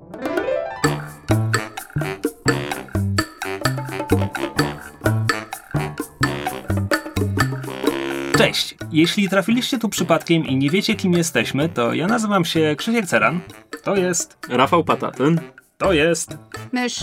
Cześć! Jeśli trafiliście tu przypadkiem i nie wiecie, kim jesteśmy, to ja nazywam się Krzysiek Ceran. To jest... Rafał Patatyn. To jest... Mysz.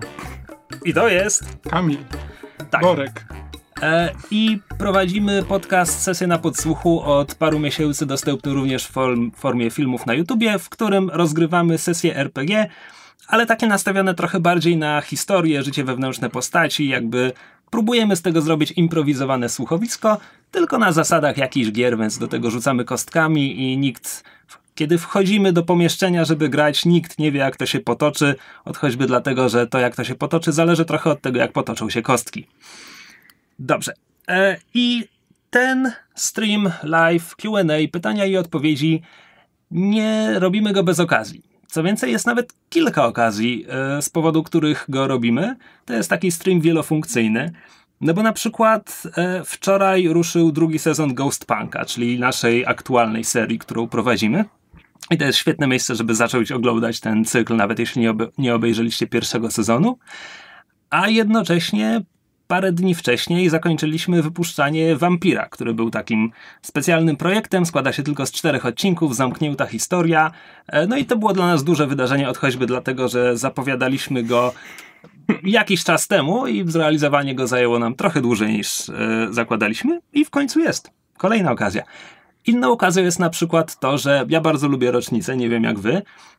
I to jest... Kamil. Tak. Borek. I prowadzimy podcast Sesję na Podsłuchu od paru miesięcy, dostępny również w formie filmów na YouTubie, w którym rozgrywamy sesje RPG, ale takie nastawione trochę bardziej na historię, życie wewnętrzne postaci, jakby próbujemy z tego zrobić improwizowane słuchowisko, tylko na zasadach jakichś gier, więc do tego rzucamy kostkami i nikt, kiedy wchodzimy do pomieszczenia, żeby grać, nikt nie wie, jak to się potoczy, choćby dlatego, że to, jak to się potoczy, zależy trochę od tego, jak potoczą się kostki. Dobrze. I ten stream live, Q&A, pytania i odpowiedzi, nie robimy go bez okazji. Co więcej, jest nawet kilka okazji, z powodu których go robimy. To jest taki stream wielofunkcyjny. No bo na przykład wczoraj ruszył drugi sezon Ghostpunka, czyli naszej aktualnej serii, którą prowadzimy. I to jest świetne miejsce, żeby zacząć oglądać ten cykl, nawet jeśli nie obejrzeliście pierwszego sezonu. A jednocześnie parę dni wcześniej zakończyliśmy wypuszczanie Vampira, który był takim specjalnym projektem, składa się tylko z 4 odcinków, zamknięta historia. No i to było dla nas duże wydarzenie, choćby dlatego, że zapowiadaliśmy go jakiś czas temu i zrealizowanie go zajęło nam trochę dłużej niż zakładaliśmy i w końcu jest. Kolejna okazja. Inną okazją jest na przykład to, że ja bardzo lubię rocznicę, nie wiem jak wy,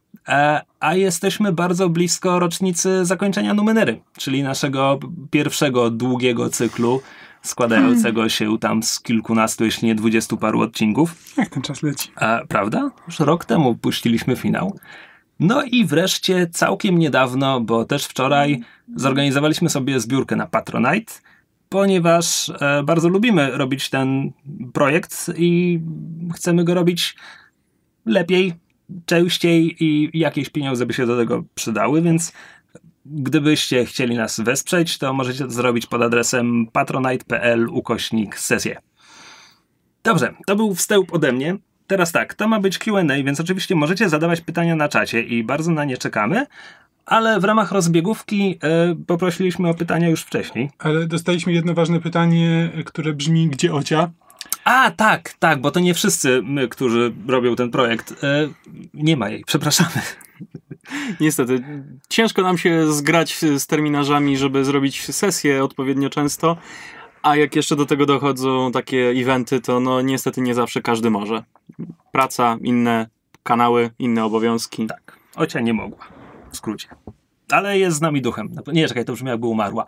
a jesteśmy bardzo blisko rocznicy zakończenia Numenery, czyli naszego pierwszego długiego cyklu składającego się tam z kilkunastu, jeśli nie 20 paru odcinków. Jak ten czas leci. Prawda? Już rok temu puściliśmy finał. No i wreszcie całkiem niedawno, bo też wczoraj zorganizowaliśmy sobie zbiórkę na Patronite, ponieważ bardzo lubimy robić ten projekt i chcemy go robić lepiej, częściej i jakieś pieniądze by się do tego przydały, więc gdybyście chcieli nas wesprzeć, to możecie to zrobić pod adresem patronite.pl/sesje. Dobrze, to był wstęp ode mnie. Teraz tak, to ma być Q&A, więc oczywiście możecie zadawać pytania na czacie i bardzo na nie czekamy, ale w ramach rozbiegówki poprosiliśmy o pytania już wcześniej. Ale dostaliśmy jedno ważne pytanie, które brzmi: gdzie Ocia? Tak, bo to nie wszyscy my, którzy robią ten projekt. Nie ma jej, przepraszamy. Niestety, ciężko nam się zgrać z terminarzami, żeby zrobić sesję odpowiednio często, a jak jeszcze do tego dochodzą takie eventy, to no niestety nie zawsze każdy może. Praca, inne kanały, inne obowiązki. Tak, Ocia nie mogła, w skrócie. Ale jest z nami duchem. Nie, czekaj, to brzmi jakby umarła.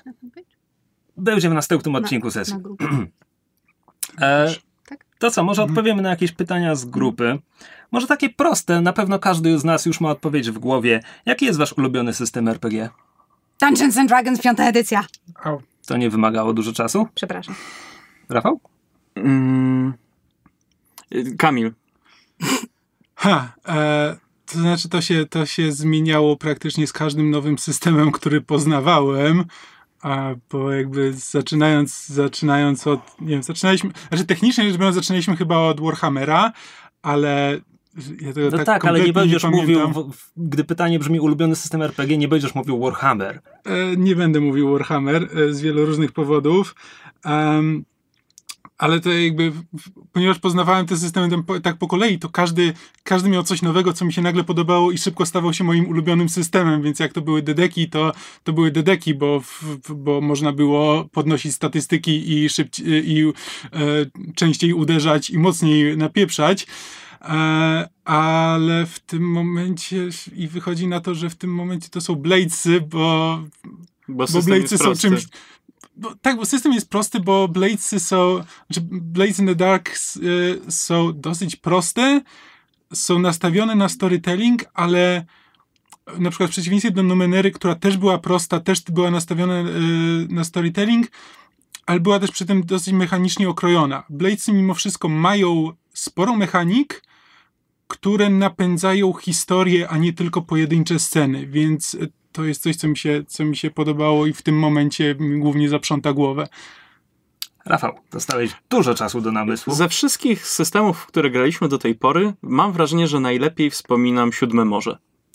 Będzie w następnym odcinku sesji. To co, może odpowiemy na jakieś pytania z grupy. Może takie proste, na pewno każdy z nas już ma odpowiedź w głowie. Jaki jest wasz ulubiony system RPG? Dungeons and Dragons 5. edycja. To nie wymagało dużo czasu? Przepraszam. Rafał? Kamil. To znaczy to się zmieniało praktycznie z każdym nowym systemem, który poznawałem. Bo jakby zaczynając od, nie wiem, technicznie rzecz biorąc, zaczynaliśmy chyba od Warhammera, ale ja tego ale nie będziesz mówił, gdy pytanie brzmi ulubiony system RPG, nie będziesz mówił Warhammer. Nie będę mówił Warhammer z wielu różnych powodów. Ale to jakby, ponieważ poznawałem te systemy tak po kolei, to każdy miał coś nowego, co mi się nagle podobało i szybko stawał się moim ulubionym systemem, więc jak to były dedeki, to były dedeki, bo można było podnosić statystyki i częściej uderzać i mocniej napieprzać. Ale w tym momencie i wychodzi na to, że w tym momencie to są Bladesy, bo Bladesy są czymś... Tak, bo system jest prosty, bo Blades in the Dark są dosyć proste, są nastawione na storytelling, ale na przykład w przeciwieństwie do Numenery, która też była prosta, też była nastawiona na storytelling, ale była też przy tym dosyć mechanicznie okrojona. Bladesy mimo wszystko mają sporo mechanik, które napędzają historię, a nie tylko pojedyncze sceny, więc to jest coś, co mi się podobało i w tym momencie mi głównie zaprząta głowę. Rafał, dostałeś dużo czasu do namysłu. Ze wszystkich systemów, w które graliśmy do tej pory, mam wrażenie, że najlepiej wspominam Siódme Morze.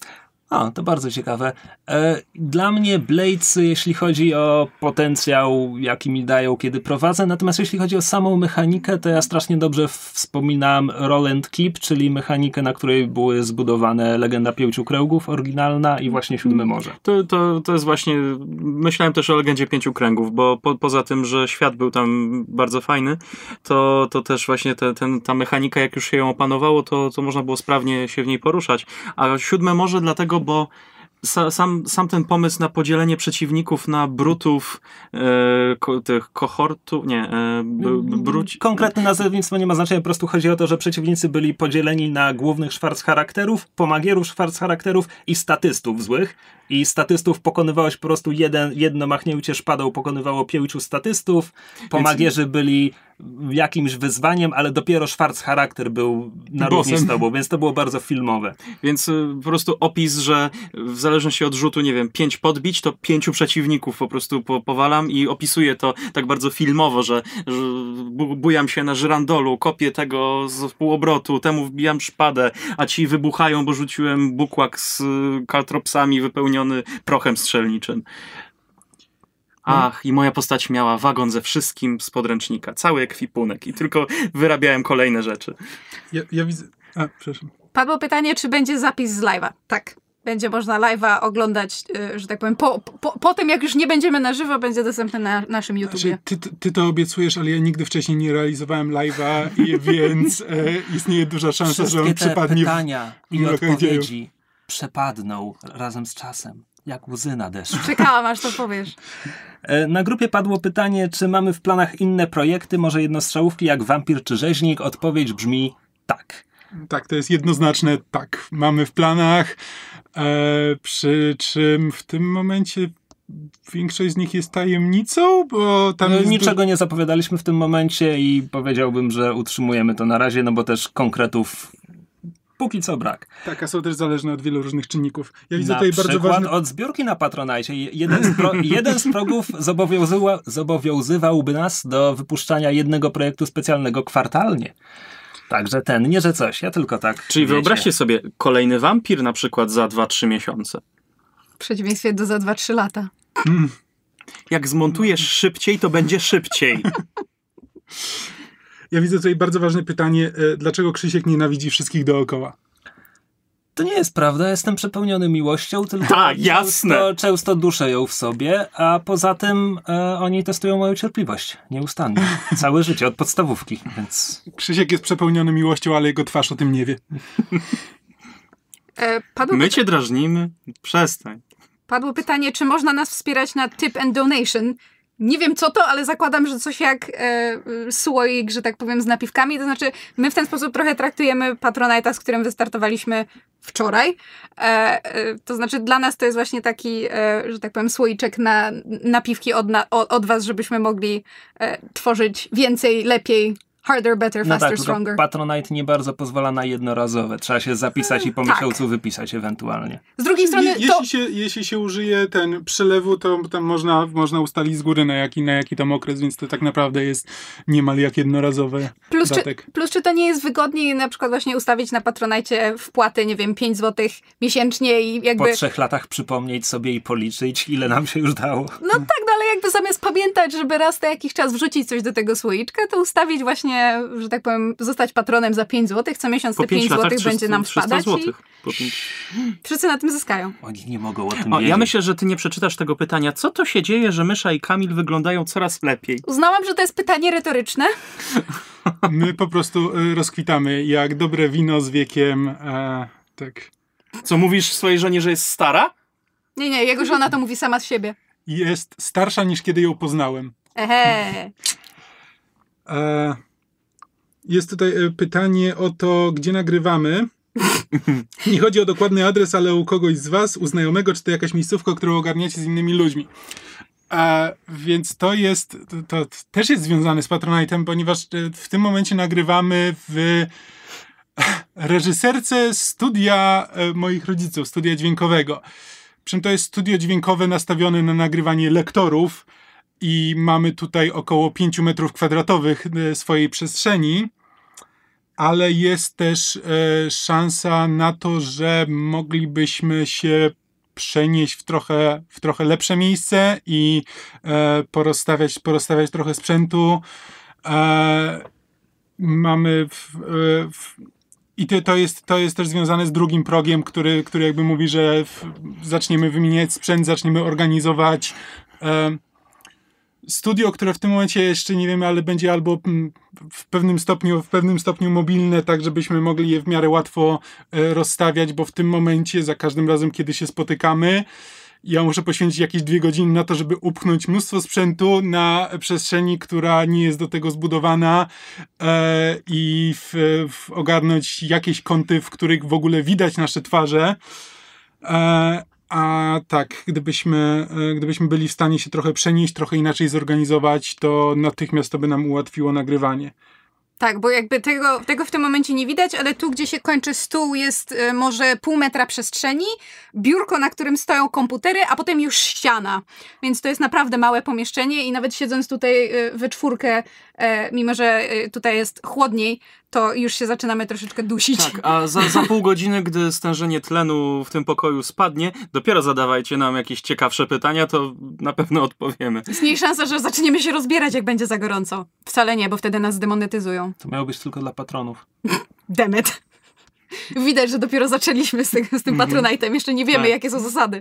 O, to bardzo ciekawe. Dla mnie Bladesy, jeśli chodzi o potencjał, jaki mi dają, kiedy prowadzę, natomiast jeśli chodzi o samą mechanikę, to ja strasznie dobrze wspominam Roll and Keep, czyli mechanikę, na której były zbudowane Legenda Pięciu Kręgów oryginalna i właśnie Siódme Morze. To jest właśnie, myślałem też o Legendzie Pięciu Kręgów, bo poza tym, że świat był tam bardzo fajny, to też właśnie ta mechanika, jak już się ją opanowało, to można było sprawnie się w niej poruszać. A Siódme Morze dlatego, bo sam ten pomysł na podzielenie przeciwników na brutów, tych kohortów, Konkretne nazewnictwo nie ma znaczenia, po prostu chodzi o to, że przeciwnicy byli podzieleni na głównych szwarccharakterów, pomagierów szwarccharakterów i statystów złych. I statystów pokonywałeś po prostu jedno machnięcie szpadą pokonywało 5 statystów, pomagierzy byli jakimś wyzwaniem, ale dopiero charakter był na równi z tobą, więc to było bardzo filmowe. Więc po prostu opis, że w zależności od rzutu, 5 podbić, to 5 przeciwników po prostu powalam i opisuję to tak bardzo filmowo, że bujam się na żyrandolu, kopię tego z półobrotu, temu wbijam szpadę, a ci wybuchają, bo rzuciłem bukłak z kaltropsami wypełniony prochem strzelniczym. Ach, i moja postać miała wagon ze wszystkim z podręcznika. Cały ekwipunek i tylko wyrabiałem kolejne rzeczy. Ja widzę... przepraszam. Padło pytanie, czy będzie zapis z live'a. Tak. Będzie można live'a oglądać, że tak powiem, po tym, jak już nie będziemy na żywo, będzie dostępny na naszym YouTubie. Ty to obiecujesz, ale ja nigdy wcześniej nie realizowałem live'a, więc istnieje duża szansa, że on przepadnie pytania i odpowiedzi przepadną razem z czasem. Jak łzy na deszczu. Czekałam, aż to powiesz. Na grupie padło pytanie, czy mamy w planach inne projekty, może jednostrzałówki jak Wampir czy Rzeźnik? Odpowiedź brzmi tak. Tak, to jest jednoznaczne tak. Mamy w planach, przy czym w tym momencie większość z nich jest tajemnicą, bo tam niczego nie zapowiadaliśmy w tym momencie i powiedziałbym, że utrzymujemy to na razie, no bo też konkretów póki co brak. Tak, a są też zależne od wielu różnych czynników. Ja widzę na tutaj bardzo ważny... od zbiórki na Patronite. Jeden z progów zobowiązywałby nas do wypuszczania jednego projektu specjalnego kwartalnie. Także nie że coś, ja tylko tak. Czyli wyobraźcie sobie, kolejny wampir na przykład za 2-3 miesiące. W przeciwieństwie do za 2-3 lata. Jak zmontujesz szybciej, to będzie szybciej. Ja widzę tutaj bardzo ważne pytanie, dlaczego Krzysiek nienawidzi wszystkich dookoła? To nie jest prawda, jestem przepełniony miłością, tylko często duszę ją w sobie, a poza tym oni testują moją cierpliwość nieustannie. Całe życie, od podstawówki, więc... Krzysiek jest przepełniony miłością, ale jego twarz o tym nie wie. My cię drażnimy? Przestań. Padło pytanie, czy można nas wspierać na tip and donation. Nie wiem co to, ale zakładam, że coś jak słoik, że tak powiem, z napiwkami. To znaczy, my w ten sposób trochę traktujemy Patronite'a, z którym wystartowaliśmy wczoraj. To znaczy, dla nas to jest właśnie taki, że tak powiem, słoiczek na napiwki od was, żebyśmy mogli tworzyć więcej, lepiej, harder, better, faster, stronger. Patronite nie bardzo pozwala na jednorazowe. Trzeba się zapisać i po miesiącu wypisać ewentualnie. Z drugiej strony jeśli się użyje przelewu, to tam można ustalić z góry na jaki tam okres, więc to tak naprawdę jest niemal jak jednorazowe datek. Plus czy to nie jest wygodniej na przykład właśnie ustawić na Patronite wpłaty, 5 zł miesięcznie i jakby... Po 3 latach przypomnieć sobie i policzyć, ile nam się już dało. No tak, ale jakby zamiast pamiętać, żeby raz na jakiś czas wrzucić coś do tego słoiczka, to ustawić właśnie, że tak powiem, zostać patronem za 5 zł. Co miesiąc te 5 zł będzie nam wpadać i wszyscy na tym zyskają. Oni nie mogą o tym wiedzieć. Ja myślę, że ty nie przeczytasz tego pytania. Co to się dzieje, że Mysza i Kamil wyglądają coraz lepiej? Uznałam, że to jest pytanie retoryczne. My po prostu rozkwitamy jak dobre wino z wiekiem. Tak. Co, mówisz swojej żonie, że jest stara? Nie, jego żona to mówi sama z siebie. Jest starsza niż kiedy ją poznałem. Jest tutaj pytanie o to, gdzie nagrywamy. Nie chodzi o dokładny adres, ale u kogoś z was, u znajomego, czy to jakaś miejscówka, którą ogarniacie z innymi ludźmi. Więc to też jest związane z Patronite'em, ponieważ w tym momencie nagrywamy w reżyserce studia moich rodziców, studia dźwiękowego. Przy czym to jest studio dźwiękowe nastawione na nagrywanie lektorów i mamy tutaj około 5 metrów kwadratowych swojej przestrzeni. ale jest też szansa na to, że moglibyśmy się przenieść w trochę lepsze miejsce i porozstawiać trochę sprzętu. Mamy i to jest też związane z drugim progiem, który jakby mówi, że zaczniemy wymieniać sprzęt, zaczniemy organizować studio, które w tym momencie jeszcze nie wiemy, ale będzie albo w pewnym stopniu mobilne, tak żebyśmy mogli je w miarę łatwo rozstawiać, bo w tym momencie za każdym razem, kiedy się spotykamy, ja muszę poświęcić jakieś 2 godziny na to, żeby upchnąć mnóstwo sprzętu na przestrzeni, która nie jest do tego zbudowana i ogarnąć jakieś kąty, w których w ogóle widać nasze twarze. A tak, gdybyśmy byli w stanie się trochę przenieść, trochę inaczej zorganizować, to natychmiast to by nam ułatwiło nagrywanie. Tak, bo jakby tego w tym momencie nie widać, ale tu, gdzie się kończy stół, jest może pół metra przestrzeni, biurko, na którym stoją komputery, a potem już ściana. Więc to jest naprawdę małe pomieszczenie i nawet siedząc tutaj we czwórkę, mimo że tutaj jest chłodniej, to już się zaczynamy troszeczkę dusić. Tak, a za pół godziny, gdy stężenie tlenu w tym pokoju spadnie, dopiero zadawajcie nam jakieś ciekawsze pytania, to na pewno odpowiemy. Istnieje szansa, że zaczniemy się rozbierać, jak będzie za gorąco. Wcale nie, bo wtedy nas zdemonetyzują. To miało być tylko dla patronów. Demet. Widać, że dopiero zaczęliśmy z tym Patronite'em. Jeszcze nie wiemy, jakie są zasady.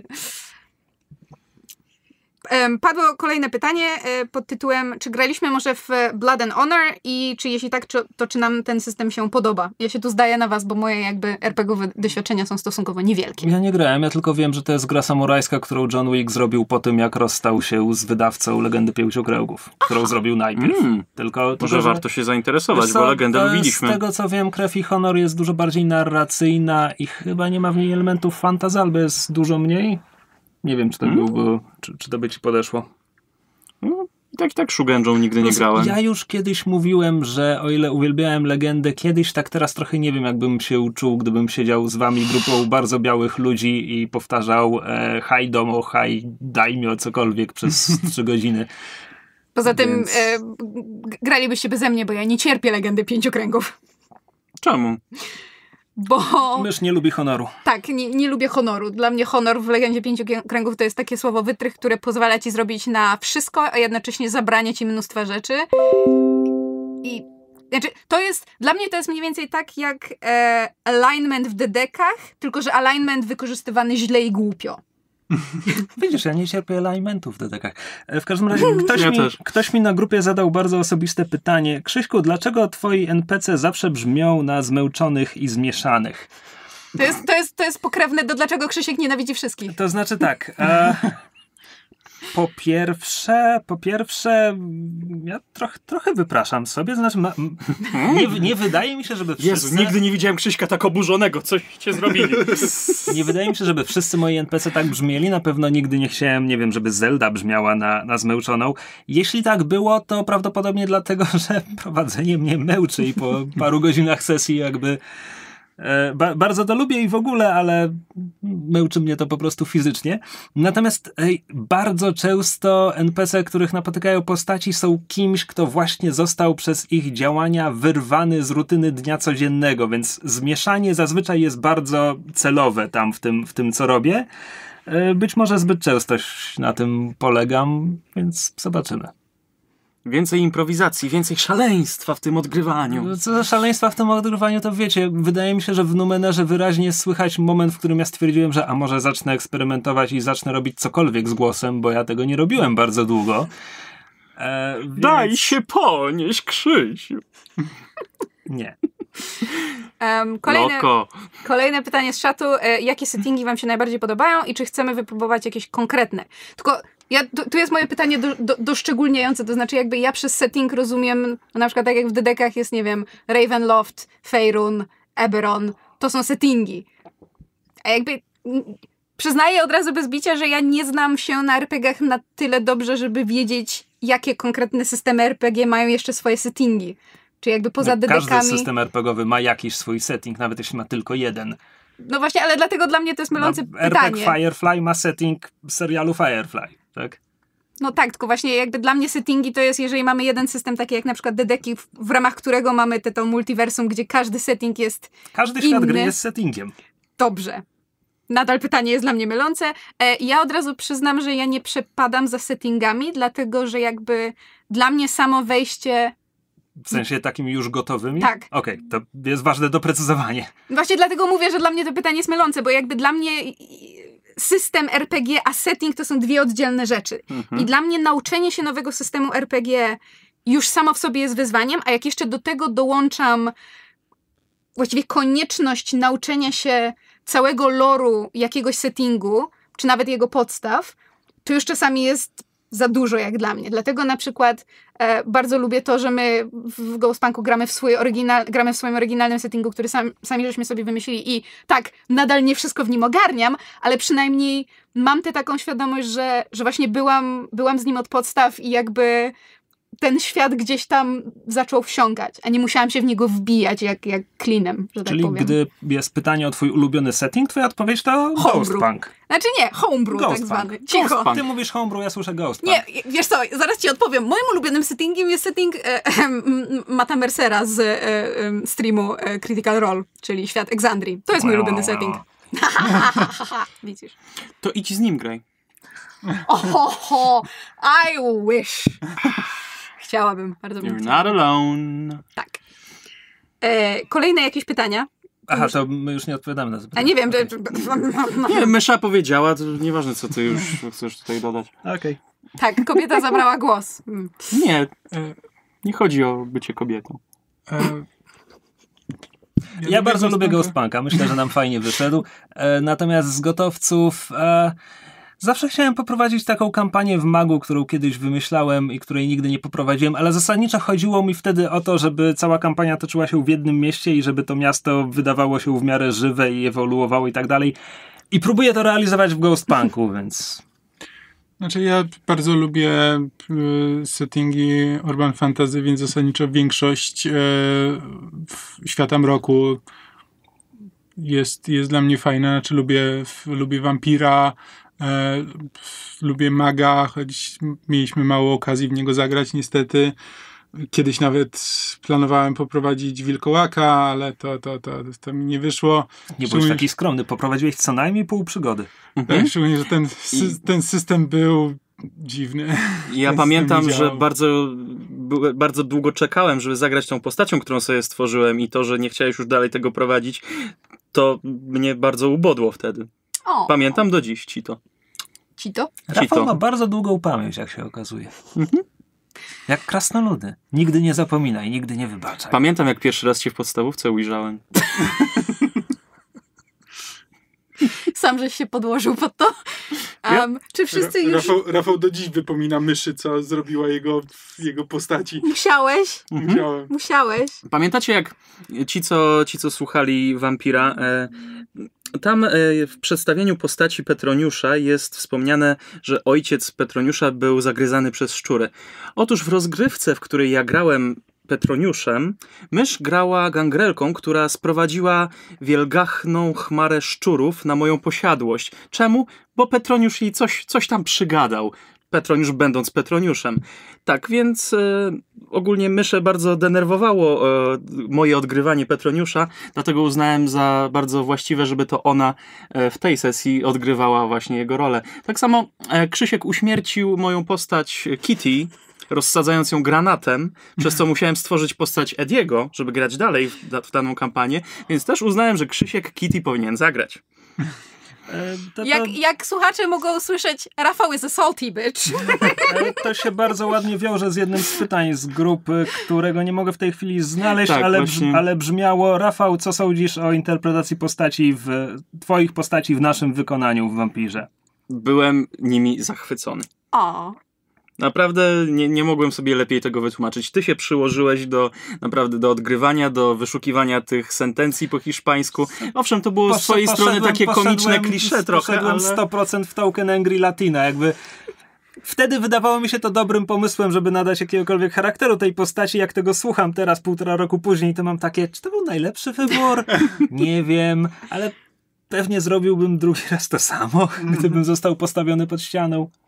Padło kolejne pytanie pod tytułem, czy graliśmy może w Blood and Honor i czy jeśli tak, to czy nam ten system się podoba? Ja się tu zdaję na was, bo moje jakby RPG-owe doświadczenia są stosunkowo niewielkie. Ja nie grałem, ja tylko wiem, że to jest gra samurajska, którą John Wick zrobił po tym, jak rozstał się z wydawcą Legendy Pięciu Kręgów, którą zrobił najpierw. Tylko może warto się zainteresować, bo Legendę lubiliśmy. Z tego co wiem, Krew i Honor jest dużo bardziej narracyjna i chyba nie ma w niej elementów fantasy, albo jest dużo mniej. Nie wiem, czy to byłby, czy to by ci podeszło. No, tak Shugenją nigdy nie grałem. Ja już kiedyś mówiłem, że o ile uwielbiałem Legendę kiedyś, tak teraz trochę nie wiem, jakbym się uczuł, gdybym siedział z wami grupą bardzo białych ludzi i powtarzał haj domo, haj daimyo, cokolwiek przez 3 godziny. Poza tym gralibyście beze mnie, bo ja nie cierpię Legendy Pięciu Kręgów. Czemu? Bo... Mysz nie lubi honoru. Tak, nie lubię honoru. Dla mnie honor w Legendzie Pięciu Kręgów to jest takie słowo wytrych, które pozwala ci zrobić na wszystko, a jednocześnie zabrania ci mnóstwa rzeczy. I znaczy, dla mnie to jest mniej więcej tak jak alignment w dedekach, tylko że alignment wykorzystywany źle i głupio. Widzisz, ja nie cierpię alignmentów w dedekach. W każdym razie ktoś mi na grupie zadał bardzo osobiste pytanie. Krzyśku, dlaczego twoi NPC zawsze brzmią na zmęczonych i zmieszanych? To jest pokrewne do dlaczego Krzysiek nienawidzi wszystkich. To znaczy tak... Po pierwsze, ja trochę wypraszam sobie, to znaczy nie wydaje mi się, żeby wszyscy... Jezu, nigdy nie widziałem Krzyśka tak oburzonego, coś cię zrobili. Nie wydaje mi się, żeby wszyscy moi NPC tak brzmieli, na pewno nigdy nie chciałem, nie wiem, żeby Zelda brzmiała na zmęczoną. Jeśli tak było, to prawdopodobnie dlatego, że prowadzenie mnie męczy i po paru godzinach sesji jakby... Bardzo to lubię i w ogóle, ale męczy mnie to po prostu fizycznie. Natomiast bardzo często NPC, których napotykają postaci, są kimś, kto właśnie został przez ich działania wyrwany z rutyny dnia codziennego, więc zmieszanie zazwyczaj jest bardzo celowe tam w tym co robię. Być może zbyt często na tym polegam, więc zobaczymy. Więcej improwizacji, więcej szaleństwa w tym odgrywaniu. Co za szaleństwa w tym odgrywaniu, to wiecie, wydaje mi się, że w Numenerze wyraźnie słychać moment, w którym ja stwierdziłem, że a może zacznę eksperymentować i zacznę robić cokolwiek z głosem, bo ja tego nie robiłem bardzo długo. Więc... Daj się ponieść, Krzysiu. Nie. Kolejne pytanie z czatu. Jakie settingi wam się najbardziej podobają i czy chcemy wypróbować jakieś konkretne? Tylko tu jest moje pytanie doszczególniające, to znaczy jakby ja przez setting rozumiem, na przykład tak jak w dedekach jest, nie wiem, Ravenloft, Faerun, Eberron, to są settingi. A jakby przyznaję od razu bez bicia, że ja nie znam się na RPG-ach na tyle dobrze, żeby wiedzieć, jakie konkretne systemy RPG mają jeszcze swoje settingi. Czy jakby poza dedekami... Każdy system RPG-owy ma jakiś swój setting, nawet jeśli ma tylko jeden. No właśnie, ale dlatego dla mnie to jest mylące pytanie. RPG Firefly ma setting serialu Firefly, tak? No tak, tylko właśnie jakby dla mnie settingi to jest, jeżeli mamy jeden system, taki jak na przykład Dedeki, w ramach którego mamy to multiversum, gdzie każdy setting jest Każdy inny. świat gry jest settingiem. Dobrze. Nadal pytanie jest dla mnie mylące. Ja od razu przyznam, że ja nie przepadam za settingami, dlatego, że jakby dla mnie samo wejście... W sensie takimi już gotowymi? Tak. Okej, to jest ważne doprecyzowanie. Właśnie dlatego mówię, że dla mnie to pytanie jest mylące, bo jakby dla mnie system RPG a setting to są dwie oddzielne rzeczy. I dla mnie nauczenie się nowego systemu RPG już samo w sobie jest wyzwaniem, a jak jeszcze do tego dołączam właściwie konieczność nauczenia się całego loru jakiegoś settingu, czy nawet jego podstaw, to już czasami jest za dużo jak dla mnie. Dlatego na przykład bardzo lubię to, że my w Ghostpunku gramy w swoim oryginalnym settingu, który sami żeśmy sobie wymyślili i tak, nadal nie wszystko w nim ogarniam, ale przynajmniej mam tę taką świadomość, że właśnie byłam z nim od podstaw i jakby ten świat gdzieś tam zaczął wsiąkać, a nie musiałam się w niego wbijać jak klinem, że Czyli tak powiem. gdy jest pytanie o twój ulubiony setting, twoja odpowiedź to Ghostpunk. Znaczy nie, homebrew tak zwany. Cicho. Ty mówisz homebrew, ja słyszę Ghostpunk. Nie, wiesz co, zaraz ci odpowiem. Moim ulubionym settingiem jest setting Matta Mercera z streamu Critical Role, czyli świat Exandrii. To jest mój ulubiony setting. Widzisz. To idź z nim graj. Ohoho, I wish. Chciałabym, bardzo bym You're chciała. not alone. Tak. Kolejne jakieś pytania? Aha, to my już nie odpowiadamy na to A pytanie. nie wiem, Nie, mysza powiedziała, to nieważne co ty już chcesz tutaj dodać. Okej. tak, kobieta zabrała głos. Nie, nie chodzi o bycie kobietą. Ja bardzo lubię Ghostpunka, myślę, że nam fajnie wyszedł. Natomiast z gotowców zawsze chciałem poprowadzić taką kampanię w Magu, którą kiedyś wymyślałem i której nigdy nie poprowadziłem, ale zasadniczo chodziło mi wtedy o to, żeby cała kampania toczyła się w jednym mieście i żeby to miasto wydawało się w miarę żywe i ewoluowało i tak dalej. I próbuję to realizować w Ghostpunku, więc... Znaczy ja bardzo lubię settingi urban fantasy, więc zasadniczo większość świata mroku jest dla mnie fajna. Znaczy lubię wampira, lubię maga, choć mieliśmy mało okazji w niego zagrać niestety. Kiedyś nawet planowałem poprowadzić wilkołaka, ale to mi nie wyszło. Nie byłeś taki skromny, poprowadziłeś co najmniej pół przygody. Tak, szczególnie, że ten system był dziwny. Ja pamiętam, że bardzo długo czekałem, żeby zagrać tą postacią, którą sobie stworzyłem i to, że nie chciałeś już dalej tego prowadzić, to mnie bardzo ubodło wtedy. O, Pamiętam do dziś Cito. Cito? Rafał ma bardzo długą pamięć, jak się okazuje. Jak krasnoludy. Nigdy nie zapominaj, nigdy nie wybaczaj. Pamiętam, jak pierwszy raz cię w podstawówce ujrzałem. Sam żeś się podłożył pod to. Czy wszyscy już... Rafał do dziś wypomina myszy, co zrobiła jego postaci. Musiałeś? Musiałem. Musiałeś. Pamiętacie, jak ci, co słuchali Wampira, tam w przedstawieniu postaci Petroniusza jest wspomniane, że ojciec Petroniusza był zagryzany przez szczury. Otóż w rozgrywce, w której ja grałem Petroniuszem, mysz grała gangrelką, która sprowadziła wielgachną chmarę szczurów na moją posiadłość. Czemu? Bo Petroniusz jej coś tam przygadał. Petroniusz będąc Petroniuszem. Tak, więc ogólnie myszę bardzo denerwowało moje odgrywanie Petroniusza, dlatego uznałem za bardzo właściwe, żeby to ona w tej sesji odgrywała właśnie jego rolę. Tak samo Krzysiek uśmiercił moją postać Kitty, rozsadzając ją granatem, przez co musiałem stworzyć postać Ediego, żeby grać dalej w daną kampanię, więc też uznałem, że Krzysiek Kitty powinien zagrać. Jak słuchacze mogą usłyszeć, Rafał is a salty bitch. To się bardzo ładnie wiąże z jednym z pytań z grupy, którego nie mogę w tej chwili znaleźć, tak, ale brzmiało: Rafał, co sądzisz o interpretacji twoich postaci w naszym wykonaniu w Wampirze? Byłem nimi zachwycony. O. Naprawdę nie mogłem sobie lepiej tego wytłumaczyć. Ty się przyłożyłeś do odgrywania, do wyszukiwania tych sentencji po hiszpańsku. Owszem, to było z twojej strony takie komiczne klisze trochę, ale... 100% w token Angry Latina, jakby... Wtedy wydawało mi się to dobrym pomysłem, żeby nadać jakiegokolwiek charakteru tej postaci. Jak tego słucham teraz, 1,5 roku później, to mam takie, czy to był najlepszy wybór? Nie wiem, ale pewnie zrobiłbym drugi raz to samo, gdybym został postawiony pod ścianą.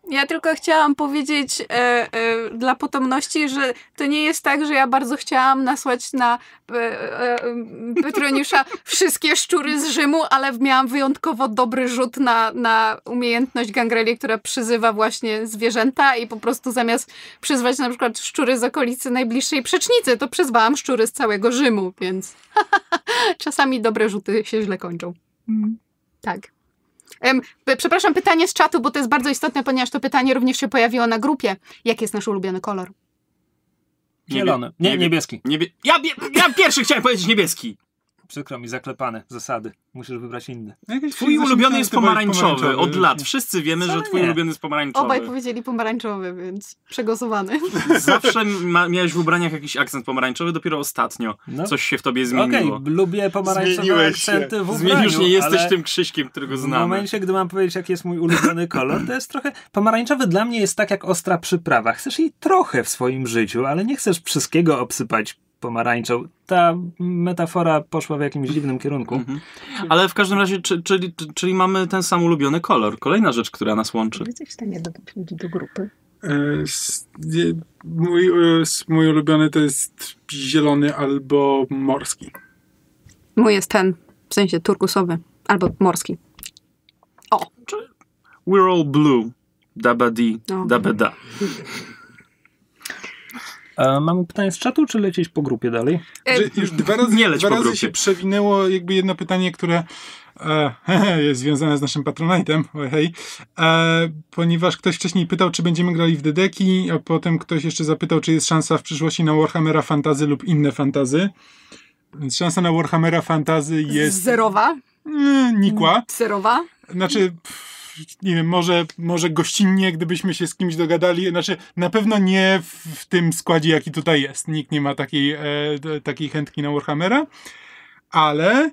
Ja tylko chciałam powiedzieć dla potomności, że to nie jest tak, że ja bardzo chciałam nasłać na Petroniusza wszystkie szczury z Rzymu, ale miałam wyjątkowo dobry rzut na umiejętność Gangreli, która przyzywa właśnie zwierzęta i po prostu zamiast przyzwać na przykład szczury z okolicy najbliższej przecznicy, to przyzwałam szczury z całego Rzymu, więc czasami dobre rzuty się źle kończą. Tak. Przepraszam, pytanie z czatu, bo to jest bardzo istotne, ponieważ to pytanie również się pojawiło na grupie. Jaki jest nasz ulubiony kolor? Zielony. Nie, niebieski. Ja pierwszy chciałem powiedzieć niebieski. Przykro mi, zaklepane zasady. Musisz wybrać inny. Twój ulubiony jest pomarańczowy. Od lat. Wszyscy wiemy, że twój ulubiony jest pomarańczowy. Obaj powiedzieli pomarańczowy, więc przegłosowany. Zawsze miałeś w ubraniach jakiś akcent pomarańczowy, dopiero ostatnio coś się w tobie zmieniło. Okej, lubię pomarańczowe akcenty w ubraniu. Już nie jesteś tym Krzyśkiem, którego znamy. W momencie, gdy mam powiedzieć, jaki jest mój ulubiony kolor, to jest trochę... Pomarańczowy dla mnie jest tak jak ostra przyprawa. Chcesz jej trochę w swoim życiu, ale nie chcesz wszystkiego obsypać pomarańczą. Ta metafora poszła w jakimś dziwnym kierunku. Ale w każdym razie, czyli mamy ten sam ulubiony kolor. Kolejna rzecz, która nas łączy. Jesteś w stanie dodać ludzi do grupy? Mój ulubiony to jest zielony albo morski. Mój jest ten, w sensie turkusowy, albo morski. O! We're all blue. Dabadi, dabada. Mamy pytanie z czatu, czy lecieć po grupie dalej? Już dwa razy się przewinęło jakby jedno pytanie, które jest związane z naszym Patronite'em, ponieważ ktoś wcześniej pytał, czy będziemy grali w Dedeki, a potem ktoś jeszcze zapytał, czy jest szansa w przyszłości na Warhammera Fantasy lub inne fantasy. Więc szansa na Warhammera Fantasy jest... Zerowa? Nikła. Zerowa? Znaczy... nie wiem, może gościnnie, gdybyśmy się z kimś dogadali, znaczy na pewno nie w tym składzie, jaki tutaj jest. Nikt nie ma takiej chętki na Warhammera, ale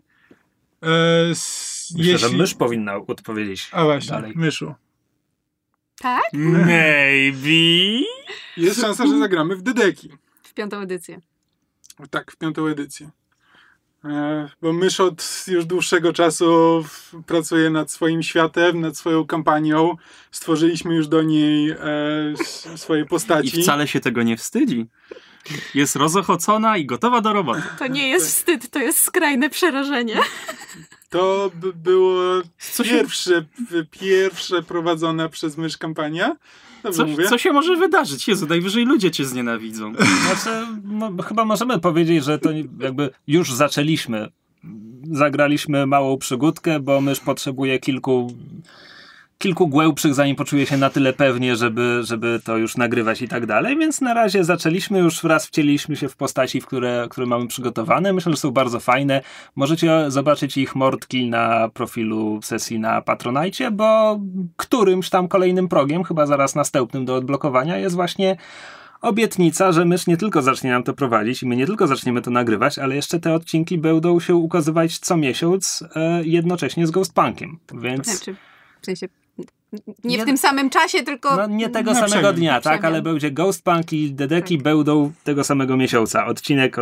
myślę, że mysz powinna odpowiedzieć. A właśnie, dalej. myszu. Tak? Maybe. Jest szansa, że zagramy w Dedeki. W 5. edycję. Tak, w 5. edycję. Bo mysz od już dłuższego czasu pracuje nad swoim światem, nad swoją kampanią. Stworzyliśmy już do niej swoje postaci. I wcale się tego nie wstydzi. Jest rozochocona i gotowa do roboty. To nie jest wstyd, to jest skrajne przerażenie. To by było pierwsze prowadzone przez mysz kampania. Co się może wydarzyć? Jezu, najwyżej ludzie cię znienawidzą. Znaczy, chyba możemy powiedzieć, że to jakby już zaczęliśmy. Zagraliśmy małą przygódkę, bo mysz potrzebuje kilku głębszych, zanim poczuje się na tyle pewnie, żeby to już nagrywać i tak dalej, więc na razie zaczęliśmy, już raz wcieliliśmy się w postaci, które mamy przygotowane. Myślę, że są bardzo fajne. Możecie zobaczyć ich mordki na profilu sesji na Patronite, bo którymś tam kolejnym progiem, chyba zaraz następnym do odblokowania, jest właśnie obietnica, że mysz nie tylko zacznie nam to prowadzić i my nie tylko zaczniemy to nagrywać, ale jeszcze te odcinki będą się ukazywać co miesiąc jednocześnie z Ghostpunkiem, więc... Znaczy, w sensie nie w tym samym czasie, tylko... No nie tego samego dnia, tak? Ale będzie Ghostpunk i Dedeki będą tego samego miesiąca. Odcinek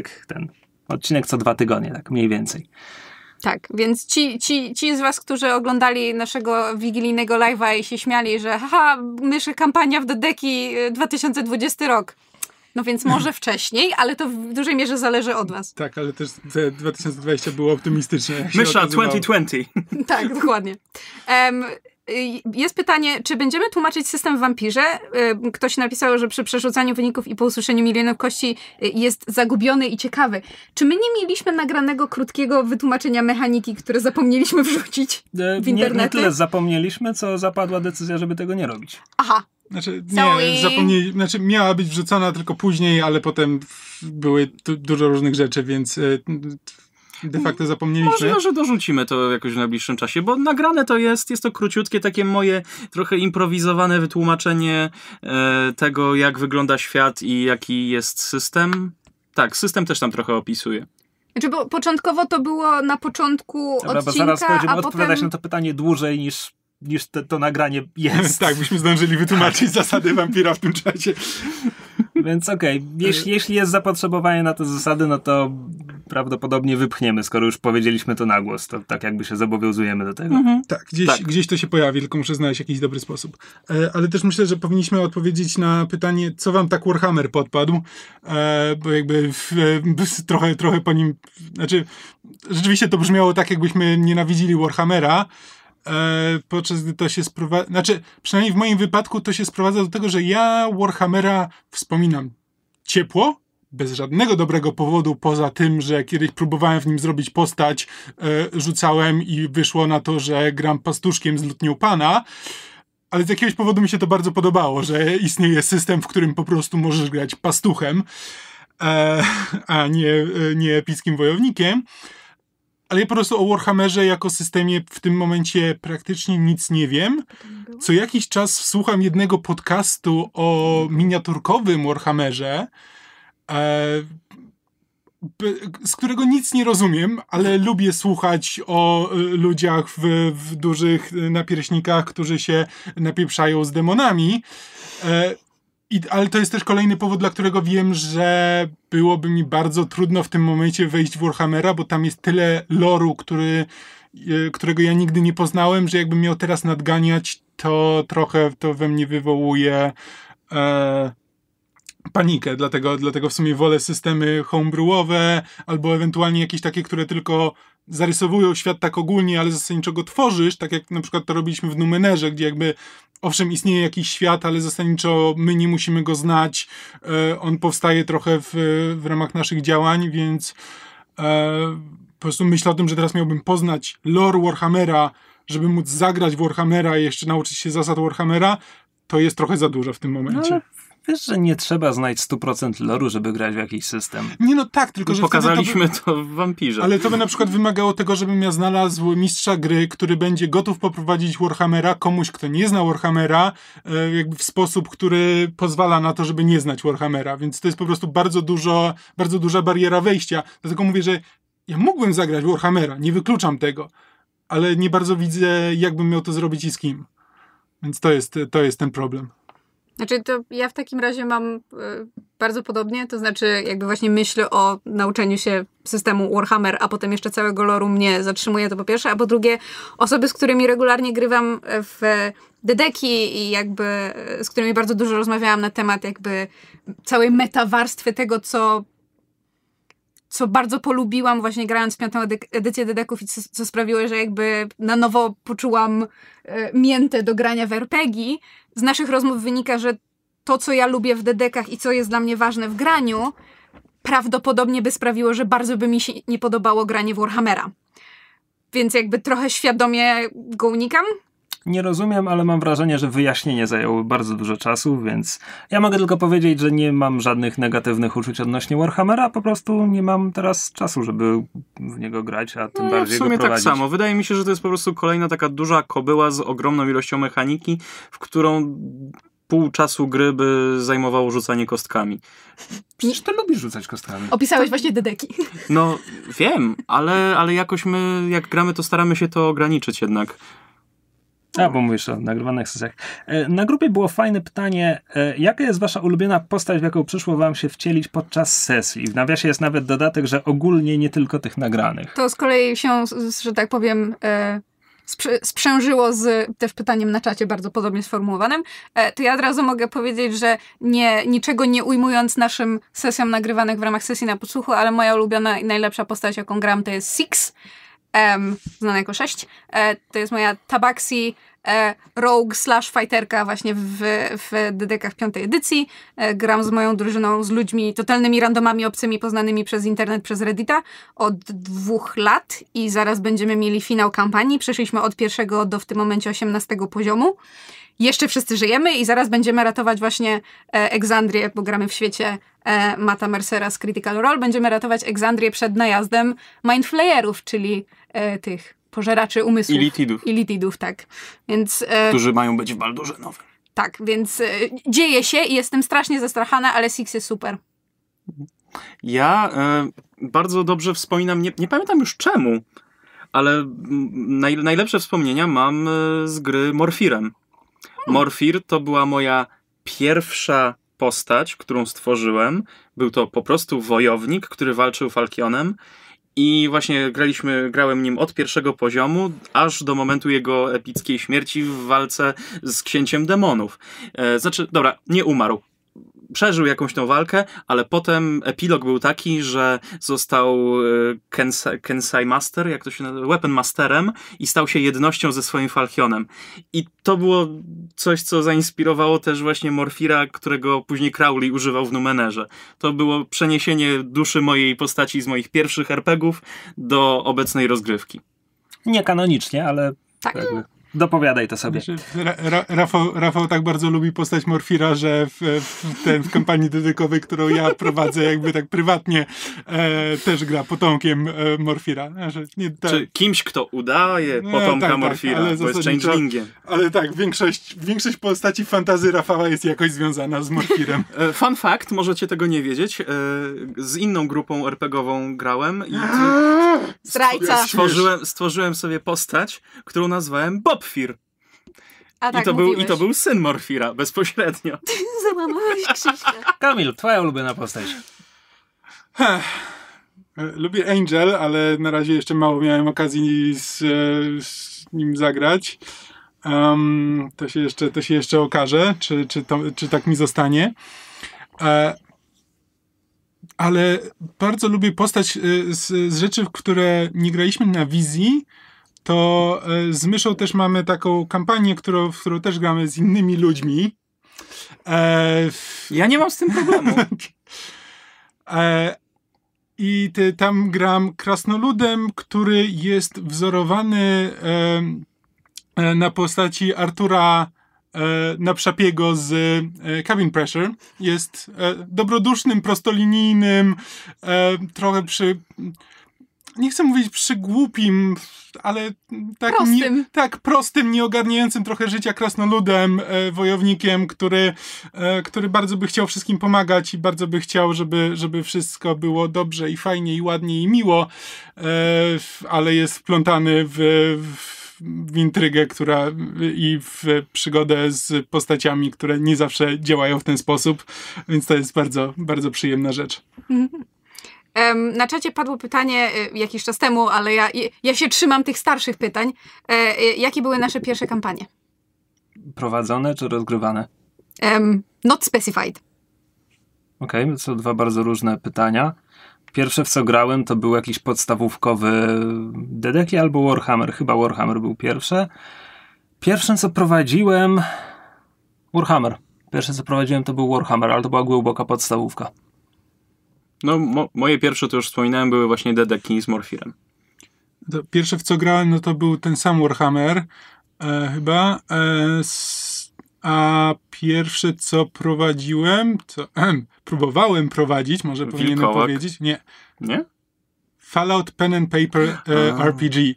co 2 tygodnie, tak mniej więcej. Tak, więc ci z was, którzy oglądali naszego wigilijnego live'a i się śmiali, że myszy kampania w Dedeki 2020 rok. No więc może wcześniej, ale to w dużej mierze zależy od was. Tak, ale też 2020 było optymistyczne. Mysza 2020. Tak, dokładnie. Jest pytanie, czy będziemy tłumaczyć system w Wampirze? Ktoś napisał, że przy przerzucaniu wyników i po usłyszeniu milionów kości jest zagubiony i ciekawy. Czy my nie mieliśmy nagranego krótkiego wytłumaczenia mechaniki, które zapomnieliśmy wrzucić w internecie? Nie tyle zapomnieliśmy, co zapadła decyzja, żeby tego nie robić. Aha. Znaczy miała być wrzucona tylko później, ale potem były dużo różnych rzeczy, więc de facto zapomnieliśmy. Może dorzucimy to jakoś w najbliższym czasie, bo nagrane to jest to króciutkie, takie moje trochę improwizowane wytłumaczenie tego, jak wygląda świat i jaki jest system. Tak, system też tam trochę opisuje. Znaczy, bo początkowo to było na początku odcinka, bo zaraz będziemy a odpowiadać potem... na to pytanie dłużej niż to nagranie jest. Tak, byśmy zdążyli wytłumaczyć zasady wampira w tym czasie. Więc okej, jeśli jest zapotrzebowanie na te zasady, no to prawdopodobnie wypchniemy, skoro już powiedzieliśmy to na głos. To tak jakby się zobowiązujemy do tego. Tak, gdzieś to się pojawi, tylko muszę znaleźć jakiś dobry sposób. Ale też myślę, że powinniśmy odpowiedzieć na pytanie, co wam tak Warhammer podpadł, bo jakby trochę po nim... Znaczy, rzeczywiście to brzmiało tak, jakbyśmy nienawidzili Warhammera, podczas gdy to się sprowadza... Znaczy, przynajmniej w moim wypadku to się sprowadza do tego, że ja Warhammera wspominam ciepło, bez żadnego dobrego powodu, poza tym, że kiedyś próbowałem w nim zrobić postać, rzucałem i wyszło na to, że gram pastuszkiem z Lutnią Pana, ale z jakiegoś powodu mi się to bardzo podobało, że istnieje system, w którym po prostu możesz grać pastuchem, a nie epickim wojownikiem. Ale ja po prostu o Warhammerze jako systemie w tym momencie praktycznie nic nie wiem. Co jakiś czas słucham jednego podcastu o miniaturkowym Warhammerze, z którego nic nie rozumiem, ale lubię słuchać o ludziach w dużych napierśnikach, którzy się napieprzają z demonami. Ale to jest też kolejny powód, dla którego wiem, że byłoby mi bardzo trudno w tym momencie wejść w Warhammera, bo tam jest tyle loru, którego ja nigdy nie poznałem, że jakbym miał teraz nadganiać, to trochę to we mnie wywołuje panikę. Dlatego w sumie wolę systemy homebrewowe albo ewentualnie jakieś takie, które tylko zarysowują świat tak ogólnie, ale zasadniczo go tworzysz, tak jak na przykład to robiliśmy w Numenerze, gdzie jakby owszem istnieje jakiś świat, ale zasadniczo my nie musimy go znać, on powstaje trochę w ramach naszych działań, więc po prostu myślę o tym, że teraz miałbym poznać lore Warhammera, żeby móc zagrać w Warhammera i jeszcze nauczyć się zasad Warhammera, to jest trochę za dużo w tym momencie. No, wiesz, że nie trzeba znać 100% loru, żeby grać w jakiś system. Nie, no tak, tylko że pokazaliśmy to w Wampirze. Ale to by na przykład wymagało tego, żebym ja znalazł mistrza gry, który będzie gotów poprowadzić Warhammera komuś, kto nie zna Warhammera, jakby w sposób, który pozwala na to, żeby nie znać Warhammera, więc to jest po prostu bardzo duża bariera wejścia. Dlatego mówię, że ja mógłbym zagrać w Warhammera, nie wykluczam tego, ale nie bardzo widzę, jakbym miał to zrobić i z kim. Więc to jest ten problem. Znaczy, to ja w takim razie mam bardzo podobnie, to znaczy jakby właśnie myśl o nauczeniu się systemu Warhammer, a potem jeszcze całego loru mnie zatrzymuje, to po pierwsze, a po drugie osoby, z którymi regularnie grywam w dedeki i jakby z którymi bardzo dużo rozmawiałam na temat jakby całej metawarstwy tego, co bardzo polubiłam właśnie grając w 5. edycję dedeków i co sprawiło, że jakby na nowo poczułam miętę do grania w RPG. Z naszych rozmów wynika, że to, co ja lubię w dedekach i co jest dla mnie ważne w graniu, prawdopodobnie by sprawiło, że bardzo by mi się nie podobało granie w Warhammera. Więc jakby trochę świadomie go unikam. Nie rozumiem, ale mam wrażenie, że wyjaśnienie zajęło bardzo dużo czasu, więc ja mogę tylko powiedzieć, że nie mam żadnych negatywnych uczuć odnośnie Warhammera, po prostu nie mam teraz czasu, żeby w niego grać, a tym bardziej w sumie go prowadzić. tak samo. Wydaje mi się, że to jest po prostu kolejna taka duża kobyła z ogromną ilością mechaniki, w którą pół czasu gry by zajmowało rzucanie kostkami. Przecież ty lubisz rzucać kostkami. Opisałeś właśnie dedeki. No, wiem, ale jakoś my, jak gramy, to staramy się to ograniczyć jednak. Bo mówisz o nagrywanych sesjach. Na grupie było fajne pytanie, jaka jest wasza ulubiona postać, w jaką przyszło wam się wcielić podczas sesji? W nawiasie jest nawet dodatek, że ogólnie nie tylko tych nagranych. To z kolei się, że tak powiem, sprzężyło z też pytaniem na czacie bardzo podobnie sformułowanym. To ja od razu mogę powiedzieć, że niczego nie ujmując naszym sesjom nagrywanych w ramach sesji na podsłuchu, ale moja ulubiona i najlepsza postać, jaką gram, to jest Six. Znana jako 6. To jest moja Tabaxi rogue / fighterka właśnie w dedekach 5. edycji. Gram z moją drużyną, z ludźmi, totalnymi randomami obcymi poznanymi przez internet, przez Reddita od 2 lat i zaraz będziemy mieli finał kampanii. Przeszliśmy od 1. do w tym momencie 18 poziomu. Jeszcze wszyscy żyjemy i zaraz będziemy ratować właśnie Exandrię, bo gramy w świecie Matta Mercera z Critical Role. Będziemy ratować Exandrię przed najazdem Mindflayerów, czyli tych pożeraczy umysłów. Illithidów, tak. Więc, którzy mają być w Baldurze Nowym. Tak, więc dzieje się i jestem strasznie zastrachana, ale Six jest super. Ja bardzo dobrze wspominam, nie pamiętam już czemu, ale najlepsze wspomnienia mam z gry Morfirem. Morfir to była moja pierwsza postać, którą stworzyłem. Był to po prostu wojownik, który walczył Falkionem i właśnie grałem nim od pierwszego poziomu, aż do momentu jego epickiej śmierci w walce z księciem demonów. Nie umarł. Przeżył jakąś tą walkę, ale potem epilog był taki, że został Kensai Master, jak to się nazywa, Weapon Masterem i stał się jednością ze swoim Falkionem. I to było coś, co zainspirowało też właśnie Morfira, którego później Crowley używał w Numenerze. To było przeniesienie duszy mojej postaci z moich pierwszych RPGów do obecnej rozgrywki. Nie kanonicznie, ale tak. Dopowiadaj to sobie. Rafał tak bardzo lubi postać Morfira, że w kampanii dedykowej, którą ja prowadzę jakby tak prywatnie, też gra potomkiem Morfira. Czy kimś, kto udaje potomka Morfira, bo jest changelingiem. Ale tak, większość postaci fantasy Rafała jest jakoś związana z Morfirem. Fun fact, możecie tego nie wiedzieć, z inną grupą RPGową grałem i Zdrajca. Stworzyłem sobie postać, którą nazwałem Bobfir. I to był syn Morfira, bezpośrednio. Załamałeś Krzyśka. Kamil, twoja ulubiona postać. Lubię Angel, ale na razie jeszcze mało miałem okazji z nim zagrać. To się jeszcze okaże, czy tak mi zostanie. Ale bardzo lubię postać z rzeczy, w które nie graliśmy na wizji. To z Myszą też mamy taką kampanię, w którą też gramy z innymi ludźmi. Ja nie mam z tym problemu. I tam gram krasnoludem, który jest wzorowany na postaci Artura Naprzapiego z Cabin Pressure. Jest dobrodusznym, prostolinijnym, trochę nie chcę mówić przygłupim, ale tak prostym, nieogarniającym trochę życia krasnoludem, wojownikiem, który bardzo by chciał wszystkim pomagać i bardzo by chciał, żeby wszystko było dobrze i fajnie i ładnie i miło, ale jest wplątany w intrygę, i w przygodę z postaciami, które nie zawsze działają w ten sposób, więc to jest bardzo, bardzo przyjemna rzecz. Na czacie padło pytanie jakiś czas temu, ale ja się trzymam tych starszych pytań. Jakie były nasze pierwsze kampanie? Prowadzone czy rozgrywane? Not specified. Okej, to są dwa bardzo różne pytania. Pierwsze, w co grałem, to był jakiś podstawówkowy DD albo Warhammer. Chyba Warhammer był pierwsze. Pierwszym, co prowadziłem... Warhammer. Pierwsze, co prowadziłem, to był Warhammer, ale to była głęboka podstawówka. No, moje pierwsze, to już wspominałem, były właśnie DD z Morfirem. To pierwsze, w co grałem, to był ten sam Warhammer, chyba. A pierwsze, co prowadziłem, próbowałem prowadzić, może powinienem powiedzieć. Nie? Fallout Pen and Paper RPG.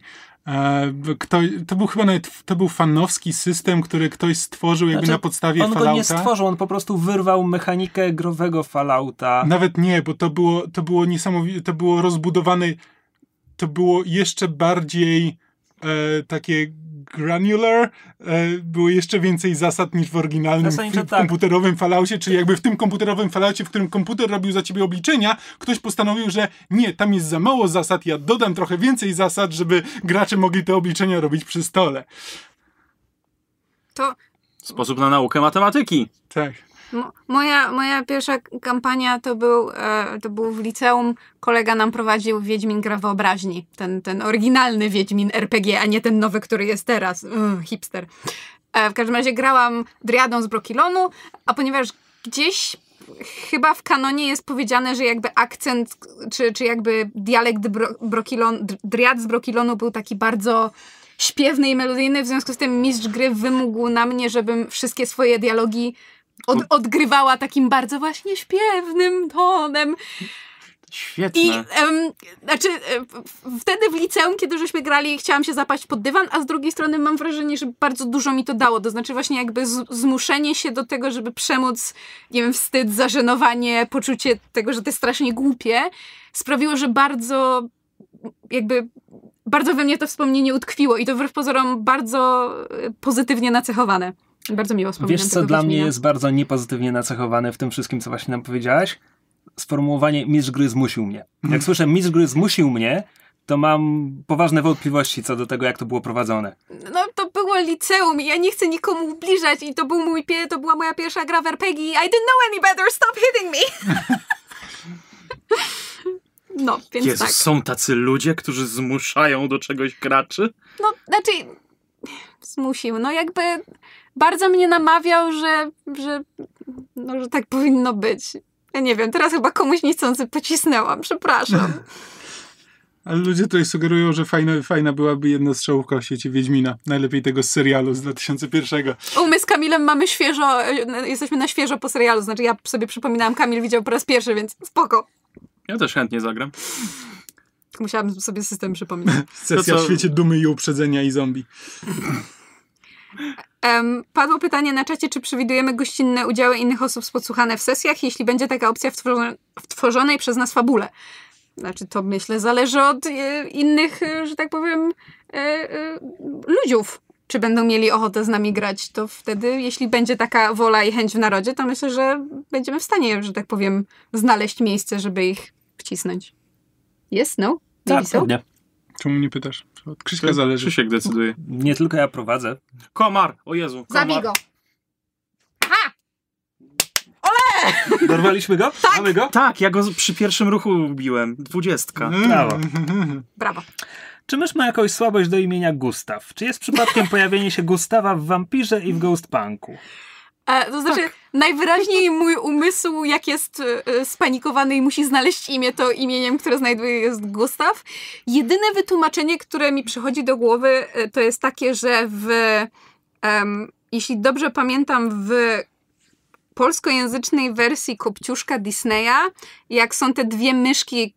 To był fanowski system, który ktoś stworzył jakby na podstawie Fallouta. On go nie stworzył, on po prostu wyrwał mechanikę growego Fallouta. Nawet nie, bo to było niesamowite, to było rozbudowane, to było jeszcze bardziej takie granular, było jeszcze więcej zasad niż w oryginalnym komputerowym Falloutie, czyli jakby w tym komputerowym Falloutie, w którym komputer robił za ciebie obliczenia, ktoś postanowił, że nie, tam jest za mało zasad, ja dodam trochę więcej zasad, żeby gracze mogli te obliczenia robić przy stole. To... Sposób na naukę matematyki. Tak. Moja pierwsza kampania to był w liceum. Kolega nam prowadził Wiedźmin Gra Wyobraźni. Ten oryginalny Wiedźmin RPG, a nie ten nowy, który jest teraz. Hipster. W każdym razie grałam Driadą z Brokilonu, a ponieważ gdzieś chyba w kanonie jest powiedziane, że jakby akcent, czy jakby dialekt Driad z Brokilonu był taki bardzo śpiewny i melodyjny, w związku z tym mistrz gry wymógł na mnie, żebym wszystkie swoje dialogi odgrywała takim bardzo właśnie śpiewnym tonem. Świetne. I wtedy w liceum, kiedy żeśmy grali, chciałam się zapaść pod dywan, a z drugiej strony mam wrażenie, że bardzo dużo mi to dało. To znaczy właśnie jakby zmuszenie się do tego, żeby przemóc, nie wiem, wstyd, zażenowanie, poczucie tego, że to jest strasznie głupie, sprawiło, że bardzo we mnie to wspomnienie utkwiło i to wbrew pozorom bardzo pozytywnie nacechowane. Bardzo miło wspominam. Wiesz, co dla mnie jest bardzo niepozytywnie nacechowane w tym wszystkim, co właśnie nam powiedziałaś? sformułowanie mistrz gry zmusił mnie. Jak słyszę mistrz gry zmusił mnie, to mam poważne wątpliwości co do tego, jak to było prowadzone. No, to było liceum i ja nie chcę nikomu ubliżać i to była moja pierwsza gra w RPG i I didn't know any better, stop hitting me! No, więc Jezus, tak. są tacy ludzie, którzy zmuszają do czegoś graczy? No, znaczy zmusił, no jakby bardzo mnie namawiał, że tak powinno być. Ja nie wiem, teraz chyba komuś niechcący pocisnęłam, przepraszam. Ale ludzie tutaj sugerują, że fajna byłaby jedna strzałówka w świecie Wiedźmina. Najlepiej tego z serialu z 2001. My z Kamilem jesteśmy na świeżo po serialu, znaczy ja sobie przypominałam, Kamil widział po raz pierwszy, więc spoko. Ja też chętnie zagram. Tylko musiałam sobie system przypomnieć. Sesja w świecie dumy i uprzedzenia i zombie. Padło pytanie na czacie, czy przewidujemy gościnne udziały innych osób podsłuchane w sesjach, jeśli będzie taka opcja w tworzonej przez nas fabule. Znaczy, to myślę zależy od innych, że tak powiem, ludziów. Czy będą mieli ochotę z nami grać, to wtedy, jeśli będzie taka wola i chęć w narodzie, to myślę, że będziemy w stanie, że tak powiem, znaleźć miejsce, żeby ich wcisnąć. Yes? No? Tak, pewnie. Czemu nie pytasz? Od Krzyśka zależy. Krzysiek decyduje. Nie tylko ja prowadzę. Komar! O Jezu, komar. Zabij go! Dorwaliśmy go? Tak. Mamy go? Tak, ja go przy pierwszym ruchu ubiłem. 20. Brawo. Brawo. Czy mysz ma jakąś słabość do imienia Gustaw? Czy jest przypadkiem pojawienie się Gustawa w Wampirze i w Ghostpunku? To znaczy, najwyraźniej mój umysł, jak jest spanikowany i musi znaleźć imię, to imieniem, które znajduje, jest Gustaw. Jedyne wytłumaczenie, które mi przychodzi do głowy, to jest takie, że jeśli dobrze pamiętam, w polskojęzycznej wersji Kopciuszka Disneya, jak są te dwie myszki,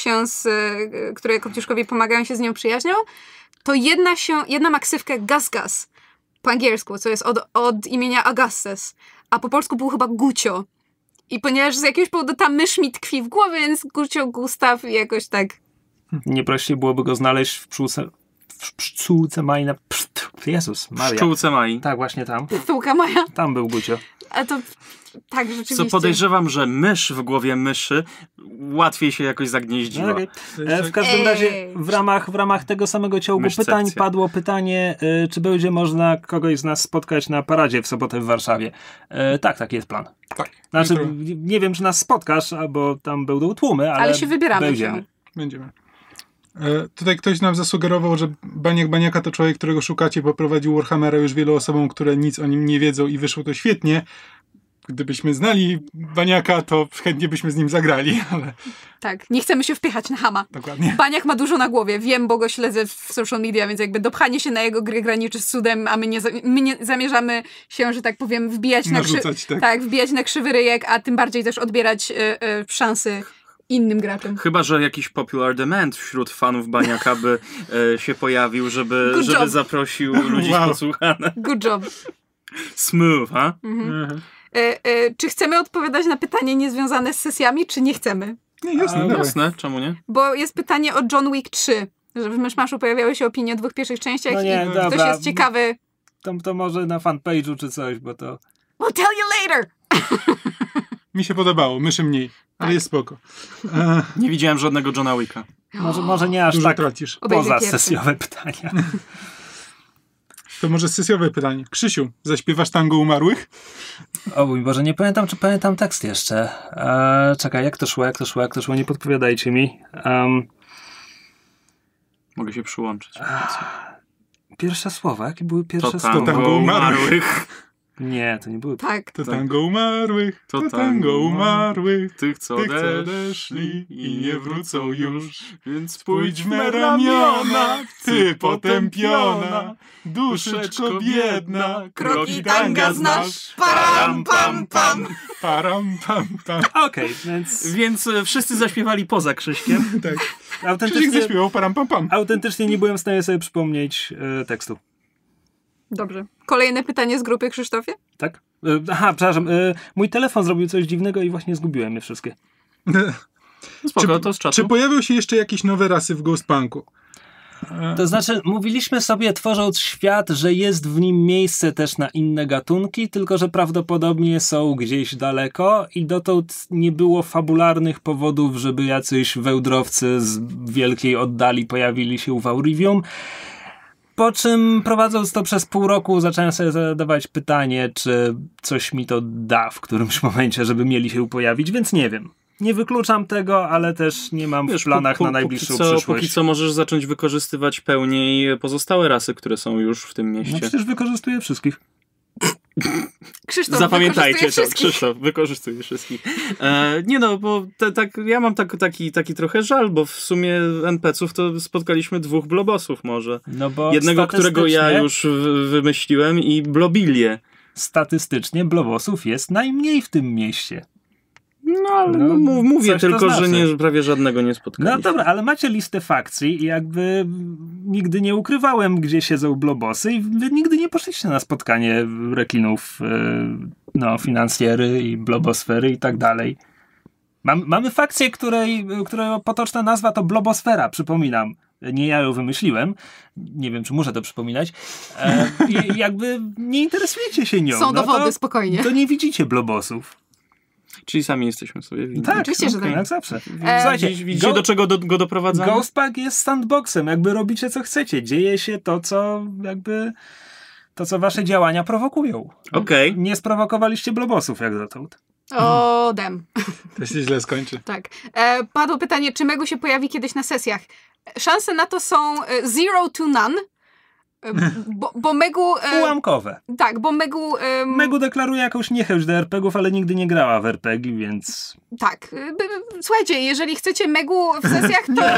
które Kopciuszkowi pomagają, się z nią przyjaźnią, to jedna ma ksywkę Gas po angielsku, co jest od imienia Augustus, a po polsku był chyba Gucio. I ponieważ z jakiegoś powodu ta mysz mi tkwi w głowie, więc Gucio, Gustaw i jakoś tak. Nie prościej byłoby go znaleźć w pszczółce Mai Jezus Maria. Pszczółce Mai. Tak, właśnie tam. Pszczółka Maja. Tam był Gucio. A to tak, rzeczywiście. Co podejrzewam, że mysz w głowie myszy łatwiej się jakoś zagnieździła. Okay. W każdym razie w ramach tego samego ciągu pytań padło pytanie, czy będzie można kogoś z nas spotkać na paradzie w sobotę w Warszawie. Tak, taki jest plan. Tak. Znaczy, nie wiem, czy nas spotkasz, bo tam będą tłumy, ale się wybieramy. Będziemy. Tutaj ktoś nam zasugerował, że Baniak Baniaka to człowiek, którego szukacie, bo prowadził Warhammera już wielu osobom, które nic o nim nie wiedzą i wyszło to świetnie. Gdybyśmy znali Baniaka, to chętnie byśmy z nim zagrali, ale... Tak, nie chcemy się wpychać na chama. Dokładnie. Baniak ma dużo na głowie, wiem, bo go śledzę w social media, więc jakby dopchanie się na jego gry graniczy z cudem, a my nie zamierzamy się, że tak powiem, wbijać na krzywy ryjek, a tym bardziej też odbierać szansy innym graczom. Chyba że jakiś popular demand wśród fanów Baniaka by się pojawił, żeby zaprosił ludzi posłuchane. Good job. Smooth, ha? Mhm. Czy chcemy odpowiadać na pytanie niezwiązane z sesjami, czy nie chcemy? Nie, jasne. Czemu nie? Bo jest pytanie o John Wick 3. Że w Myszmaszu pojawiały się opinie o 2 pierwszych częściach i ktoś jest ciekawy. To może na fanpage'u czy coś, bo to... We'll tell you later! Mi się podobało, myszy mniej, ale jest spoko. Nie widziałem żadnego Johna Wicka. Może nie aż dużo tak tracisz. Poza sesjowe pytania. To może sesjowe pytanie. Krzysiu, zaśpiewasz tango umarłych? O mój Boże, nie pamiętam, czy pamiętam tekst jeszcze. Czekaj, jak to szło? Nie podpowiadajcie mi. Mogę się przyłączyć. Pierwsze słowa, jakie były pierwsze to słowa? Tango umarłych. Nie, to nie były. Tak. To tango umarłych, to tango umarłych, tych co odeszli i nie wrócą już. Więc pójdźmy ramiona, ty potępiona, duszeczko biedna, kroki tanga znasz. Param pam pam. Param pam pam. Okej, więc wszyscy zaśpiewali poza Krzyśkiem. Tak. Krzysiek zaśpiewał param pam pam. Autentycznie nie byłem w stanie sobie przypomnieć tekstu. Dobrze. Kolejne pytanie z grupy, Krzysztofie? Tak? Przepraszam. Mój telefon zrobił coś dziwnego i właśnie zgubiłem je wszystkie. Spoko, to z czatu. Czy pojawią się jeszcze jakieś nowe rasy w Ghostpunku? To znaczy, mówiliśmy sobie, tworząc świat, że jest w nim miejsce też na inne gatunki, tylko że prawdopodobnie są gdzieś daleko i dotąd nie było fabularnych powodów, żeby jacyś wełdrowcy z wielkiej oddali pojawili się w Aurivium. Po czym, prowadząc to przez pół roku, zacząłem sobie zadawać pytanie, czy coś mi to da w którymś momencie, żeby mieli się pojawić, więc nie wiem. Nie wykluczam tego, ale też nie mam w planach na najbliższą przyszłość. Póki co możesz zacząć wykorzystywać pełniej pozostałe rasy, które są już w tym mieście. No przecież wykorzystuję wszystkich. Krzysztof, zapamiętajcie to, Krzysztof, wykorzystuje wszystkich. Nie no, bo ja mam taki trochę żal, bo w sumie NPC-ów to spotkaliśmy 2 blobosów może. No bo jednego, którego ja już wymyśliłem i blobilię. Statystycznie blobosów jest najmniej w tym mieście. No, ale mówię tylko, że prawie żadnego nie spotkaliśmy. No dobra, ale macie listę fakcji i jakby nigdy nie ukrywałem, gdzie siedzą blobosy i wy nigdy nie poszliście na spotkanie rekinów, finansjery i blobosfery i tak dalej. Mamy fakcję, której potoczna nazwa to blobosfera, przypominam. Nie ja ją wymyśliłem. Nie wiem, czy muszę to przypominać. I jakby nie interesujecie się nią. Są dowody, spokojnie. To nie widzicie blobosów. Czyli sami jesteśmy sobie winni. Tak, oczywiście, że tak. Jak zawsze. Słuchajcie, widzicie, do czego go doprowadzamy? Ghostpack jest sandboxem. Jakby robicie, co chcecie. Dzieje się to, co wasze działania prowokują. Okej. Nie sprowokowaliście blobosów jak dotąd. O, dem. To się źle skończy. Tak. Padło pytanie, czy Megu się pojawi kiedyś na sesjach. Szanse na to są 0 to none. Bo Megu... Ułamkowe. Tak, bo Megu... Megu deklaruje jakąś niechęć do RPG-ów, ale nigdy nie grała w RPG, więc... Tak. Słuchajcie, jeżeli chcecie Megu w sesjach, to...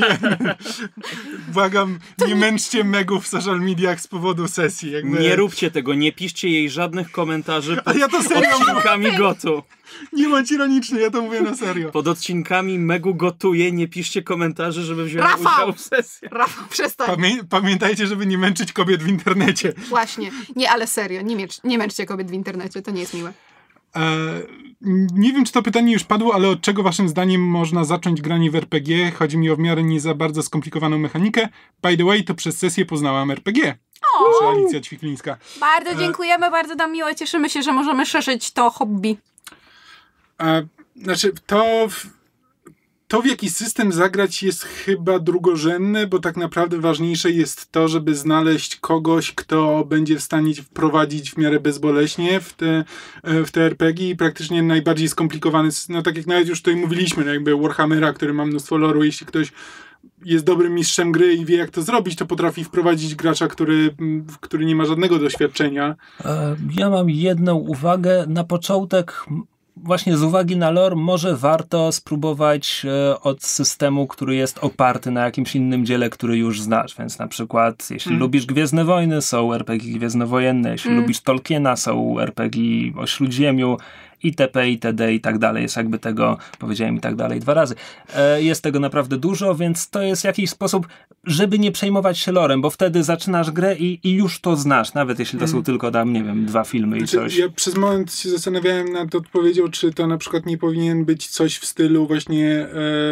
Błagam, nie męczcie Megu w social mediach z powodu sesji. Jakby... Nie róbcie tego, nie piszcie jej żadnych komentarzy pod ja to serio odcinkami Gotu. Nie bądź ironiczny, ja to mówię na serio. Pod odcinkami Megu gotuje, nie piszcie komentarzy, żeby wziąć udział w sesji. Rafał, przestań. Pamiętajcie, żeby nie męczyć kobiet w internecie. Właśnie. Nie, ale serio, nie męczcie kobiet w internecie, to nie jest miłe. Nie wiem, czy to pytanie już padło, ale od czego waszym zdaniem można zacząć granie w RPG? Chodzi mi o w miarę nie za bardzo skomplikowaną mechanikę. By the way, to przez sesję poznałam RPG. Proszę, Alicja Ćwiklińska. Bardzo dziękujemy, bardzo nam miło. Cieszymy się, że możemy szerzyć to hobby. Znaczy, to w jaki system zagrać jest chyba drugorzędne, bo tak naprawdę ważniejsze jest to, żeby znaleźć kogoś, kto będzie w stanie wprowadzić w miarę bezboleśnie w te RPG i praktycznie najbardziej skomplikowany, no tak jak nawet już tutaj mówiliśmy, jakby Warhammera, który ma mnóstwo loru, jeśli ktoś jest dobrym mistrzem gry i wie, jak to zrobić, to potrafi wprowadzić gracza, który nie ma żadnego doświadczenia. Ja mam jedną uwagę. Na początek, właśnie z uwagi na lore, może warto spróbować od systemu, który jest oparty na jakimś innym dziele, który już znasz. Więc na przykład, jeśli lubisz Gwiezdne Wojny, są RPG gwiezdnowojenne. Jeśli lubisz Tolkiena, są RPG o Śródziemiu. itp., itd. i tak dalej. Jest jakby tego, powiedziałem i tak dalej 2 razy. Jest tego naprawdę dużo, więc to jest jakiś sposób, żeby nie przejmować się lorem, bo wtedy zaczynasz grę i już to znasz, nawet jeśli to są tylko tam, nie wiem, 2 filmy i coś. Ja przez moment się zastanawiałem nad odpowiedzią, czy to na przykład nie powinien być coś w stylu właśnie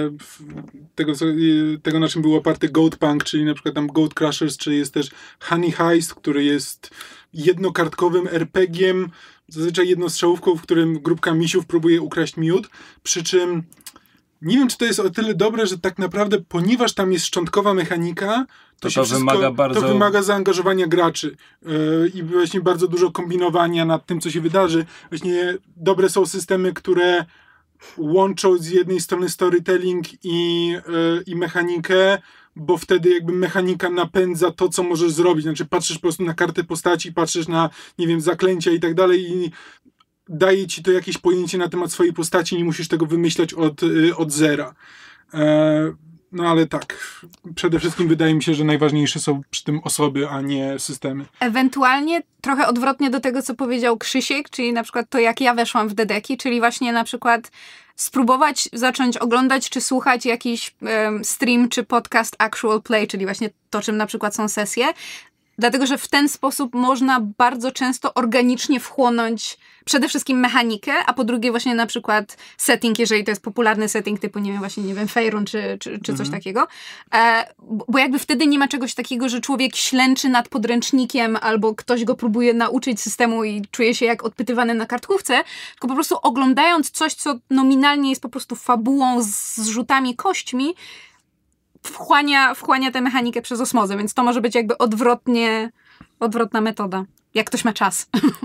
tego, na czym był oparty Goatpunk, czyli na przykład tam Goat Crushers, czy jest też Honey Heist, który jest jednokartkowym RPG-iem, zazwyczaj jednostrzałówką, w którym grupka misiów próbuje ukraść miód, przy czym nie wiem, czy to jest o tyle dobre, że tak naprawdę, ponieważ tam jest szczątkowa mechanika, to wymaga zaangażowania graczy i właśnie bardzo dużo kombinowania nad tym, co się wydarzy. Właśnie dobre są systemy, które łączą z jednej strony storytelling i mechanikę, bo wtedy jakby mechanika napędza to, co możesz zrobić. Znaczy patrzysz po prostu na kartę postaci, patrzysz na, nie wiem, zaklęcia i tak dalej i daje ci to jakieś pojęcie na temat swojej postaci, nie musisz tego wymyślać od zera. No ale tak, przede wszystkim wydaje mi się, że najważniejsze są przy tym osoby, a nie systemy. Ewentualnie trochę odwrotnie do tego, co powiedział Krzysiek, czyli na przykład to, jak ja weszłam w Dedeki, czyli właśnie na przykład spróbować zacząć oglądać czy słuchać jakiś stream czy podcast actual play, czyli właśnie to, czym na przykład są sesje, Dlatego, że w ten sposób można bardzo często organicznie wchłonąć przede wszystkim mechanikę, a po drugie właśnie na przykład setting, jeżeli to jest popularny setting typu, nie wiem, Faerun czy coś takiego. Bo jakby wtedy nie ma czegoś takiego, że człowiek ślęczy nad podręcznikiem albo ktoś go próbuje nauczyć systemu i czuje się jak odpytywany na kartkówce, tylko po prostu oglądając coś, co nominalnie jest po prostu fabułą z rzutami kośćmi, wchłania tę mechanikę przez osmozę, więc to może być jakby odwrotna metoda. Jak ktoś ma czas.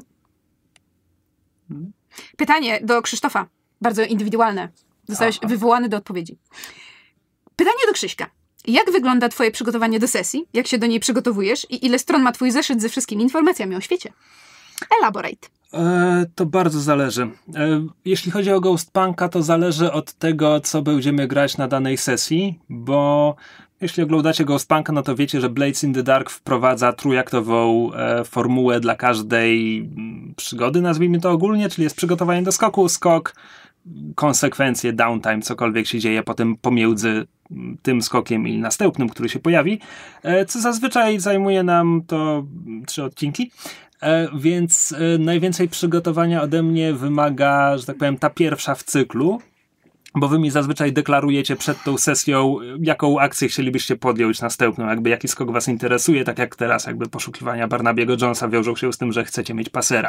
Pytanie do Krzysztofa. Bardzo indywidualne. Zostałeś wywołany do odpowiedzi. Pytanie do Krzyśka. Jak wygląda twoje przygotowanie do sesji? Jak się do niej przygotowujesz? I ile stron ma twój zeszyt ze wszystkimi informacjami o świecie? Elaborate. To bardzo zależy. Jeśli chodzi o Ghostpunka, to zależy od tego, co będziemy grać na danej sesji, bo jeśli oglądacie Ghostpunka, no to wiecie, że Blades in the Dark wprowadza trójaktową formułę dla każdej przygody, nazwijmy to ogólnie, czyli jest przygotowanie do skoku, skok, konsekwencje, downtime, cokolwiek się dzieje potem pomiędzy tym skokiem i następnym, który się pojawi, co zazwyczaj zajmuje nam to 3 odcinki. Więc najwięcej przygotowania ode mnie wymaga, że tak powiem, ta pierwsza w cyklu, bo wy mi zazwyczaj deklarujecie przed tą sesją, jaką akcję chcielibyście podjąć następną, jakby jaki skok was interesuje, tak jak teraz jakby poszukiwania Barnabiego Jonesa wiążą się z tym, że chcecie mieć pasera.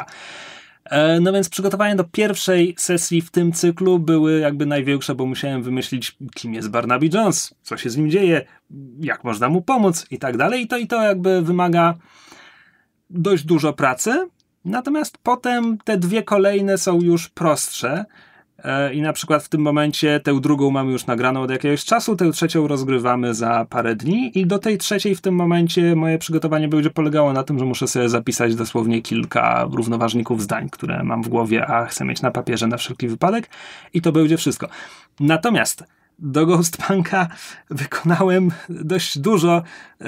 No więc przygotowania do pierwszej sesji w tym cyklu były jakby największe, bo musiałem wymyślić, kim jest Barnaby Jones, co się z nim dzieje, jak można mu pomóc i tak dalej. I to jakby wymaga dość dużo pracy, natomiast potem te 2 kolejne są już prostsze i na przykład w tym momencie tę drugą mamy już nagraną od jakiegoś czasu, tę trzecią rozgrywamy za parę dni i do tej trzeciej w tym momencie moje przygotowanie będzie polegało na tym, że muszę sobie zapisać dosłownie kilka równoważników zdań, które mam w głowie, a chcę mieć na papierze na wszelki wypadek i to będzie wszystko. Natomiast do Ghostpunka wykonałem dość dużo,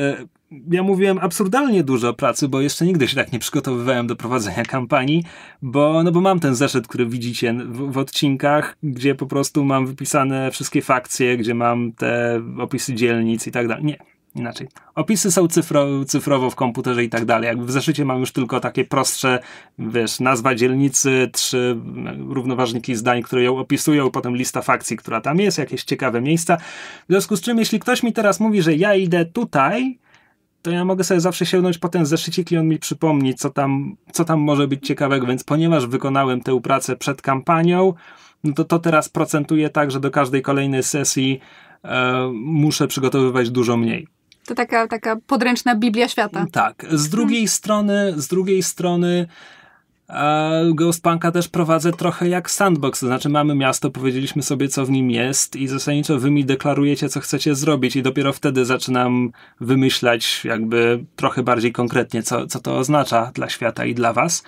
ja mówiłem absurdalnie dużo pracy, bo jeszcze nigdy się tak nie przygotowywałem do prowadzenia kampanii, bo mam ten zeszyt, który widzicie w odcinkach, gdzie po prostu mam wypisane wszystkie fakcje, gdzie mam te opisy dzielnic i tak dalej. Nie, inaczej. Opisy są cyfrowo w komputerze i tak dalej. Jakby w zeszycie mam już tylko takie prostsze, nazwa dzielnicy, 3 równoważniki zdań, które ją opisują, potem lista fakcji, która tam jest, jakieś ciekawe miejsca. W związku z czym, jeśli ktoś mi teraz mówi, że ja idę tutaj, to ja mogę sobie zawsze sięgnąć po ten zeszycik i on mi przypomni, co tam może być ciekawego, więc ponieważ wykonałem tę pracę przed kampanią, no to teraz procentuję tak, że do każdej kolejnej sesji muszę przygotowywać dużo mniej. To taka podręczna Biblia świata. Tak. Z drugiej strony Ghostpunka też prowadzę trochę jak sandbox, to znaczy mamy miasto, powiedzieliśmy sobie, co w nim jest i zasadniczo wy mi deklarujecie, co chcecie zrobić i dopiero wtedy zaczynam wymyślać jakby trochę bardziej konkretnie, co to oznacza dla świata i dla was.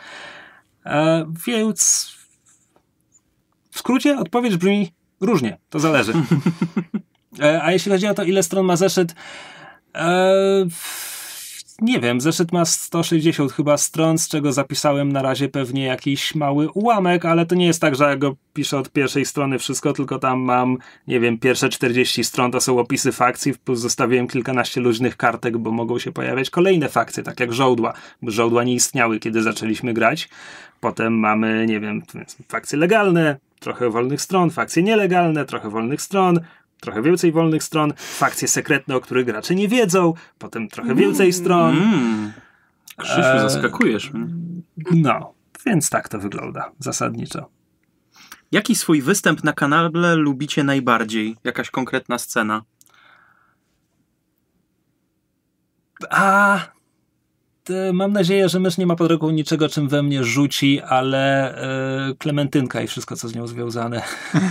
Więc w skrócie odpowiedź brzmi różnie, to zależy. A jeśli chodzi o to, ile stron ma zeszyt, nie wiem, zeszyt ma 160 chyba stron, z czego zapisałem na razie pewnie jakiś mały ułamek, ale to nie jest tak, że ja go piszę od pierwszej strony wszystko, tylko tam mam, nie wiem, pierwsze 40 stron to są opisy fakcji, plus zostawiłem kilkanaście luźnych kartek, bo mogą się pojawiać kolejne fakcje, tak jak żołdła, bo żołdła nie istniały, kiedy zaczęliśmy grać. Potem mamy, nie wiem, fakcje legalne, trochę wolnych stron, fakcje nielegalne, trochę wolnych stron, trochę więcej wolnych stron, fakcje sekretne, o których gracze nie wiedzą, potem trochę więcej stron. Krzysiu, zaskakujesz mnie. No, więc tak to wygląda zasadniczo. Jaki swój występ na kanale lubicie najbardziej? Jakaś konkretna scena? Mam nadzieję, że mysz nie ma pod ręką niczego, czym we mnie rzuci, ale Klementynka i wszystko, co z nią związane.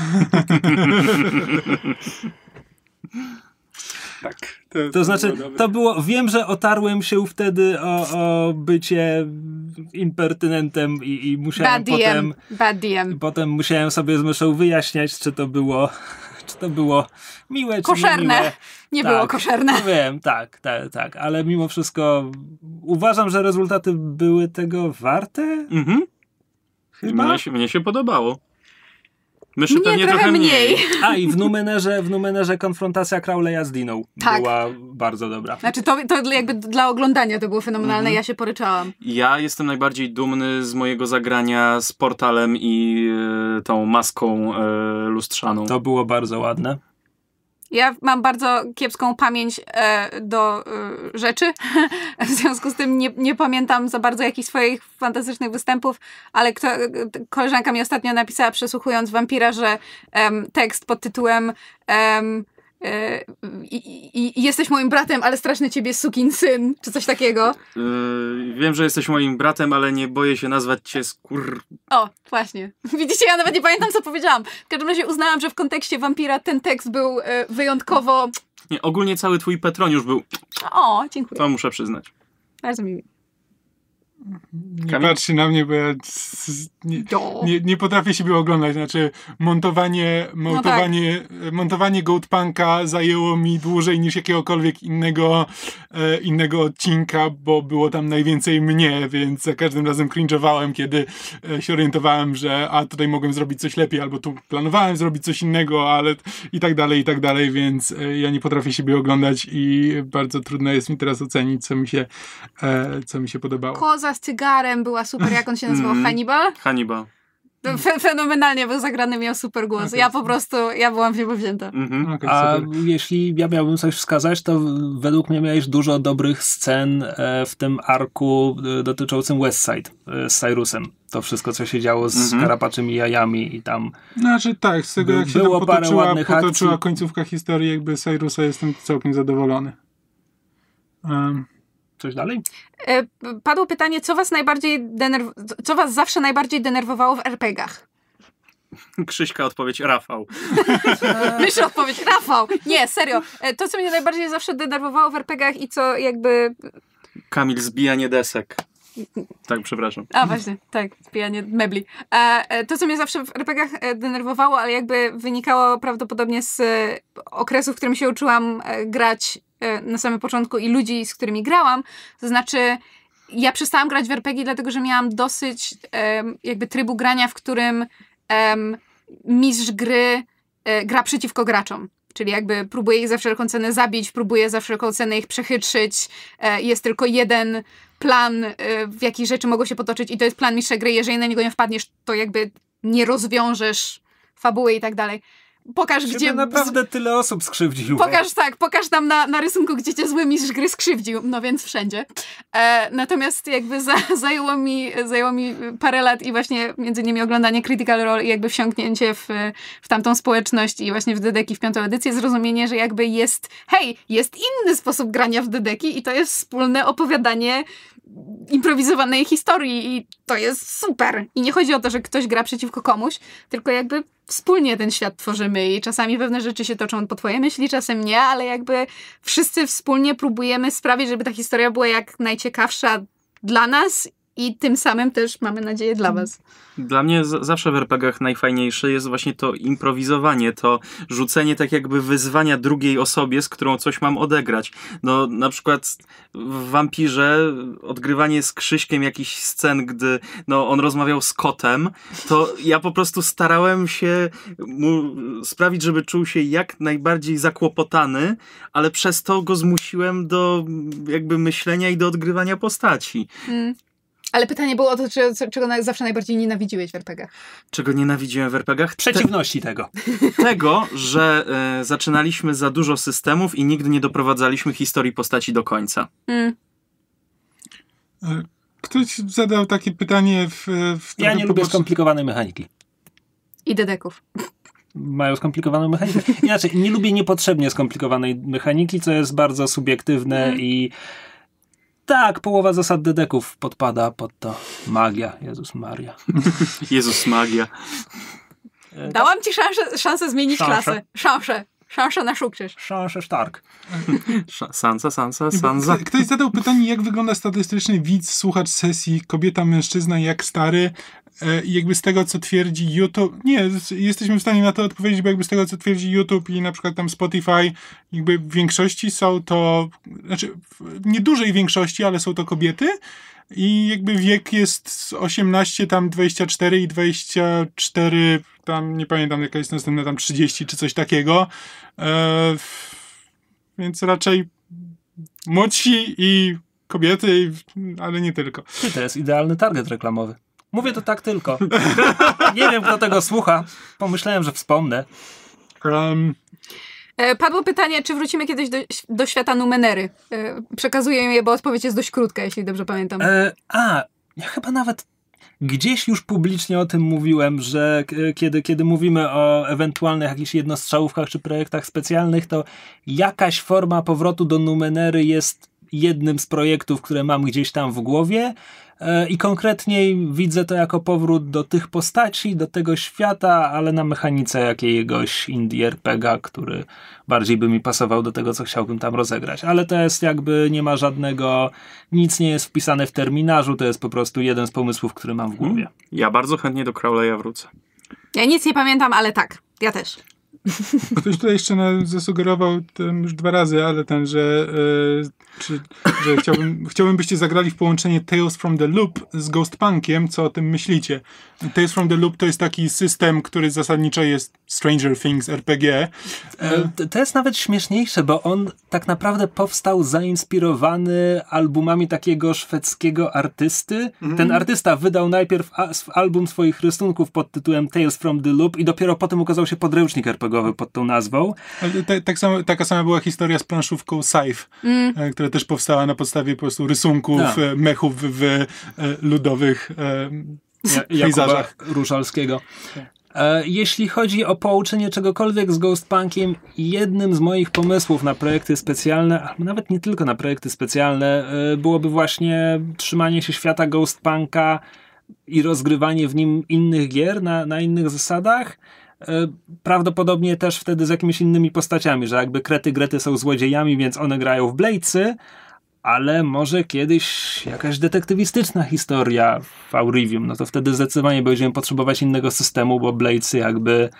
Tak. To znaczy, to było, wiem, że otarłem się wtedy o bycie impertynentem i musiałem potem musiałem sobie z myszą wyjaśniać, czy to było miłe, koszerne. Czy nie miłe. Nie było koszerne. Wiem, tak, ale mimo wszystko uważam, że rezultaty były tego warte. Mhm. Mnie się podobało. Myszy pewnie trochę mniej. A i w Numenerze konfrontacja Crowley'a z Diną była bardzo dobra. Znaczy to jakby dla oglądania to było fenomenalne, ja się poryczałam. Ja jestem najbardziej dumny z mojego zagrania z portalem i tą maską lustrzaną. To było bardzo ładne. Ja mam bardzo kiepską pamięć do rzeczy, w związku z tym nie pamiętam za bardzo jakichś swoich fantastycznych występów, ale koleżanka mi ostatnio napisała, przesłuchując Wampira, że tekst pod tytułem jesteś moim bratem, ale straszny ciebie sukinsyn, czy coś takiego. Wiem, że jesteś moim bratem, ale nie boję się nazwać cię O, właśnie. Widzicie, ja nawet nie pamiętam, co powiedziałam. W każdym razie uznałam, że w kontekście Wampira ten tekst był wyjątkowo... Nie, ogólnie cały twój Petroniusz był... O, dziękuję. To muszę przyznać. Bardzo mi... Nie patrzcie na mnie, bo ja nie potrafię siebie oglądać. Znaczy, montowanie Goatpunka zajęło mi dłużej niż jakiegokolwiek innego odcinka, bo było tam najwięcej mnie, więc za każdym razem cringe'owałem, kiedy się orientowałem, że tutaj mogłem zrobić coś lepiej, albo tu planowałem zrobić coś innego, ale i tak dalej, więc ja nie potrafię siebie oglądać i bardzo trudno jest mi teraz ocenić, co mi się podobało. Koza z cygarem była super, jak on się nazywał? Hannibal? Fenomenalnie był zagrany, miał super głos. Ja byłam w niebo wzięta. A jeśli ja miałbym coś wskazać, to według mnie miałeś dużo dobrych scen w tym arku dotyczącym West Side z Cyrusem. To wszystko, co się działo z karapaczymi jajami i tam... Znaczy tak, z tego jak się tam potoczyła końcówka historii jakby Cyrusa, jestem całkiem zadowolony. Coś dalej? Padło pytanie, co was zawsze najbardziej denerwowało w RPG-ach? Krzyśka odpowiedź Rafał. Myślę odpowiedź Rafał. Nie, serio. To, co mnie najbardziej zawsze denerwowało w RPG-ach i co jakby... Kamil, zbijanie desek. Tak, przepraszam. A właśnie, tak, zbijanie mebli. To, co mnie zawsze w RPG-ach denerwowało, ale jakby wynikało prawdopodobnie z okresu, w którym się uczyłam grać na samym początku i ludzi, z którymi grałam, to znaczy ja przestałam grać w RPG dlatego, że miałam dosyć jakby trybu grania, w którym mistrz gry gra przeciwko graczom. Czyli jakby próbuje ich za wszelką cenę zabić, próbuje za wszelką cenę ich przechytrzyć. Jest tylko jeden plan, w jakich rzeczy mogą się potoczyć i to jest plan mistrza gry. Jeżeli na niego nie wpadniesz, to jakby nie rozwiążesz fabuły i tak dalej. Pokaż, gdzie... naprawdę tyle osób skrzywdził. Pokaż nam na rysunku, gdzie cię zły mistrz gry skrzywdził. No więc wszędzie. Natomiast jakby zajęło mi parę lat i właśnie między innymi oglądanie Critical Role i jakby wsiąknięcie w tamtą społeczność i właśnie w Dedeki w 5. edycję, zrozumienie, że jakby jest inny sposób grania w Dedeki i to jest wspólne opowiadanie improwizowanej historii i to jest super. I nie chodzi o to, że ktoś gra przeciwko komuś, tylko jakby wspólnie ten świat tworzymy i czasami pewne rzeczy się toczą po twojej myśli, czasem nie, ale jakby wszyscy wspólnie próbujemy sprawić, żeby ta historia była jak najciekawsza dla nas i tym samym też mamy nadzieję dla was. Dla mnie zawsze w RPG-ach najfajniejsze jest właśnie to improwizowanie, to rzucenie tak jakby wyzwania drugiej osobie, z którą coś mam odegrać. No na przykład w Wampirze odgrywanie z Krzyśkiem jakichś scen, gdy on rozmawiał z kotem, to ja po prostu starałem się mu sprawić, żeby czuł się jak najbardziej zakłopotany, ale przez to go zmusiłem do jakby myślenia i do odgrywania postaci. Ale pytanie było o to, czego zawsze najbardziej nienawidziłeś w RPG-ach. Czego nienawidziłem w RPG-ach? Przeciwności tego. Tego, że zaczynaliśmy za dużo systemów i nigdy nie doprowadzaliśmy historii postaci do końca. Ktoś zadał takie pytanie Ja nie lubię skomplikowanej mechaniki. I dedeków. Mają skomplikowaną mechanikę. Inaczej, nie lubię niepotrzebnie skomplikowanej mechaniki, co jest bardzo subiektywne i tak, połowa zasad dedeków podpada pod to. Magia. Jezus Maria. Jezus Magia. Dałam ci szansę zmienić klasę. Szansę na sukces. Szansę Stark. Sansa. Ktoś zadał pytanie, jak wygląda statystyczny widz, słuchacz sesji kobieta, mężczyzna, jak stary. I jakby z tego, co twierdzi YouTube... Nie, jesteśmy w stanie na to odpowiedzieć, bo jakby z tego, co twierdzi YouTube i na przykład tam Spotify, jakby w większości są to... Znaczy, w niedużej większości, ale są to kobiety. i jakby wiek jest 18, tam 24 i 24, tam nie pamiętam jaka jest następna, tam 30 czy coś takiego. Więc raczej młodsi i kobiety, ale nie tylko. To jest idealny target reklamowy. Mówię to tak tylko. Nie wiem, kto tego słucha. Pomyślałem, że wspomnę. Padło pytanie, czy wrócimy kiedyś do świata Numenery. Przekazuję je, bo odpowiedź jest dość krótka, jeśli dobrze pamiętam. Ja chyba nawet gdzieś już publicznie o tym mówiłem, że kiedy mówimy o ewentualnych jakichś jednostrzałówkach czy projektach specjalnych, to jakaś forma powrotu do Numenery jest jednym z projektów, które mam gdzieś tam w głowie i konkretniej widzę to jako powrót do tych postaci, do tego świata, ale na mechanice jakiegoś indie RPGa, który bardziej by mi pasował do tego, co chciałbym tam rozegrać. Ale to jest jakby, nie ma żadnego, nic nie jest wpisane w terminarzu, to jest po prostu jeden z pomysłów, który mam w głowie. Ja bardzo chętnie do Crowleya wrócę. Ja nic nie pamiętam, ale tak, ja też. Ktoś tutaj jeszcze zasugerował już 2 razy, ale że chciałbym byście zagrali w połączenie Tales from the Loop z Ghostpunkiem. Co o tym myślicie? Tales from the Loop to jest taki system, który zasadniczo jest Stranger Things RPG. To jest nawet śmieszniejsze, bo on tak naprawdę powstał zainspirowany albumami takiego szwedzkiego artysty. Ten artysta wydał najpierw album swoich rysunków pod tytułem Tales from the Loop i dopiero potem ukazał się podręcznik RPGowy pod tą nazwą. Taka sama była historia z planszówką Scythe, która też powstała na podstawie po prostu rysunków, mechów w ludowych pejzażach. Różalskiego. Jeśli chodzi o połączenie czegokolwiek z Ghostpunkiem, jednym z moich pomysłów na projekty specjalne, a nawet nie tylko na projekty specjalne, byłoby właśnie trzymanie się świata Ghostpunka i rozgrywanie w nim innych gier na innych zasadach. Prawdopodobnie też wtedy z jakimiś innymi postaciami, że jakby Grety są złodziejami, więc one grają w Bladesy, ale może kiedyś jakaś detektywistyczna historia w Aurivium, no to wtedy zdecydowanie będziemy potrzebować innego systemu, bo Bladesy jakby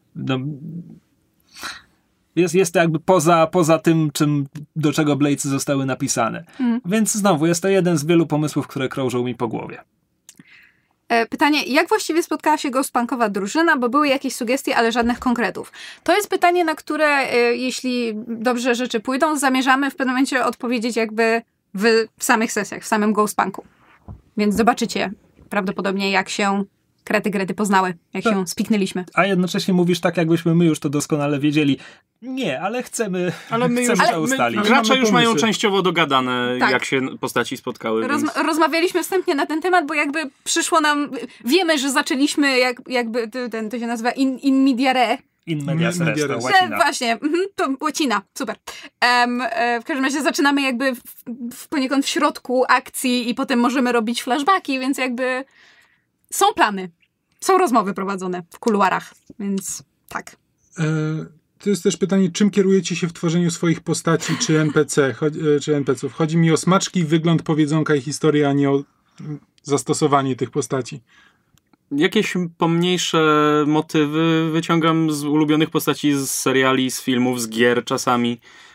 jest to jakby poza tym, do czego Bladesy zostały napisane. Więc znowu jest to jeden z wielu pomysłów, które krążą mi po głowie. Pytanie, jak właściwie spotkała się Ghostpunkowa drużyna, bo były jakieś sugestie, ale żadnych konkretów. To jest pytanie, na które, jeśli dobrze rzeczy pójdą, zamierzamy w pewnym momencie odpowiedzieć jakby w samych sesjach, w samym Ghostpunku. Więc zobaczycie prawdopodobnie, jak się Grety poznały, jak się spiknęliśmy. A jednocześnie mówisz tak, jakbyśmy my już to doskonale wiedzieli. Nie, ale chcemy to ustalić. Gracze już mają częściowo dogadane, jak się postaci spotkały. Rozmawialiśmy wstępnie na ten temat, bo jakby przyszło nam... Wiemy, że zaczęliśmy jakby to się nazywa in media re. In medias res, to łacina. Właśnie, to łacina, super. W każdym razie zaczynamy jakby poniekąd w środku akcji i potem możemy robić flashbacki, więc jakby są plany. Są rozmowy prowadzone w kuluarach, więc tak. To jest też pytanie, czym kierujecie się w tworzeniu swoich postaci czy NPC-ów? Chodzi mi o smaczki, wygląd, powiedzonka i historię, a nie o zastosowanie tych postaci. Jakieś pomniejsze motywy wyciągam z ulubionych postaci z seriali, z filmów, z gier czasami.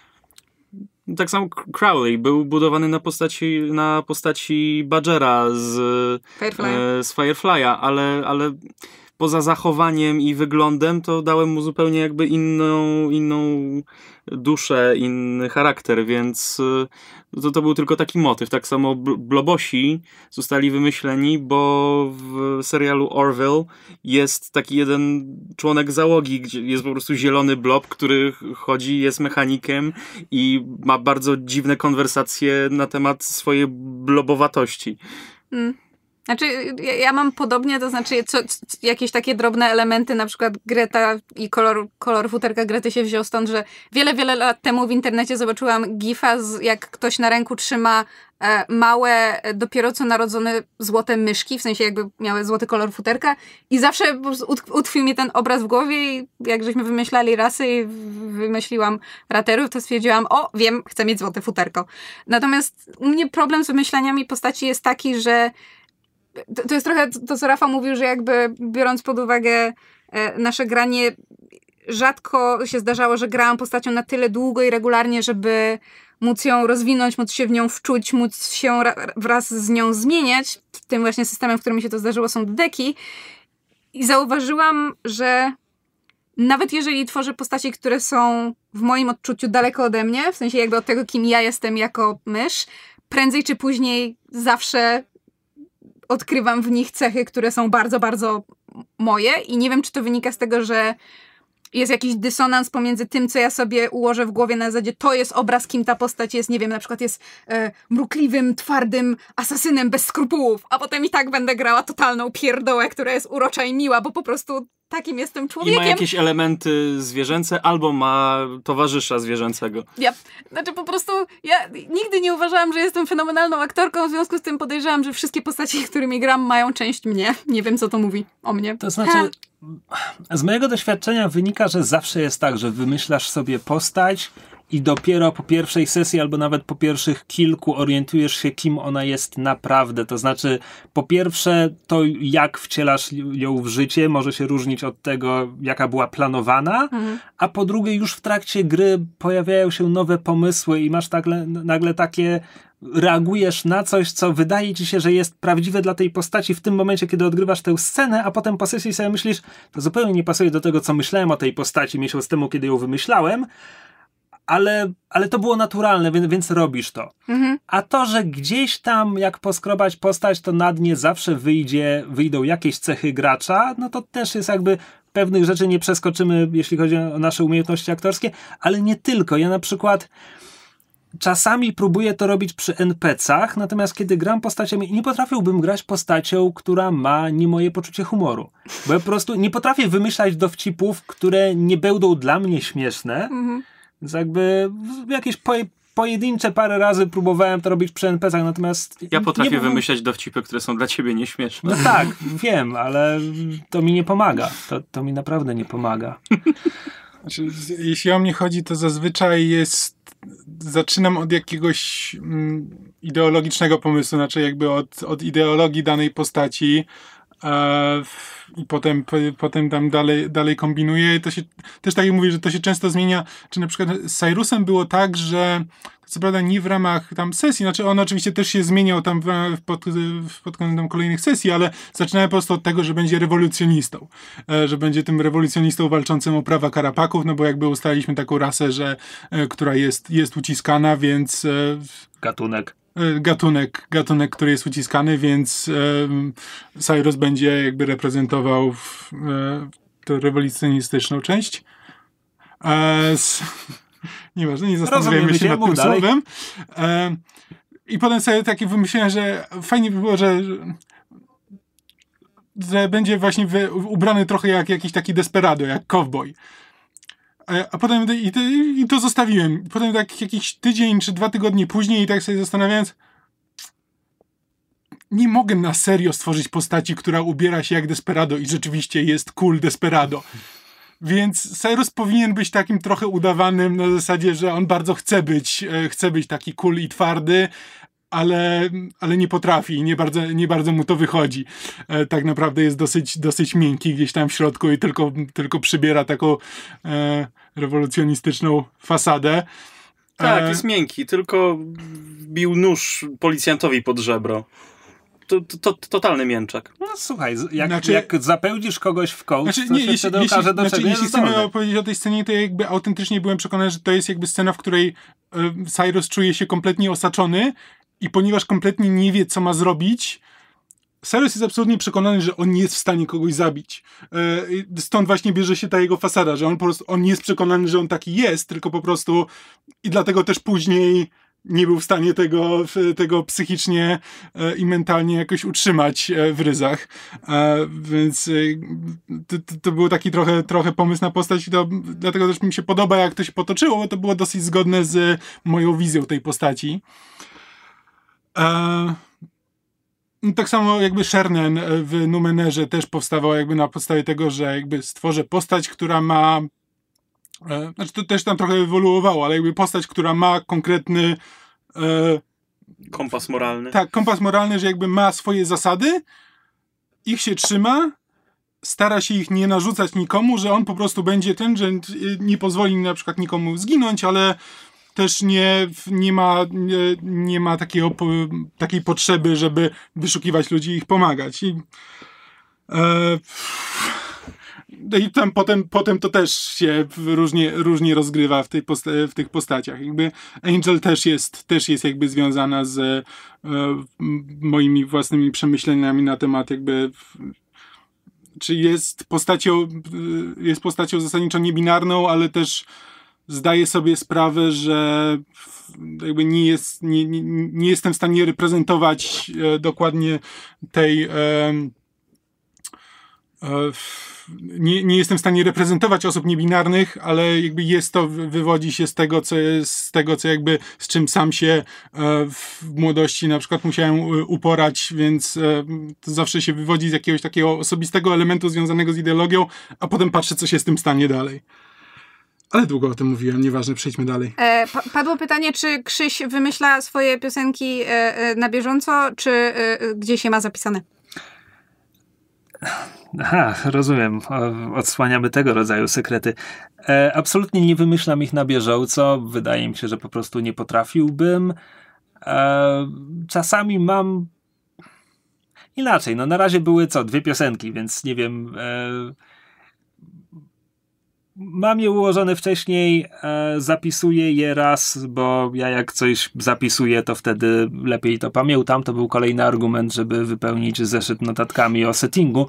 Tak samo Crowley był budowany na postaci Badgera z Firefly'a, ale poza zachowaniem i wyglądem to dałem mu zupełnie jakby inną duszę, inny charakter, więc to był tylko taki motyw. Tak samo Blobosi zostali wymyśleni, bo w serialu Orville jest taki jeden członek załogi, gdzie jest po prostu zielony blob, który chodzi, jest mechanikiem i ma bardzo dziwne konwersacje na temat swojej blobowatości. Znaczy, ja mam podobnie, to znaczy jakieś takie drobne elementy, na przykład Greta i kolor futerka Grety się wziął stąd, że wiele lat temu w internecie zobaczyłam gifa, jak ktoś na ręku trzyma małe, dopiero co narodzone złote myszki, w sensie jakby miały złoty kolor futerka i zawsze po prostu utkwił mi ten obraz w głowie i jak żeśmy wymyślali rasy i wymyśliłam raterów, to stwierdziłam, wiem, chcę mieć złote futerko. Natomiast u mnie problem z wymyślaniami postaci jest taki, że to jest trochę to, co Rafał mówił, że jakby biorąc pod uwagę nasze granie, rzadko się zdarzało, że grałam postacią na tyle długo i regularnie, żeby móc ją rozwinąć, móc się w nią wczuć, móc się wraz z nią zmieniać. Tym właśnie systemem, w którym mi się to zdarzyło, są deki. I zauważyłam, że nawet jeżeli tworzę postaci, które są w moim odczuciu daleko ode mnie, w sensie jakby od tego, kim ja jestem jako mysz, prędzej czy później zawsze odkrywam w nich cechy, które są bardzo, bardzo moje i nie wiem, czy to wynika z tego, że jest jakiś dysonans pomiędzy tym, co ja sobie ułożę w głowie na zasadzie, to jest obraz, kim ta postać jest, nie wiem, na przykład jest mrukliwym, twardym asasynem bez skrupułów, a potem i tak będę grała totalną pierdołę, która jest urocza i miła, bo po prostu takim jestem człowiekiem. I ma jakieś elementy zwierzęce, albo ma towarzysza zwierzęcego. Znaczy po prostu ja nigdy nie uważałam, że jestem fenomenalną aktorką, w związku z tym podejrzewam, że wszystkie postaci, którymi gram, mają część mnie. Nie wiem, co to mówi o mnie. To znaczy, z mojego doświadczenia wynika, że zawsze jest tak, że wymyślasz sobie postać i dopiero po pierwszej sesji albo nawet po pierwszych kilku orientujesz się, kim ona jest naprawdę. To znaczy, po pierwsze, to jak wcielasz ją w życie może się różnić od tego, jaka była planowana, a po drugie, już w trakcie gry pojawiają się nowe pomysły i masz nagle takie... reagujesz na coś, co wydaje ci się, że jest prawdziwe dla tej postaci w tym momencie, kiedy odgrywasz tę scenę, a potem po sesji sobie myślisz, to zupełnie nie pasuje do tego, co myślałem o tej postaci miesiąc temu, kiedy ją wymyślałem, ale to było naturalne, więc robisz to. A to, że gdzieś tam, jak poskrobać postać, to na dnie zawsze wyjdą jakieś cechy gracza, no to też jest jakby pewnych rzeczy nie przeskoczymy, jeśli chodzi o nasze umiejętności aktorskie, ale nie tylko. Ja na przykład czasami próbuję to robić przy NPC-ach, natomiast kiedy gram postaciami, nie potrafiłbym grać postacią, która ma nie moje poczucie humoru. Bo ja po prostu nie potrafię wymyślać dowcipów, które nie będą dla mnie śmieszne. Więc jakby jakieś pojedyncze parę razy próbowałem to robić przy NPC-ach, natomiast... Ja potrafię wymyślać dowcipy, które są dla ciebie nieśmieszne. No tak, wiem, ale to mi nie pomaga. To mi naprawdę nie pomaga. Znaczy, jeśli o mnie chodzi, to zazwyczaj zaczynam od jakiegoś ideologicznego pomysłu, znaczy jakby od ideologii danej postaci i potem tam dalej kombinuję. I to się też tak jak mówię, że to się często zmienia. Czy na przykład z Cyrusem było tak, że co prawda nie w ramach tam sesji, znaczy on oczywiście też się zmieniał tam pod kątem kolejnych sesji, ale zaczynałem po prostu od tego, że będzie rewolucjonistą. Że będzie tym rewolucjonistą walczącym o prawa Karapaków, no bo jakby ustaliliśmy taką rasę, która jest uciskana, więc... Gatunek, który jest uciskany, więc Cyrus będzie jakby reprezentował tę rewolucjonistyczną część. Nieważne, nie zastanawiajmy się nad tym słowem. I potem sobie takie wymyśliłem, że fajnie by było, że będzie właśnie ubrany trochę jak jakiś taki desperado, jak cowboy. A potem i to zostawiłem. Potem tak jakiś tydzień czy 2 tygodnie później i tak sobie zastanawiając, nie mogę na serio stworzyć postaci, która ubiera się jak desperado i rzeczywiście jest cool desperado. Więc Cyrus powinien być takim trochę udawanym na zasadzie, że on bardzo chce być taki cool i twardy, ale nie potrafi, nie bardzo mu to wychodzi. Tak naprawdę jest dosyć miękki gdzieś tam w środku i tylko przybiera taką rewolucjonistyczną fasadę. Tak, jest miękki, tylko wbił nóż policjantowi pod żebro. To totalny mięczak. No słuchaj, jak zapełnisz kogoś w kołd, to się wtedy okaże, do czego jest jeśli chcemy opowiedzieć o tej scenie, to ja jakby autentycznie byłem przekonany, że to jest jakby scena, w której Cyrus czuje się kompletnie osaczony i ponieważ kompletnie nie wie, co ma zrobić, Cyrus jest absolutnie przekonany, że on nie jest w stanie kogoś zabić. Stąd właśnie bierze się ta jego fasada, że on po prostu nie jest przekonany, że on taki jest, tylko po prostu i dlatego też później nie był w stanie tego psychicznie i mentalnie jakoś utrzymać w ryzach. Więc to był taki trochę pomysł na postać i dlatego też mi się podoba, jak to się potoczyło, bo to było dosyć zgodne z moją wizją tej postaci. Tak samo jakby Shernen w Numenerze też powstawał jakby na podstawie tego, że jakby stworzę postać, która ma znaczy to też tam trochę ewoluowało, ale jakby postać, która ma konkretny kompas moralny. Tak, kompas moralny, że jakby ma swoje zasady, ich się trzyma, stara się ich nie narzucać nikomu, że on po prostu będzie ten, że nie pozwoli na przykład nikomu zginąć, ale też nie ma takiej potrzeby, żeby wyszukiwać ludzi i ich pomagać. I tam potem to też się różnie rozgrywa w tych postaciach. Jakby Angel też jest jakby związana z moimi własnymi przemyśleniami na temat jakby czy jest postacią zasadniczo niebinarną, ale też zdaję sobie sprawę, że jakby nie jestem w stanie reprezentować dokładnie tej nie jestem w stanie reprezentować osób niebinarnych, ale jakby wywodzi się z tego, co jakby z czym sam się w młodości na przykład musiałem uporać, więc to zawsze się wywodzi z jakiegoś takiego osobistego elementu związanego z ideologią, a potem patrzę, co się z tym stanie dalej. Ale długo o tym mówiłem, nieważne, przejdźmy dalej. Padło pytanie, czy Krzyś wymyśla swoje piosenki na bieżąco, czy gdzieś je ma zapisane? Aha, rozumiem. Odsłaniamy tego rodzaju sekrety. Absolutnie nie wymyślam ich na bieżąco. Wydaje mi się, że po prostu nie potrafiłbym. Czasami mam inaczej. No na razie były 2 piosenki, więc nie wiem. Mam je ułożone wcześniej, zapisuję je raz, bo ja jak coś zapisuję, to wtedy lepiej to pamiętam. To był kolejny argument, żeby wypełnić zeszyt notatkami o settingu.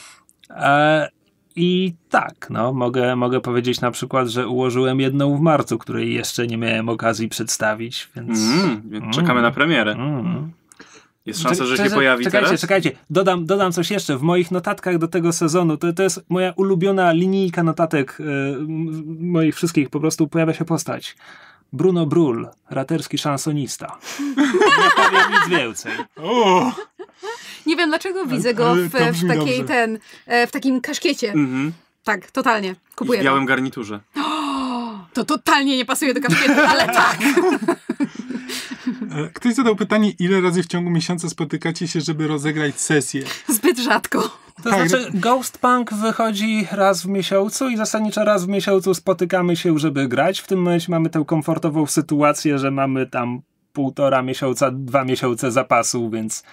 I tak, no, mogę powiedzieć na przykład, że ułożyłem jedną w marcu, której jeszcze nie miałem okazji przedstawić, więc... Czekamy na premierę. Jest szansa, że się pojawi teraz? Czekajcie. Dodam coś jeszcze. W moich notatkach do tego sezonu, to jest moja ulubiona linijka notatek moich wszystkich, po prostu pojawia się postać. Bruno Brul, raterski szansonista. Nie powiem nic więcej. Nie wiem, dlaczego widzę go w takim kaszkiecie. Tak, totalnie. Kupuję. I w białym garniturze. To totalnie nie pasuje do kaszkietu, ale tak. Ktoś zadał pytanie, ile razy w ciągu miesiąca spotykacie się, żeby rozegrać sesję? Zbyt rzadko. To znaczy, Ghost Punk wychodzi raz w miesiącu i zasadniczo raz w miesiącu spotykamy się, żeby grać. W tym momencie mamy tę komfortową sytuację, że mamy tam 1,5 miesiąca, 2 miesiące zapasu, więc...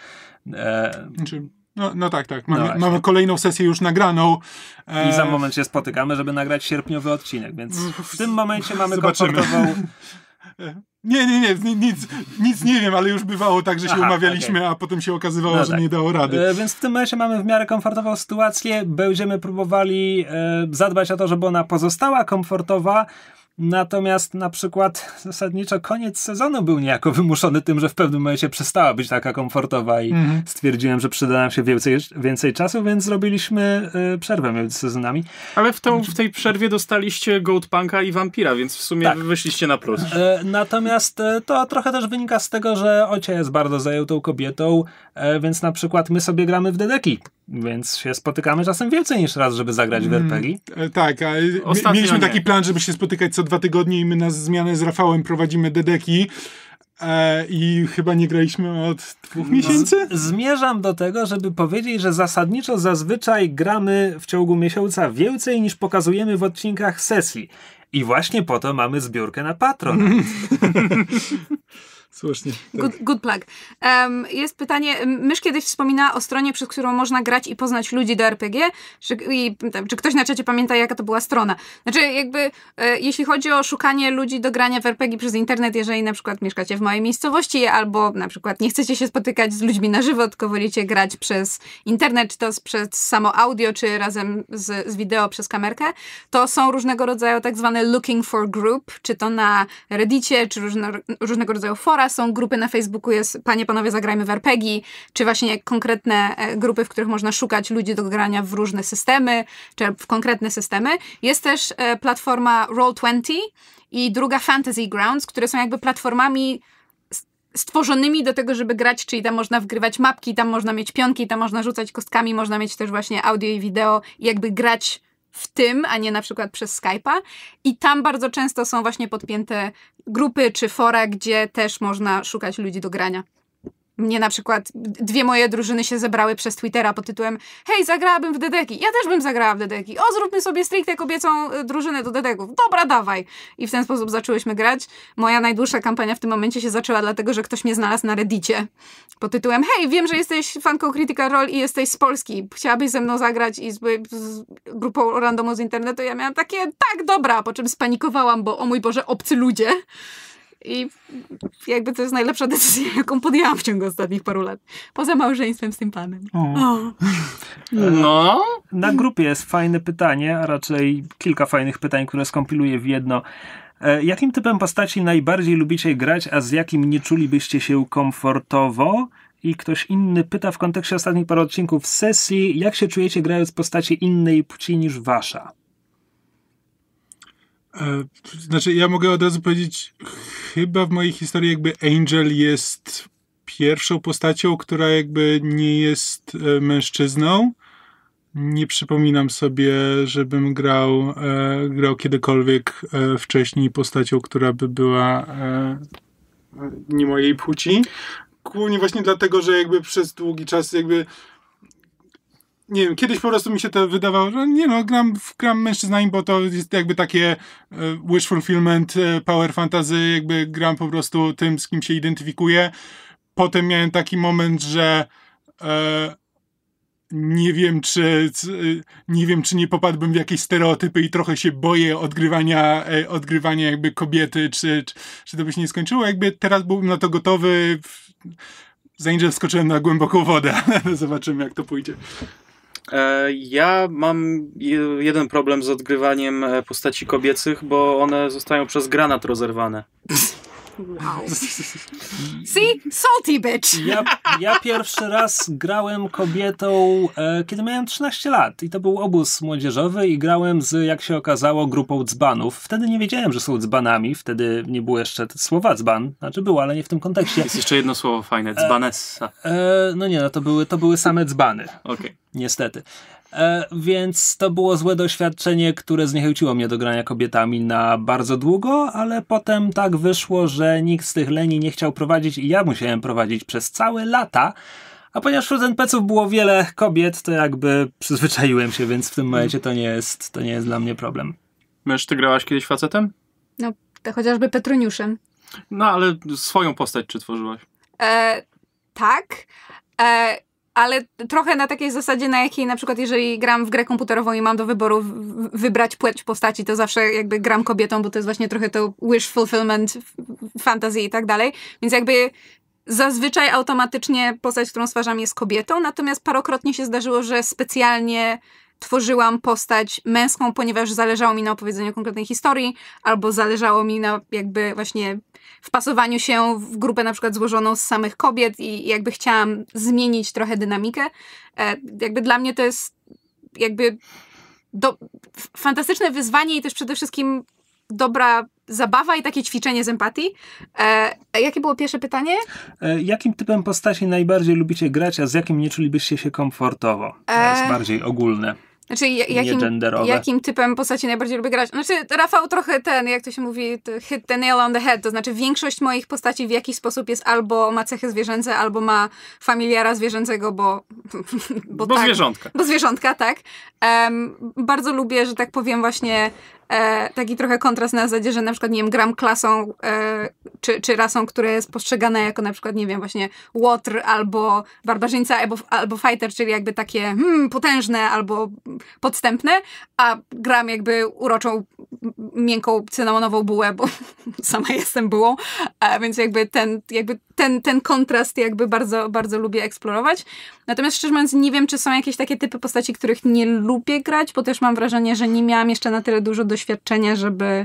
No tak. Mamy kolejną sesję już nagraną. I za moment się spotykamy, żeby nagrać sierpniowy odcinek, więc w tym momencie mamy komfortową... Nie, nic nie wiem, ale już bywało tak, że się umawialiśmy, a potem się okazywało, że nie dało rady. Więc w tym momencie mamy w miarę komfortową sytuację. Będziemy próbowali zadbać o to, żeby ona pozostała komfortowa. Natomiast na przykład zasadniczo koniec sezonu był niejako wymuszony tym, że w pewnym momencie przestała być taka komfortowa i stwierdziłem, że przyda nam się więcej czasu, więc zrobiliśmy przerwę między sezonami. Ale w tej przerwie dostaliście Goat Punka i Vampira, więc w sumie wyszliście na plus. Natomiast to trochę też wynika z tego, że Ocia jest bardzo zajętą kobietą, więc na przykład my sobie gramy w dedeki, więc się spotykamy czasem więcej niż raz, żeby zagrać w RPG. Tak, a mieliśmy taki plan, żeby się spotykać co 2 tygodnie i my na zmianę z Rafałem prowadzimy dedeki i chyba nie graliśmy od 2 miesięcy? Zmierzam do tego, żeby powiedzieć, że zasadniczo zazwyczaj gramy w ciągu miesiąca więcej niż pokazujemy w odcinkach sesji. I właśnie po to mamy zbiórkę na Patronite. Słusznie. Tak. Good plug. Jest pytanie, Mysz kiedyś wspominała o stronie, przez którą można grać i poznać ludzi do RPG. Czy ktoś na czacie pamięta, jaka to była strona? Znaczy jakby, jeśli chodzi o szukanie ludzi do grania w RPG przez internet, jeżeli na przykład mieszkacie w małej miejscowości, albo na przykład nie chcecie się spotykać z ludźmi na żywo, tylko wolicie grać przez internet, czy to przez samo audio, czy razem z wideo przez kamerkę, to są różnego rodzaju tak zwane looking for group, czy to na Reddicie, czy różnego rodzaju fora. Są grupy na Facebooku, jest Panie, Panowie, zagrajmy w RPG, czy właśnie konkretne grupy, w których można szukać ludzi do grania w różne systemy, czy w konkretne systemy. Jest też platforma Roll20 i druga Fantasy Grounds, które są jakby platformami stworzonymi do tego, żeby grać, czyli tam można wgrywać mapki, tam można mieć pionki, tam można rzucać kostkami, można mieć też właśnie audio i wideo i jakby grać w tym, a nie na przykład przez Skype'a. I tam bardzo często są właśnie podpięte grupy czy fora, gdzie też można szukać ludzi do grania. mnie na przykład 2 moje drużyny się zebrały przez Twittera pod tytułem hej, zagrałabym w Dedeki. Ja też bym zagrała w Dedeki. O, zróbmy sobie stricte kobiecą drużynę do Dedeków. Dobra, dawaj. I w ten sposób zaczęłyśmy grać. Moja najdłuższa kampania w tym momencie się zaczęła dlatego, że ktoś mnie znalazł na Reddicie pod tytułem hej, wiem, że jesteś fanką Critical Role i jesteś z Polski. Chciałabyś ze mną zagrać i z grupą randomu z internetu. Ja miałam takie, tak, dobra, po czym spanikowałam, bo o mój Boże, obcy ludzie. I jakby to jest najlepsza decyzja, jaką podjęłam w ciągu ostatnich paru lat. Poza małżeństwem z tym panem. No. Na grupie jest fajne pytanie, a raczej kilka fajnych pytań, które skompiluję w jedno. Jakim typem postaci najbardziej lubicie grać, a z jakim nie czulibyście się komfortowo? I ktoś inny pyta w kontekście ostatnich paru odcinków sesji, jak się czujecie grając postaci innej płci niż wasza? Znaczy, ja mogę od razu powiedzieć, chyba w mojej historii jakby Angel jest pierwszą postacią, która jakby nie jest mężczyzną. Nie przypominam sobie, żebym grał kiedykolwiek wcześniej postacią, która by była nie mojej płci. Głównie właśnie dlatego, że jakby przez długi czas jakby nie wiem, kiedyś po prostu mi się to wydawało, że nie no, gram mężczyznami, bo to jest jakby takie wish fulfillment, power fantasy, jakby gram po prostu tym, z kim się identyfikuję. Potem miałem taki moment, że nie wiem, czy nie popadłbym w jakieś stereotypy i trochę się boję odgrywania jakby kobiety, czy to by się nie skończyło. Jakby teraz byłbym na to gotowy. Z Angel wskoczyłem na głęboką wodę, ale zobaczymy, jak to pójdzie. Ja mam jeden problem z odgrywaniem postaci kobiecych, bo one zostają przez granat rozerwane. Wow. See? Salty bitch! Ja pierwszy raz grałem kobietą, kiedy miałem 13 lat i to był obóz młodzieżowy i grałem z, jak się okazało, grupą dzbanów. Wtedy nie wiedziałem, że są dzbanami, wtedy nie było jeszcze słowa dzban, znaczy było, ale nie w tym kontekście. Jest jeszcze jedno słowo fajne, dzbanessa. No nie, no to były same dzbany. Okay. Niestety. Więc to było złe doświadczenie, które zniechęciło mnie do grania kobietami na bardzo długo, ale potem tak wyszło, że nikt z tych leni nie chciał prowadzić i ja musiałem prowadzić przez całe lata, a ponieważ wśród NPC-ów było wiele kobiet, to jakby przyzwyczaiłem się, więc w tym momencie to nie jest dla mnie problem. Mysz, ty grałaś kiedyś facetem? No, to chociażby Petroniuszem. No, ale swoją postać czy tworzyłaś? Tak. Ale trochę na takiej zasadzie, na jakiej na przykład jeżeli gram w grę komputerową i mam do wyboru wybrać płeć postaci, to zawsze jakby gram kobietą, bo to jest właśnie trochę to wish fulfillment, fantasy i tak dalej. Więc jakby zazwyczaj automatycznie postać, którą stwarzam, jest kobietą, natomiast parokrotnie się zdarzyło, że specjalnie tworzyłam postać męską, ponieważ zależało mi na opowiedzeniu konkretnej historii, albo zależało mi na jakby właśnie wpasowaniu się w grupę na przykład złożoną z samych kobiet i jakby chciałam zmienić trochę dynamikę. Jakby dla mnie to jest jakby fantastyczne wyzwanie i też przede wszystkim dobra zabawa i takie ćwiczenie z empatii. Jakie było pierwsze pytanie? Jakim typem postaci najbardziej lubicie grać, a z jakim nie czulibyście się komfortowo? To jest bardziej ogólne. Znaczy, jakim typem postaci najbardziej lubię grać? Znaczy, Rafał trochę jak to się mówi, hit the nail on the head, to znaczy większość moich postaci w jakiś sposób jest albo ma cechy zwierzęce, albo ma familiara zwierzęcego, bo tak, zwierzątka. Bo zwierzątka, tak. Bardzo lubię, że tak powiem właśnie taki trochę kontrast na zasadzie, że na przykład, nie wiem, gram klasą czy rasą, która jest postrzegana jako na przykład, nie wiem, właśnie łotr albo barbarzyńca albo fighter, czyli jakby takie potężne albo podstępne, a gram jakby uroczą, miękką, cynamonową bułę, bo sama jestem bułą, więc jakby ten kontrast jakby bardzo, bardzo lubię eksplorować. Natomiast szczerze mówiąc nie wiem, czy są jakieś takie typy postaci, których nie lubię grać, bo też mam wrażenie, że nie miałam jeszcze na tyle dużo doświadczenia, żeby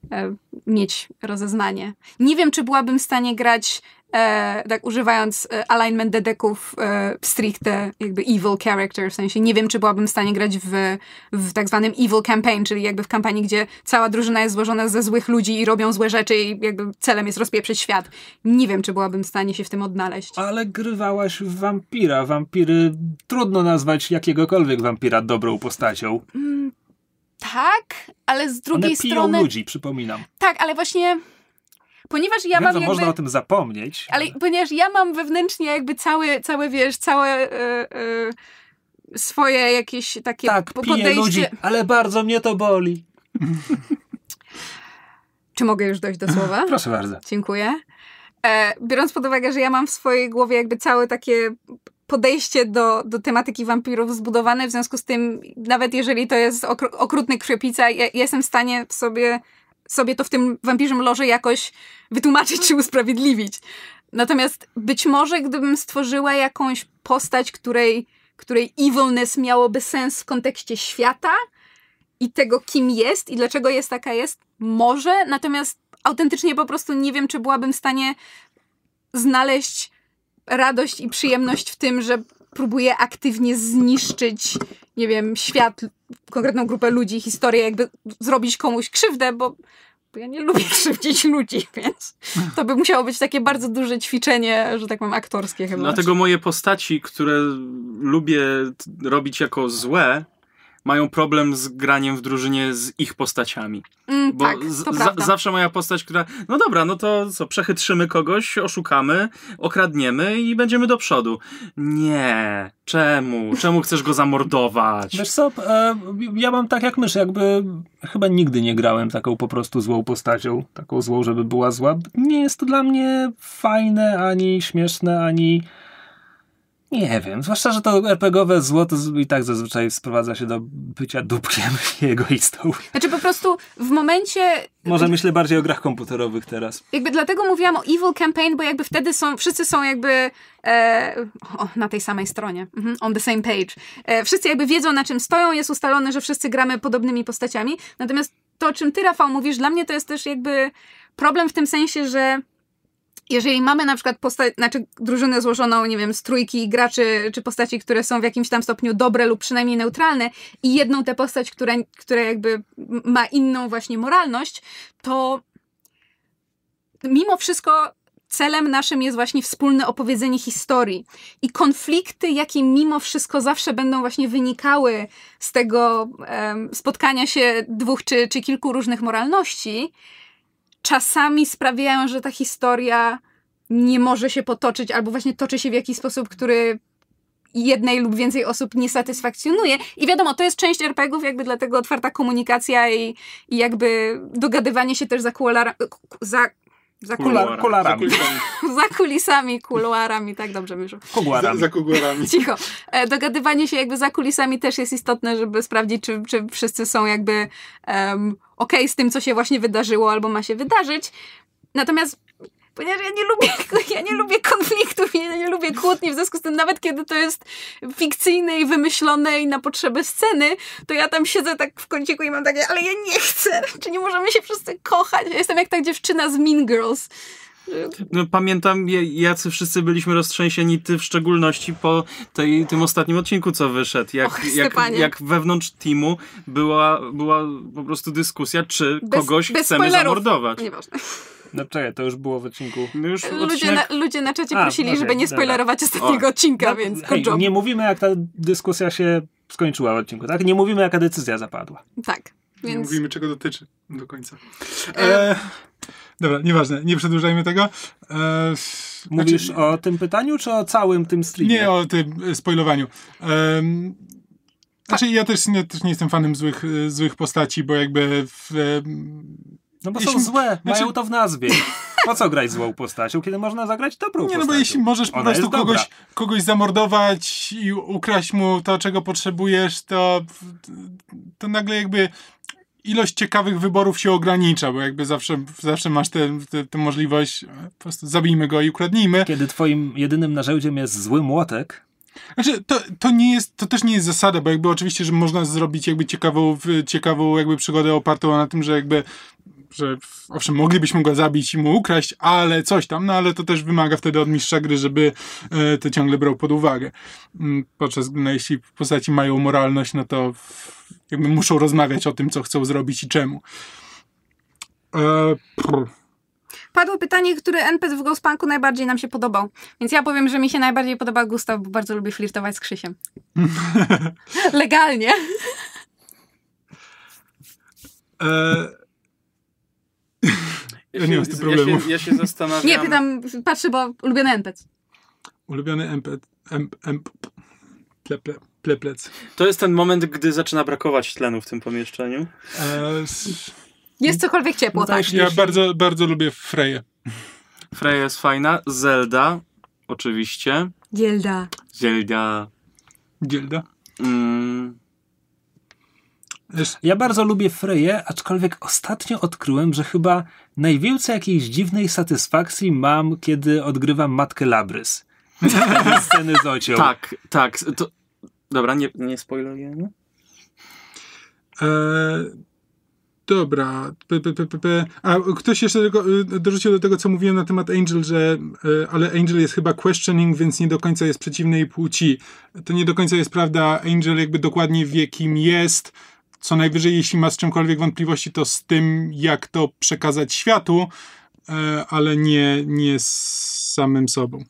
mieć rozeznanie. Nie wiem, czy byłabym w stanie grać tak używając alignment dedeków stricte jakby evil character, w sensie nie wiem, czy byłabym w stanie grać w tak zwanym evil campaign, czyli jakby w kampanii, gdzie cała drużyna jest złożona ze złych ludzi i robią złe rzeczy i jakby celem jest rozpieprzyć świat. Nie wiem, czy byłabym w stanie się w tym odnaleźć. Ale grywałaś w wampira. Wampiry trudno nazwać jakiegokolwiek wampira dobrą postacią. Tak, ale z drugiej strony... One piją ludzi, przypominam. Tak, ale właśnie... ponieważ ja mam jakby... można o tym zapomnieć. Ale ponieważ ja mam wewnętrznie jakby całe wiesz, całe swoje jakieś takie podejście... ludzi, ale bardzo mnie to boli. Czy mogę już dojść do słowa? Proszę bardzo. Dziękuję. Biorąc pod uwagę, że ja mam w swojej głowie jakby całe takie podejście do tematyki wampirów zbudowane, w związku z tym, nawet jeżeli to jest okrutny krwiopica, ja jestem w stanie sobie to w tym wampirzym lorze jakoś wytłumaczyć czy usprawiedliwić. Natomiast być może gdybym stworzyła jakąś postać, której evilness miałoby sens w kontekście świata i tego, kim jest i dlaczego jest taka jest, może, natomiast autentycznie po prostu nie wiem, czy byłabym w stanie znaleźć radość i przyjemność w tym, że próbuje aktywnie zniszczyć, nie wiem, świat, konkretną grupę ludzi, historię, jakby zrobić komuś krzywdę, bo ja nie lubię krzywdzić ludzi, więc to by musiało być takie bardzo duże ćwiczenie, że tak powiem, aktorskie chyba. Dlatego moje postaci, które lubię robić jako złe, mają problem z graniem w drużynie z ich postaciami. Bo tak, to prawda. Zawsze moja postać, która, no dobra, no to co, przechytrzymy kogoś, oszukamy, okradniemy i będziemy do przodu. Nie. Czemu? Czemu chcesz go zamordować? Wiesz co, ja mam tak jak mysz, jakby chyba nigdy nie grałem taką po prostu złą postacią, taką złą, żeby była zła. Nie jest to dla mnie fajne, ani śmieszne, ani... Nie wiem, zwłaszcza, że to RPG-owe zło to i tak zazwyczaj sprowadza się do bycia dupkiem i egoistą. Znaczy po prostu w momencie... Może myślę bardziej o grach komputerowych teraz. Jakby dlatego mówiłam o Evil Campaign, bo jakby wtedy wszyscy są jakby na tej samej stronie. On the same page. Wszyscy jakby wiedzą, na czym stoją, jest ustalone, że wszyscy gramy podobnymi postaciami. Natomiast to, o czym ty, Rafał, mówisz, dla mnie to jest też jakby problem w tym sensie, że jeżeli mamy na przykład drużynę złożoną, nie wiem, z trójki graczy, czy postaci, które są w jakimś tam stopniu dobre lub przynajmniej neutralne i jedną tę postać, która jakby ma inną właśnie moralność, to mimo wszystko celem naszym jest właśnie wspólne opowiedzenie historii. I konflikty, jakie mimo wszystko zawsze będą właśnie wynikały z tego spotkania się dwóch czy kilku różnych moralności, czasami sprawiają, że ta historia nie może się potoczyć, albo właśnie toczy się w jakiś sposób, który jednej lub więcej osób nie satysfakcjonuje. I wiadomo, to jest część RPG-ów, jakby dlatego otwarta komunikacja i jakby dogadywanie się też za kulisami, kuluarami, tak dobrze myślę. Za kuluarami. Cicho. Dogadywanie się jakby za kulisami też jest istotne, żeby sprawdzić, czy wszyscy są jakby okej z tym, co się właśnie wydarzyło albo ma się wydarzyć. Natomiast ponieważ ja nie lubię konfliktów, ja nie lubię kłótni, w związku z tym nawet kiedy to jest fikcyjne i wymyślone i na potrzeby sceny, to ja tam siedzę tak w kąciku i mam takie, ale ja nie chcę, czy nie możemy się wszyscy kochać? Ja jestem jak ta dziewczyna z Mean Girls. No, pamiętam, jacy wszyscy byliśmy roztrzęsieni, ty w szczególności po tym ostatnim odcinku, co wyszedł. Jak wewnątrz teamu była po prostu dyskusja, czy kogoś chcemy zamordować. Nieważne. No czekaj, to już było w odcinku. Ludzie na czacie prosili, żeby nie spoilerować ostatniego odcinka, więc nie mówimy, jak ta dyskusja się skończyła w odcinku, tak? Nie mówimy, jaka decyzja zapadła. Tak. Więc... Nie mówimy, czego dotyczy do końca. Dobra, nieważne, nie przedłużajmy tego. Mówisz o tym pytaniu, czy o całym tym streamie? Nie, o tym spoilowaniu. Ja też nie jestem fanem złych postaci, bo jakby no bo są złe, mają to w nazwie. Po co grać złą postacią, kiedy można zagrać dobrą postacią? Nie, no bo jeśli możesz po prostu kogoś zamordować i ukraść mu to, czego potrzebujesz, to nagle jakby ilość ciekawych wyborów się ogranicza, bo jakby zawsze masz tę możliwość, po prostu zabijmy go i ukradnijmy. Kiedy twoim jedynym narzędziem jest zły młotek. Znaczy, to też nie jest zasada, bo jakby oczywiście, że można zrobić jakby ciekawą jakby przygodę opartą na tym, że owszem, moglibyśmy go zabić i mu ukraść, ale coś tam, no ale to też wymaga wtedy od mistrza gry, żeby to ciągle brał pod uwagę. Podczas gdy jeśli postaci mają moralność, no to jakby muszą rozmawiać o tym, co chcą zrobić i czemu. Padło pytanie, który NPC w Ghostpunku najbardziej nam się podobał. Więc ja powiem, że mi się najbardziej podoba Gustaw, bo bardzo lubię flirtować z Krzysiem. Legalnie. Ja nie mam z tym problemu. Ja się zastanawiam... Nie, pytam, patrzę, bo ulubiony NPC. Ulubiony pleplec. To jest ten moment, gdy zaczyna brakować tlenu w tym pomieszczeniu. Jest cokolwiek ciepło, no tak? Ja bardzo, bardzo lubię Freję. Freya jest fajna. Zelda, oczywiście. Gielda. Ja bardzo lubię Freję, aczkolwiek ostatnio odkryłem, że chyba najwięcej jakiejś dziwnej satysfakcji mam, kiedy odgrywam matkę Labrys. Sceny z Ocią. Tak. To... Dobra, nie spoilerujemy. Dobra. A ktoś jeszcze dorzucił do tego, co mówiłem na temat Angel, że ale Angel jest chyba questioning, więc nie do końca jest przeciwnej płci. To nie do końca jest prawda. Angel jakby dokładnie wie, kim jest. Co najwyżej, jeśli ma z czymkolwiek wątpliwości, to z tym, jak to przekazać światu, ale nie z samym sobą.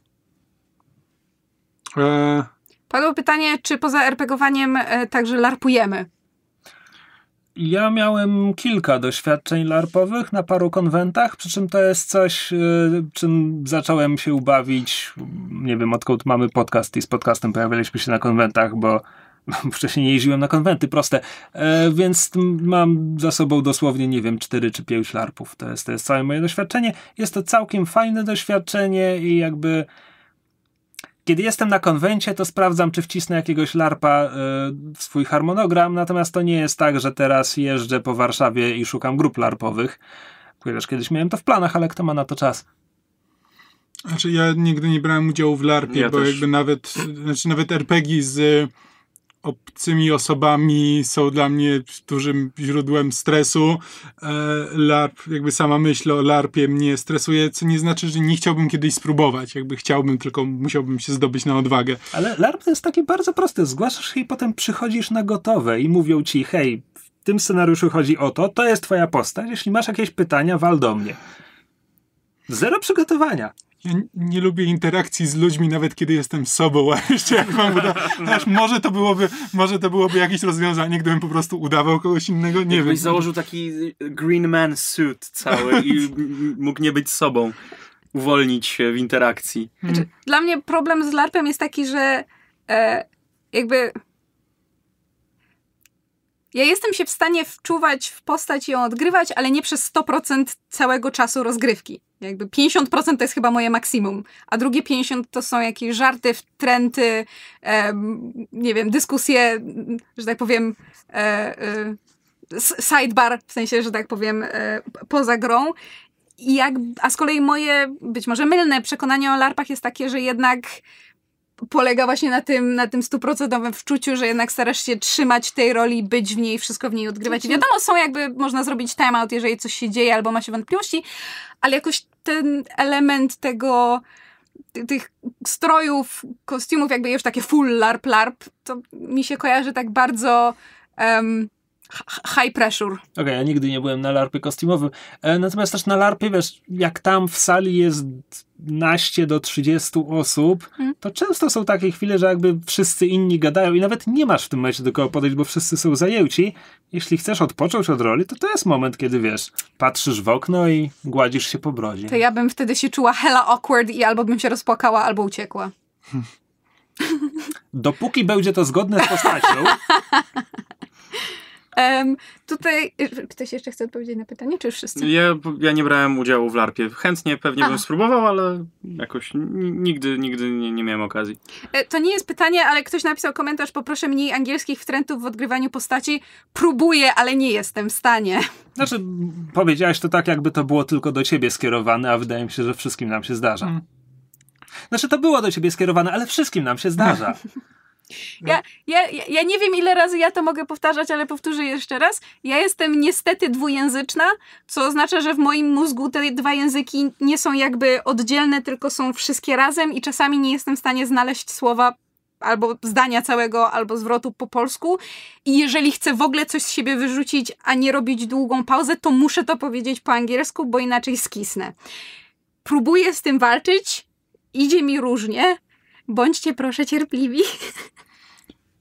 Padło pytanie, czy poza RPGowaniem także larpujemy? Ja miałem kilka doświadczeń larpowych na paru konwentach, przy czym to jest coś, czym zacząłem się bawić, nie wiem, odkąd mamy podcast i z podcastem pojawialiśmy się na konwentach, bo wcześniej nie jeździłem na konwenty proste, więc mam za sobą dosłownie, nie wiem, 4 czy 5 larpów. To jest całe moje doświadczenie. Jest to całkiem fajne doświadczenie i jakby kiedy jestem na konwencie, to sprawdzam, czy wcisnę jakiegoś larpa w swój harmonogram, natomiast to nie jest tak, że teraz jeżdżę po Warszawie i szukam grup larpowych. Chociaż kiedyś miałem to w planach, ale kto ma na to czas? Znaczy ja nigdy nie brałem udziału w larpie, bo jakby nawet RPG z obcymi osobami są dla mnie dużym źródłem stresu. LARP, jakby sama myśl o LARPie mnie stresuje, co nie znaczy, że nie chciałbym kiedyś spróbować. Jakby chciałbym, tylko musiałbym się zdobyć na odwagę. Ale LARP to jest takie bardzo proste. Zgłaszasz się i potem przychodzisz na gotowe i mówią ci, hej, w tym scenariuszu chodzi o to jest twoja postać. Jeśli masz jakieś pytania, wal do mnie. Zero przygotowania. Ja nie lubię interakcji z ludźmi, nawet kiedy jestem sobą, a jeszcze jak mam może to byłoby jakieś rozwiązanie, gdybym po prostu udawał kogoś innego, nie wiem. Jakbyś założył taki green man suit cały i mógł nie być sobą. Uwolnić się w interakcji. Znaczy, dla mnie problem z LARPem jest taki, że jakby ja jestem się w stanie wczuwać w postać i ją odgrywać, ale nie przez 100% całego czasu rozgrywki. Jakby 50% to jest chyba moje maksimum, a drugie 50% to są jakieś żarty, wtręty, nie wiem, dyskusje, że tak powiem, sidebar, w sensie, że tak powiem, poza grą. A z kolei moje, być może mylne przekonanie o LARPach jest takie, że jednak polega właśnie na tym 100% wczuciu, że jednak starasz się trzymać tej roli, być w niej, wszystko w niej odgrywać. I wiadomo, są jakby, można zrobić timeout, jeżeli coś się dzieje albo ma się wątpliwości, ale jakoś ten element tych strojów, kostiumów, jakby już takie full LARP, to mi się kojarzy tak bardzo high pressure. Okej, ja nigdy nie byłem na LARPie kostiumowym. Natomiast też na LARPie, wiesz, jak tam w sali jest 15 do 30 osób, to często są takie chwile, że jakby wszyscy inni gadają i nawet nie masz w tym momencie do kogo podejść, bo wszyscy są zajęci. Jeśli chcesz odpocząć od roli, to jest moment, kiedy wiesz, patrzysz w okno i gładzisz się po brodzie. To ja bym wtedy się czuła hella awkward i albo bym się rozpłakała, albo uciekła. Dopóki będzie to zgodne z postacią. Tutaj ktoś jeszcze chce odpowiedzieć na pytanie, czy już wszyscy? Ja nie brałem udziału w LARPie. Chętnie pewnie bym spróbował, ale jakoś nigdy nie miałem okazji. To nie jest pytanie, ale ktoś napisał komentarz, poproszę mniej angielskich wtrętów w odgrywaniu postaci. Próbuję, ale nie jestem w stanie. Znaczy, powiedziałaś to tak, jakby to było tylko do ciebie skierowane, a wydaje mi się, że wszystkim nam się zdarza. Znaczy, to było do ciebie skierowane, ale wszystkim nam się zdarza. Ja nie wiem, ile razy ja to mogę powtarzać, ale powtórzę jeszcze raz. Ja jestem niestety dwujęzyczna, co oznacza, że w moim mózgu te dwa języki nie są jakby oddzielne, tylko są wszystkie razem i czasami nie jestem w stanie znaleźć słowa albo zdania całego, albo zwrotu po polsku. I jeżeli chcę w ogóle coś z siebie wyrzucić, a nie robić długą pauzę, to muszę to powiedzieć po angielsku, bo inaczej skisnę. Próbuję z tym walczyć, idzie mi różnie. Bądźcie proszę cierpliwi.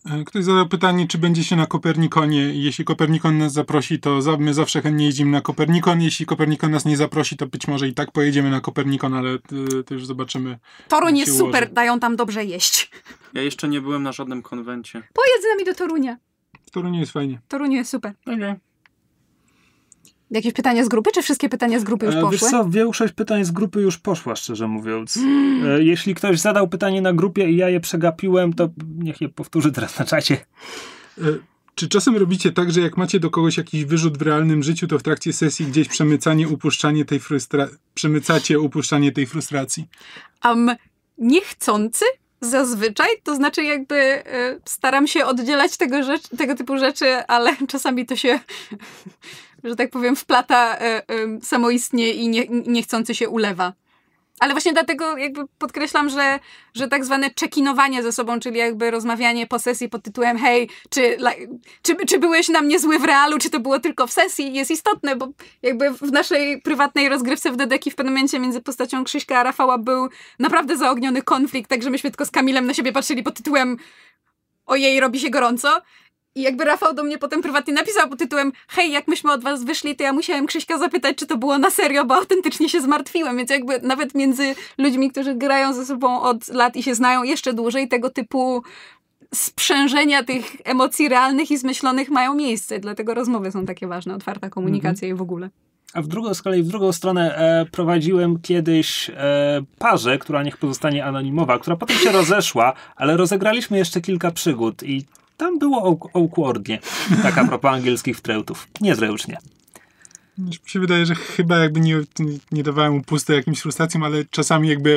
Ktoś zadał pytanie, czy będzie się na Kopernikonie. Jeśli Kopernikon nas zaprosi, to my zawsze chętnie jeździmy na Kopernikon. Jeśli Kopernikon nas nie zaprosi, to być może i tak pojedziemy na Kopernikon, ale to już zobaczymy. Toruń jest super, dają tam dobrze jeść. Ja jeszcze nie byłem na żadnym konwencie. Pojedź z nami do Torunia. W Toruniu jest fajnie. W Toruniu jest super. Okay. Jakieś pytania z grupy, czy wszystkie pytania z grupy już poszły? Wiesz co, większość pytań z grupy już poszła, szczerze mówiąc. Jeśli ktoś zadał pytanie na grupie i ja je przegapiłem, to niech je powtórzy teraz na czacie. Czy czasem robicie tak, że jak macie do kogoś jakiś wyrzut w realnym życiu, to w trakcie sesji gdzieś przemycacie upuszczanie tej frustracji? Niechcący zazwyczaj, to znaczy jakby staram się oddzielać tego typu rzeczy, ale czasami to się, że tak powiem, wplata samoistnie i niechcący się ulewa. Ale właśnie dlatego jakby podkreślam, że tak zwane check-inowanie ze sobą, czyli jakby rozmawianie po sesji pod tytułem hej, czy byłeś na mnie zły w realu, czy to było tylko w sesji, jest istotne, bo jakby w naszej prywatnej rozgrywce w Dedeki w pewnym momencie między postacią Krzyśka a Rafała był naprawdę zaogniony konflikt, także myśmy tylko z Kamilem na siebie patrzyli pod tytułem ojej, robi się gorąco. I jakby Rafał do mnie potem prywatnie napisał pod tytułem hej, jak myśmy od was wyszli, to ja musiałem Krzyśka zapytać, czy to było na serio, bo autentycznie się zmartwiłem. Więc jakby nawet między ludźmi, którzy grają ze sobą od lat i się znają jeszcze dłużej, tego typu sprzężenia tych emocji realnych i zmyślonych mają miejsce. Dlatego rozmowy są takie ważne, otwarta komunikacja i w ogóle. A w drugą stronę prowadziłem kiedyś parze, która niech pozostanie anonimowa, która potem się rozeszła, ale rozegraliśmy jeszcze kilka przygód i tam było awkwardnie. Tak a propos angielskich wtrętów. Niezręcznie. Mi się wydaje, że chyba jakby nie dawałem upusty jakimś frustracjom, ale czasami jakby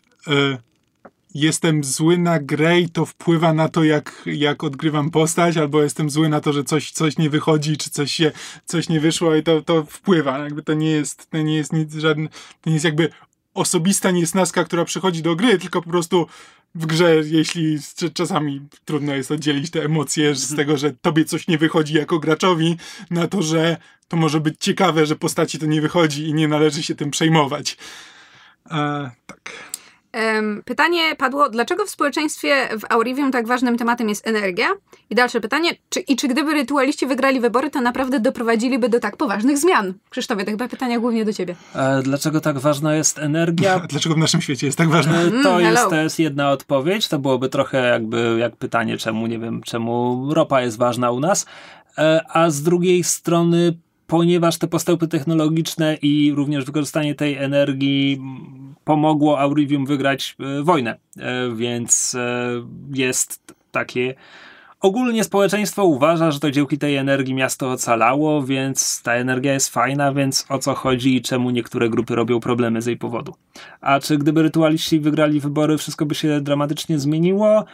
jestem zły na grę i to wpływa na to, jak odgrywam postać, albo jestem zły na to, że coś nie wychodzi, czy coś nie wyszło i to wpływa. Jakby to nie jest nic żaden, to nie jest jakby osobista niesnaska, która przychodzi do gry, tylko po prostu w grze, jeśli czasami trudno jest oddzielić te emocje z tego, że tobie coś nie wychodzi jako graczowi, na to, że to może być ciekawe, że postaci to nie wychodzi i nie należy się tym przejmować. Tak. Pytanie padło, dlaczego w społeczeństwie w Aurivium tak ważnym tematem jest energia? I dalsze pytanie, czy gdyby rytualiści wygrali wybory, to naprawdę doprowadziliby do tak poważnych zmian? Krzysztofie, to chyba pytania głównie do ciebie. Dlaczego tak ważna jest energia? Dlaczego w naszym świecie jest tak ważna? To jest jedna odpowiedź. To byłoby trochę jakby jak pytanie, czemu ropa jest ważna u nas. A z drugiej strony, ponieważ te postępy technologiczne i również wykorzystanie tej energii pomogło Aurivium wygrać wojnę, więc jest takie... Ogólnie społeczeństwo uważa, że to dzięki tej energii miasto ocalało, więc ta energia jest fajna, więc o co chodzi i czemu niektóre grupy robią problemy z jej powodu. A czy gdyby rytualiści wygrali wybory, wszystko by się dramatycznie zmieniło?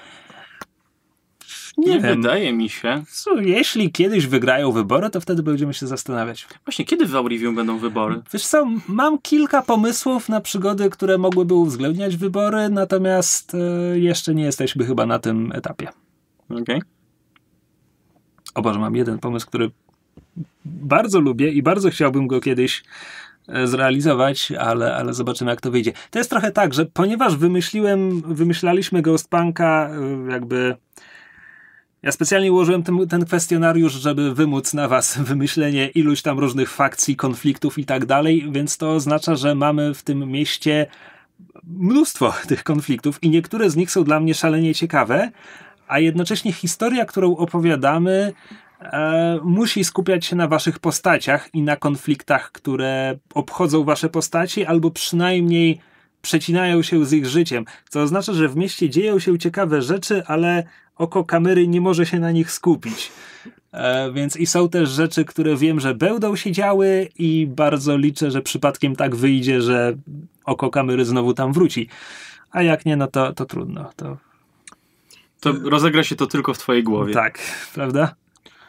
Nie wydaje mi się. Jeśli kiedyś wygrają wybory, to wtedy będziemy się zastanawiać. Właśnie, kiedy w Aurivium będą wybory? Wiesz co, mam kilka pomysłów na przygody, które mogłyby uwzględniać wybory, natomiast jeszcze nie jesteśmy chyba na tym etapie. Okej. O Boże, mam jeden pomysł, który bardzo lubię i bardzo chciałbym go kiedyś zrealizować, ale zobaczymy, jak to wyjdzie. To jest trochę tak, że ponieważ wymyślaliśmy Ghostpunka jakby... Ja specjalnie ułożyłem ten kwestionariusz, żeby wymóc na was wymyślenie iluś tam różnych fakcji, konfliktów i tak dalej, więc to oznacza, że mamy w tym mieście mnóstwo tych konfliktów i niektóre z nich są dla mnie szalenie ciekawe, a jednocześnie historia, którą opowiadamy, musi skupiać się na waszych postaciach i na konfliktach, które obchodzą wasze postaci, albo przynajmniej przecinają się z ich życiem. Co oznacza, że w mieście dzieją się ciekawe rzeczy, ale oko kamery nie może się na nich skupić. Więc i są też rzeczy, które wiem, że będą się działy i bardzo liczę, że przypadkiem tak wyjdzie, że oko kamery znowu tam wróci. A jak nie, no to trudno. To rozegra się to tylko w twojej głowie. Tak, prawda?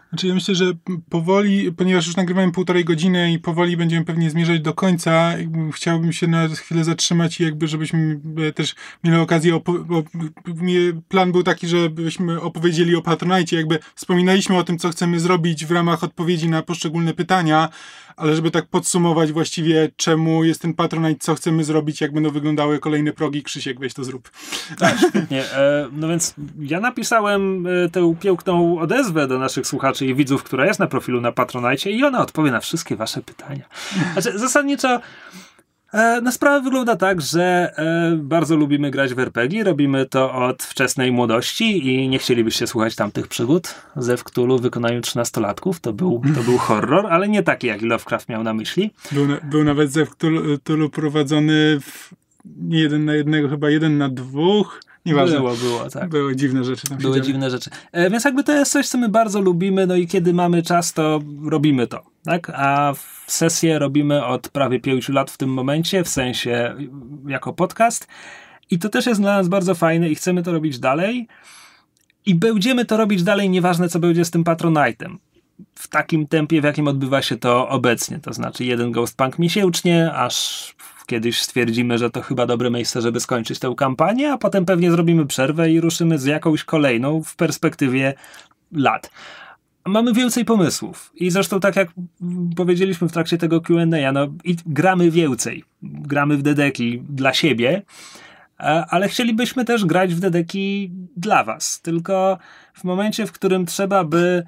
Znaczy ja myślę, że powoli, ponieważ już nagrywamy 1,5 godziny i powoli będziemy pewnie zmierzać do końca, chciałbym się na chwilę zatrzymać i jakby żebyśmy też mieli okazję, plan był taki, żebyśmy opowiedzieli o Patronite, jakby wspominaliśmy o tym, co chcemy zrobić w ramach odpowiedzi na poszczególne pytania, ale żeby tak podsumować właściwie, czemu jest ten Patronite, co chcemy zrobić, jak będą wyglądały kolejne progi. Krzysiek, weź to zrób. Tak, świetnie. No więc ja napisałem tę piękną odezwę do naszych słuchaczy i widzów, która jest na profilu na Patronite i ona odpowie na wszystkie wasze pytania. Znaczy, zasadniczo sprawa wygląda tak, że bardzo lubimy grać w RPG, robimy to od wczesnej młodości i nie chcielibyście słuchać tamtych przygód ze Cthulhu w wykonaniu 13-latków. To był horror, ale nie taki, jak Lovecraft miał na myśli. Był nawet ze Cthulhu prowadzony nie 1 na 1, chyba 1 na 2. Nieważne. Było, tak. Były dziwne rzeczy tam. Były dziwne rzeczy. Więc jakby to jest coś, co my bardzo lubimy, no i kiedy mamy czas, to robimy to, tak? A sesję robimy od prawie 5 lat w tym momencie, w sensie jako podcast. I to też jest dla nas bardzo fajne i chcemy to robić dalej. I będziemy to robić dalej, nieważne co będzie z tym Patronite'em. W takim tempie, w jakim odbywa się to obecnie. To znaczy 1 Ghostpunk miesięcznie, aż kiedyś stwierdzimy, że to chyba dobre miejsce, żeby skończyć tę kampanię, a potem pewnie zrobimy przerwę i ruszymy z jakąś kolejną w perspektywie lat. Mamy więcej pomysłów i zresztą tak jak powiedzieliśmy w trakcie tego Q&A, no i gramy więcej. Gramy w dedeki dla siebie, ale chcielibyśmy też grać w dedeki dla was. Tylko w momencie, w którym trzeba by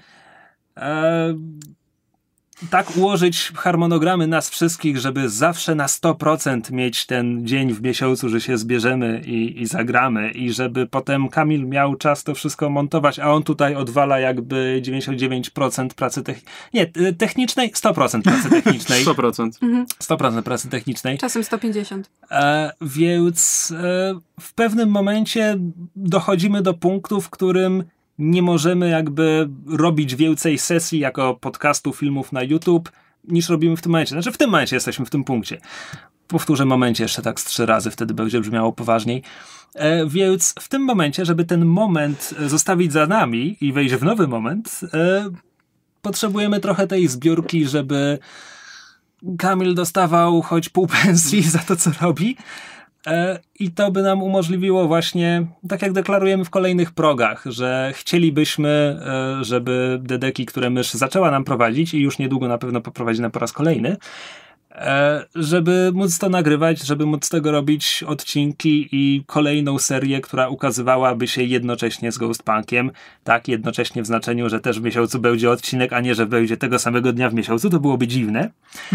tak ułożyć harmonogramy nas wszystkich, żeby zawsze na 100% mieć ten dzień w miesiącu, że się zbierzemy i zagramy i żeby potem Kamil miał czas to wszystko montować, a on tutaj odwala jakby 99% pracy technicznej, 100% pracy technicznej. 100%. 100% pracy technicznej. Czasem 150. Więc w pewnym momencie dochodzimy do punktu, w którym nie możemy jakby robić więcej sesji jako podcastu, filmów na YouTube, niż robimy w tym momencie. Znaczy w tym momencie jesteśmy w tym punkcie. Powtórzę momencie jeszcze tak z 3 razy, wtedy będzie brzmiało poważniej. Więc w tym momencie, żeby ten moment zostawić za nami i wejść w nowy moment, potrzebujemy trochę tej zbiórki, żeby Kamil dostawał choć pół pensji za to, co robi. I to by nam umożliwiło właśnie, tak jak deklarujemy w kolejnych progach, że chcielibyśmy, żeby dedeki, które mysz zaczęła nam prowadzić i już niedługo na pewno poprowadzi nam po raz kolejny, żeby móc to nagrywać, żeby móc z tego robić odcinki i kolejną serię, która ukazywałaby się jednocześnie z Ghostpunkiem. Tak, jednocześnie w znaczeniu, że też w miesiącu będzie odcinek, a nie, że będzie tego samego dnia w miesiącu. To byłoby dziwne.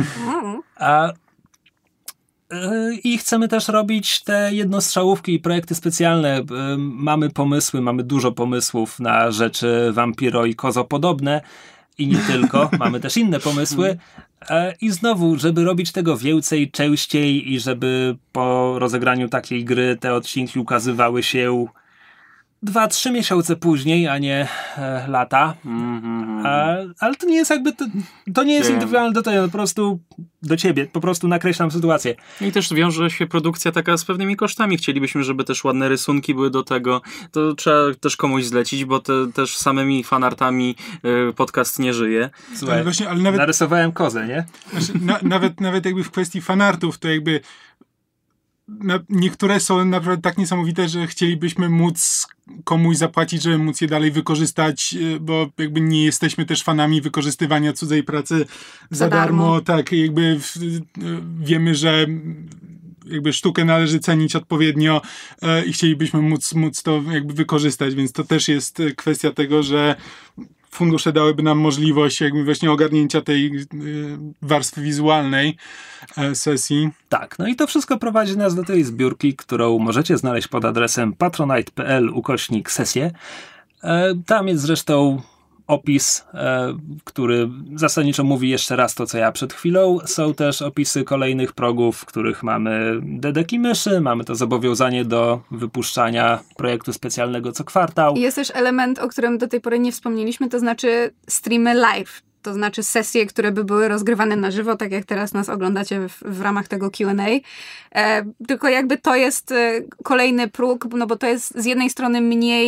I chcemy też robić te jednostrzałówki i projekty specjalne. Mamy pomysły, mamy dużo pomysłów na rzeczy wampiro i kozo podobne i nie tylko. Mamy też inne pomysły. I znowu, żeby robić tego więcej, częściej i żeby po rozegraniu takiej gry te odcinki ukazywały się 2-3 miesiące później, a nie lata. Ale to nie jest jakby, to nie jest indywidualne do tego, po prostu do ciebie, po prostu nakreślam sytuację. I też wiąże się produkcja taka z pewnymi kosztami. Chcielibyśmy, żeby też ładne rysunki były do tego. To trzeba też komuś zlecić, bo też samymi fanartami podcast nie żyje. Słuchaj, ale nawet narysowałem kozę, nie? Znaczy, nawet jakby w kwestii fanartów, to jakby niektóre są naprawdę tak niesamowite, że chcielibyśmy móc komuś zapłacić, żeby móc je dalej wykorzystać, bo jakby nie jesteśmy też fanami wykorzystywania cudzej pracy za darmo. Tak, jakby wiemy, że jakby sztukę należy cenić odpowiednio i chcielibyśmy móc to jakby wykorzystać, więc to też jest kwestia tego, że fundusze dałyby nam możliwość jakby właśnie ogarnięcia tej warstwy wizualnej sesji. Tak, no i to wszystko prowadzi nas do tej zbiórki, którą możecie znaleźć pod adresem patronite.pl/sesje. Tam jest zresztą opis, który zasadniczo mówi jeszcze raz to, co ja przed chwilą. Są też opisy kolejnych progów, w których mamy dedeki myszy, mamy to zobowiązanie do wypuszczania projektu specjalnego co kwartał. I jest też element, o którym do tej pory nie wspomnieliśmy, to znaczy streamy live. To znaczy sesje, które by były rozgrywane na żywo, tak jak teraz nas oglądacie w ramach tego Q&A. Tylko jakby to jest kolejny próg, no bo to jest z jednej strony mniej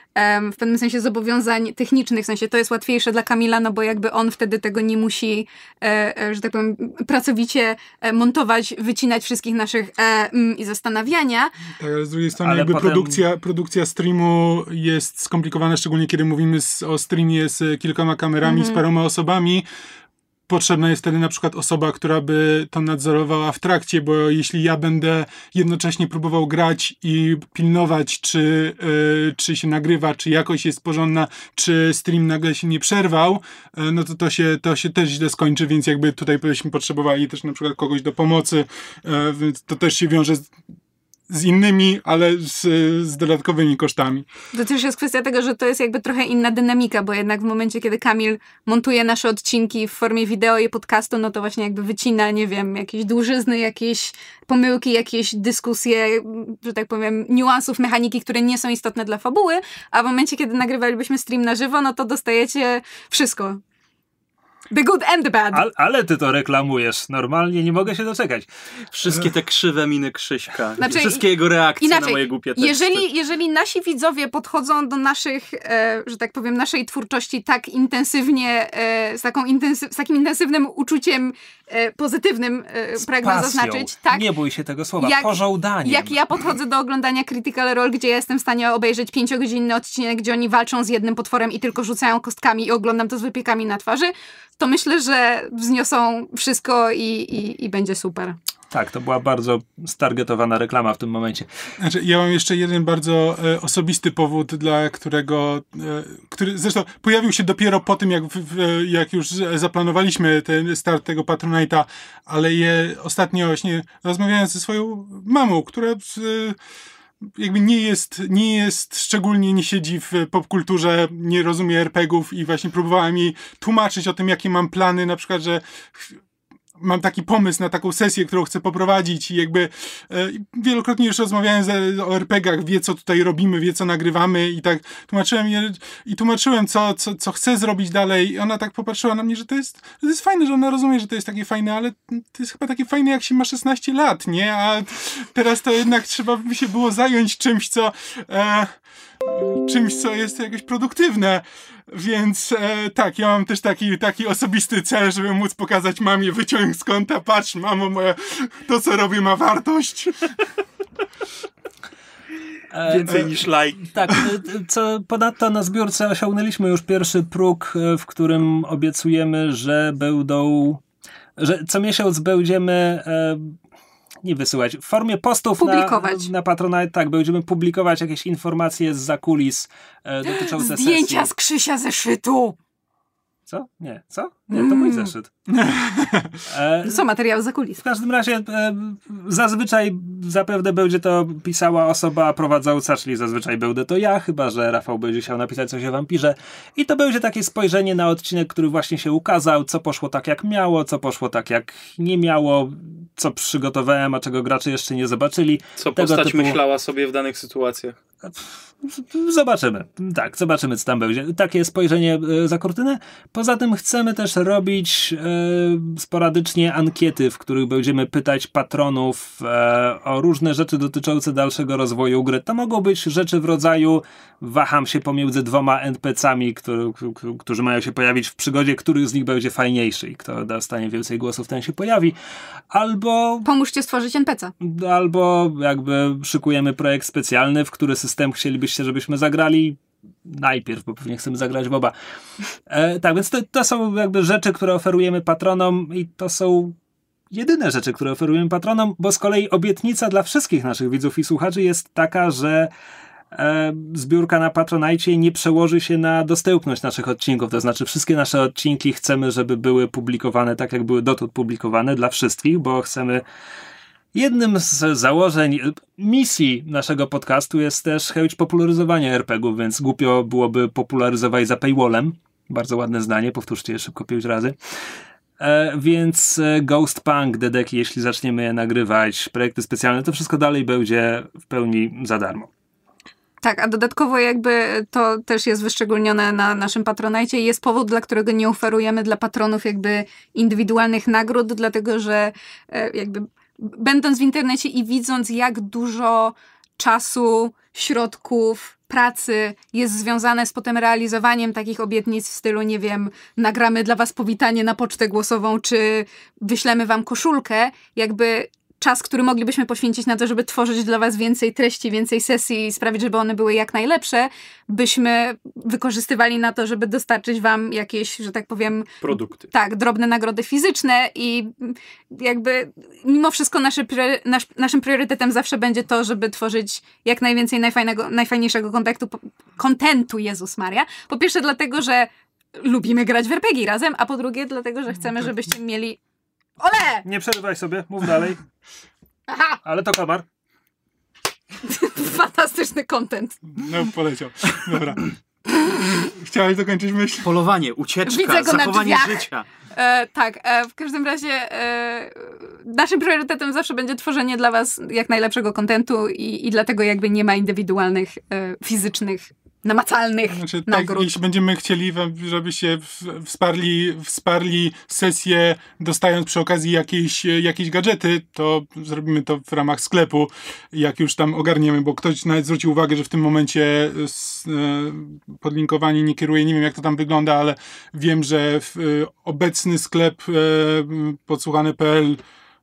w pewnym sensie zobowiązań technicznych, w sensie to jest łatwiejsze dla Kamila, no bo jakby on wtedy tego nie musi, że tak powiem, pracowicie montować, wycinać wszystkich naszych i zastanawiania. Tak, ale z drugiej strony jakby potem... produkcja streamu jest skomplikowana, szczególnie kiedy mówimy o streamie z kilkoma kamerami, z paroma osobami. Potrzebna jest wtedy na przykład osoba, która by to nadzorowała w trakcie, bo jeśli ja będę jednocześnie próbował grać i pilnować, czy się nagrywa, czy jakość jest porządna, czy stream nagle się nie przerwał, no to się też źle skończy, więc jakby tutaj byśmy potrzebowali też na przykład kogoś do pomocy, więc to też się wiąże z innymi, ale z dodatkowymi kosztami. To też jest kwestia tego, że to jest jakby trochę inna dynamika, bo jednak w momencie, kiedy Kamil montuje nasze odcinki w formie wideo i podcastu, no to właśnie jakby wycina, nie wiem, jakieś dłużyzny, jakieś pomyłki, jakieś dyskusje, że tak powiem, niuansów mechaniki, które nie są istotne dla fabuły, a w momencie, kiedy nagrywalibyśmy stream na żywo, no to dostajecie wszystko. The good and the bad. Ale ty to reklamujesz. Normalnie nie mogę się doczekać. Wszystkie te krzywe miny Krzyśka. Wszystkie jego reakcje na moje głupie teksty. Jeżeli nasi widzowie podchodzą do naszych, że tak powiem, naszej twórczości tak intensywnie, z takim intensywnym uczuciem pozytywnym, pragnę zaznaczyć. Tak, nie bój się tego słowa. Pożądaniem. Jak ja podchodzę do oglądania Critical Role, gdzie ja jestem w stanie obejrzeć 5-godzinny odcinek, gdzie oni walczą z jednym potworem i tylko rzucają kostkami i oglądam to z wypiekami na twarzy, to myślę, że wzniosą wszystko i będzie super. Tak, to była bardzo stargetowana reklama w tym momencie. Znaczy, ja mam jeszcze jeden bardzo osobisty powód, dla którego, który zresztą pojawił się dopiero po tym, jak już zaplanowaliśmy ten start tego Patronite'a, ale ostatnio właśnie rozmawiałem ze swoją mamą, która jakby nie jest szczególnie, nie siedzi w popkulturze, nie rozumie RPG-ów i właśnie próbowała mi tłumaczyć o tym, jakie mam plany, na przykład, że mam taki pomysł na taką sesję, którą chcę poprowadzić i jakby wielokrotnie już rozmawiałem o RPG-ach, wie co tutaj robimy, wie co nagrywamy i tak tłumaczyłem co chcę zrobić dalej i ona tak popatrzyła na mnie, że to jest fajne, że ona rozumie, że to jest takie fajne, ale to jest chyba takie fajne, jak się ma 16 lat, nie? A teraz to jednak trzeba by się było zająć czymś, co jest jakoś produktywne. Więc tak, ja mam też taki osobisty cel, żeby móc pokazać mamie, wyciąg z kąta, patrz mamo, to co robię ma wartość. Więcej niż like. Tak, ponadto na zbiórce osiągnęliśmy już pierwszy próg, w którym obiecujemy, że co miesiąc będziemy nie wysyłać, w formie postów na Patronite, tak, będziemy publikować jakieś informacje zza kulis dotyczące sesji. Zdjęcia z Krzysia zeszytu! Co? Nie. Co? Nie, to mój zeszyt. Są materiały za kulis. W każdym razie zazwyczaj zapewne będzie to pisała osoba prowadząca, czyli zazwyczaj będę to ja, chyba że Rafał będzie chciał napisać coś o wampirze. I to będzie takie spojrzenie na odcinek, który właśnie się ukazał, co poszło tak jak miało, co poszło tak jak nie miało, co przygotowałem, a czego gracze jeszcze nie zobaczyli. Co postać myślała sobie w danych sytuacjach. Zobaczymy. Tak, zobaczymy, co tam będzie. Takie spojrzenie za kurtynę. Poza tym chcemy też robić sporadycznie ankiety, w których będziemy pytać patronów o różne rzeczy dotyczące dalszego rozwoju gry. To mogą być rzeczy w rodzaju waham się pomiędzy 2 NPC-ami, którzy mają się pojawić w przygodzie, który z nich będzie fajniejszy i kto dostanie więcej głosów, ten się pojawi. Albo pomóżcie stworzyć NPC. Albo jakby szykujemy projekt specjalny, w który system chcielibyście, żebyśmy zagrali najpierw, bo pewnie chcemy zagrać w oba. Tak, więc to są jakby rzeczy, które oferujemy patronom i to są jedyne rzeczy, które oferujemy patronom, bo z kolei obietnica dla wszystkich naszych widzów i słuchaczy jest taka, że zbiórka na Patronite nie przełoży się na dostępność naszych odcinków, to znaczy wszystkie nasze odcinki chcemy, żeby były publikowane tak, jak były dotąd publikowane dla wszystkich, bo chcemy. Jednym z założeń, misji naszego podcastu jest też chęć popularyzowania RPG-ów, więc głupio byłoby popularyzować za paywallem. Bardzo ładne zdanie, powtórzcie je szybko 5 razy. Więc Ghostpunk, Dedeki, jeśli zaczniemy je nagrywać, projekty specjalne, to wszystko dalej będzie w pełni za darmo. Tak, a dodatkowo jakby to też jest wyszczególnione na naszym Patronite i jest powód, dla którego nie oferujemy dla patronów jakby indywidualnych nagród, dlatego że jakby będąc w internecie i widząc, jak dużo czasu, środków, pracy jest związane z potem realizowaniem takich obietnic w stylu, nie wiem, nagramy dla was powitanie na pocztę głosową, czy wyślemy wam koszulkę, jakby czas, który moglibyśmy poświęcić na to, żeby tworzyć dla was więcej treści, więcej sesji i sprawić, żeby one były jak najlepsze, byśmy wykorzystywali na to, żeby dostarczyć wam jakieś, że tak powiem... produkty. Tak, drobne nagrody fizyczne i jakby mimo wszystko naszym priorytetem zawsze będzie to, żeby tworzyć jak najwięcej najfajniejszego kontentu, Jezus Maria. Po pierwsze dlatego, że lubimy grać w RPG razem, a po drugie dlatego, że chcemy, żebyście mieli... Ole! Nie przerywaj sobie, mów dalej. Aha! Ale to komar. Fantastyczny content. No, poleciał. Dobra. Chciałeś dokończyć myśl? Polowanie, ucieczka, Widzę go zachowanie na drzwiach. życia. W każdym razie naszym priorytetem zawsze będzie tworzenie dla was jak najlepszego kontentu i dlatego jakby nie ma indywidualnych, fizycznych, namacalnych nagród. Tak, jeśli będziemy chcieli, żebyście wsparli sesję, dostając przy okazji jakieś gadżety, to zrobimy to w ramach sklepu, jak już tam ogarniemy, bo ktoś nawet zwrócił uwagę, że w tym momencie podlinkowanie nie kieruje, nie wiem jak to tam wygląda, ale wiem, że obecny sklep podsłuchane.pl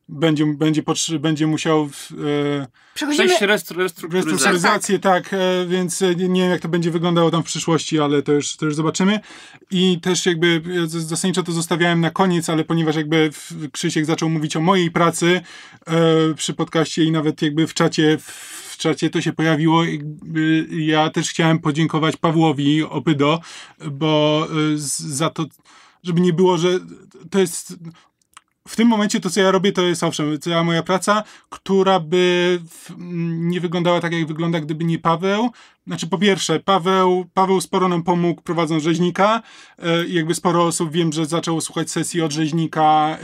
będzie musiał przejść restrukturyzację. Tak, więc nie wiem jak to będzie wyglądało tam w przyszłości, ale to już zobaczymy. I też jakby zasadniczo to zostawiałem na koniec, ale ponieważ jakby Krzysiek zaczął mówić o mojej pracy przy podcaście i nawet jakby w czacie to się pojawiło. Ja też chciałem podziękować Pawłowi Opydo, bo za to, żeby nie było, że to jest... W tym momencie to, co ja robię, to jest owszem, cała moja praca, która by nie wyglądała tak, jak wygląda, gdyby nie Paweł. Znaczy, po pierwsze, Paweł sporo nam pomógł prowadząc Rzeźnika. Jakby sporo osób wiem, że zaczęło słuchać sesji od Rzeźnika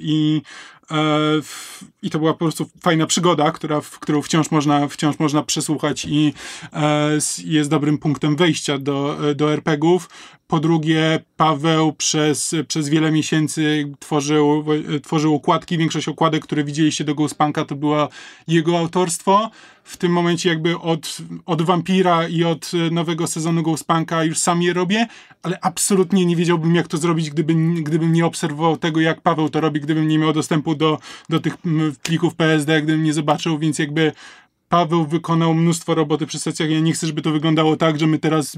i to była po prostu fajna przygoda, którą wciąż można przesłuchać i jest dobrym punktem wejścia do RPG-ów. Po drugie, Paweł przez wiele miesięcy tworzył okładki. Większość okładek, które widzieliście do Ghostpunka, to było jego autorstwo. W tym momencie jakby od Vampira i od nowego sezonu Ghostpunka już sam je robię, ale absolutnie nie wiedziałbym, jak to zrobić, gdybym nie obserwował tego, jak Paweł to robi, gdybym nie miał dostępu do tych plików PSD, gdybym nie zobaczył, więc jakby Paweł wykonał mnóstwo roboty przy sesjach. Ja nie chcę, żeby to wyglądało tak, że my teraz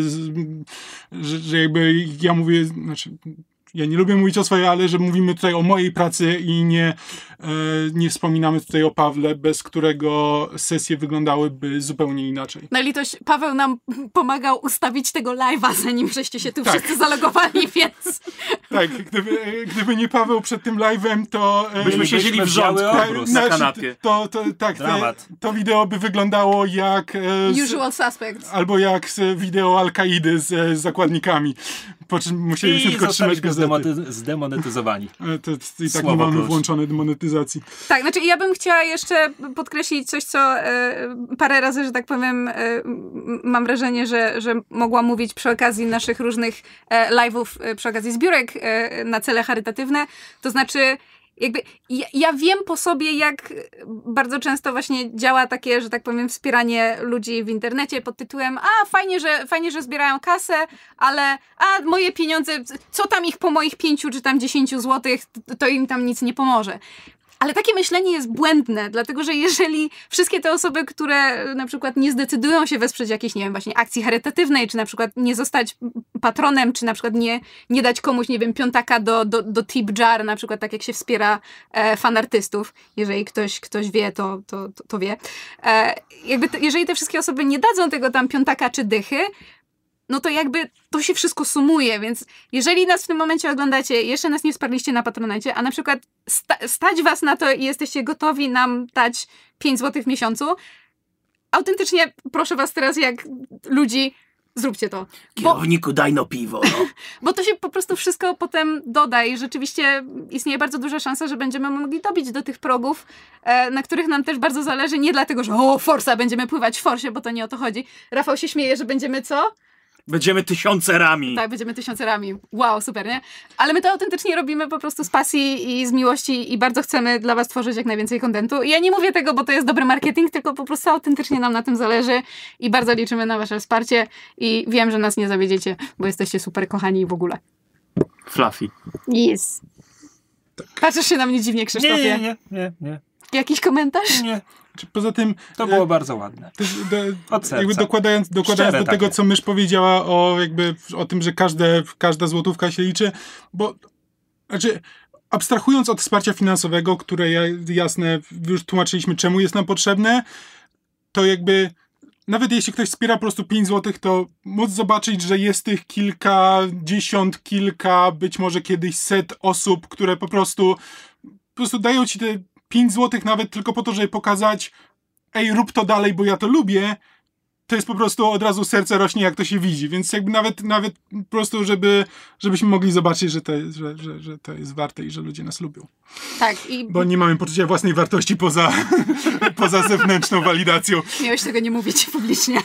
że jakby ja mówię, znaczy ja nie lubię mówić o swojej, ale że mówimy tutaj o mojej pracy i nie wspominamy tutaj o Pawle, bez którego sesje wyglądały zupełnie inaczej. Na litość, Paweł nam pomagał ustawić tego live'a, zanim żeście się tu wszyscy zalogowali, więc... Tak, gdyby nie Paweł przed tym live'em, to... Byśmy siedzieli w rządku na kanapie. To wideo by wyglądało jak... Usual Suspects. Albo jak wideo Al-Kaidy z zakładnikami. Po czym musielibyśmy tylko trzymać gazety. Zdemonetyzowani. I tak nie mamy włączonej demonetyzacji. Tak, znaczy ja bym chciała jeszcze podkreślić coś, co parę razy, że tak powiem, mam wrażenie, że mogłam mówić przy okazji naszych różnych live'ów, przy okazji zbiórek na cele charytatywne. To znaczy jakby ja wiem po sobie, jak bardzo często właśnie działa takie, że tak powiem, wspieranie ludzi w internecie pod tytułem fajnie, że zbierają kasę, ale moje pieniądze, co tam ich po moich 5 czy tam 10 złotych, to im tam nic nie pomoże. Ale takie myślenie jest błędne, dlatego że jeżeli wszystkie te osoby, które na przykład nie zdecydują się wesprzeć jakiejś, nie wiem, właśnie akcji charytatywnej, czy na przykład nie zostać patronem, czy na przykład nie dać komuś, nie wiem, piątaka do tip jar, na przykład tak jak się wspiera fanartystów, jeżeli ktoś wie, to wie. Jeżeli te wszystkie osoby nie dadzą tego tam piątaka czy dychy, no to jakby to się wszystko sumuje, więc jeżeli nas w tym momencie oglądacie, jeszcze nas nie wsparliście na Patronite, a na przykład stać was na to i jesteście gotowi nam dać 5 zł w miesiącu, autentycznie proszę was teraz jak ludzi, zróbcie to. Kierowniku, daj no piwo. No. Bo to się po prostu wszystko potem doda i rzeczywiście istnieje bardzo duża szansa, że będziemy mogli dobić do tych progów, na których nam też bardzo zależy, nie dlatego, że Forza, będziemy pływać w Forsie, bo to nie o to chodzi. Rafał się śmieje, że będziemy co? Będziemy tysiącerami. Tak, będziemy tysiącerami. Wow, super, nie? Ale my to autentycznie robimy po prostu z pasji i z miłości i bardzo chcemy dla was tworzyć jak najwięcej kontentu. I ja nie mówię tego, bo to jest dobry marketing, tylko po prostu autentycznie nam na tym zależy i bardzo liczymy na wasze wsparcie i wiem, że nas nie zawiedziecie, bo jesteście super kochani i w ogóle. Fluffy. Yes. Tak. Patrzysz się na mnie dziwnie, Krzysztofie. Nie. Jakiś komentarz? Nie. Poza tym... To było bardzo ładne. Od serca. Jakby dokładając do tego, co mysz powiedziała o tym, że każda złotówka się liczy, bo abstrahując od wsparcia finansowego, które jasne, już tłumaczyliśmy, czemu jest nam potrzebne, to jakby nawet jeśli ktoś wspiera po prostu 5 zł, to móc zobaczyć, że jest tych kilkadziesiąt, być może kiedyś 100 osób, które po prostu dają ci te 5 zł nawet tylko po to, żeby pokazać ej, rób to dalej, bo ja to lubię, to jest po prostu od razu serce rośnie, jak to się widzi. Więc jakby nawet po prostu, żebyśmy mogli zobaczyć, że to jest warte i że ludzie nas lubią. Tak. Bo nie mamy poczucia własnej wartości poza zewnętrzną walidacją. Miałeś tego nie mówić publicznie.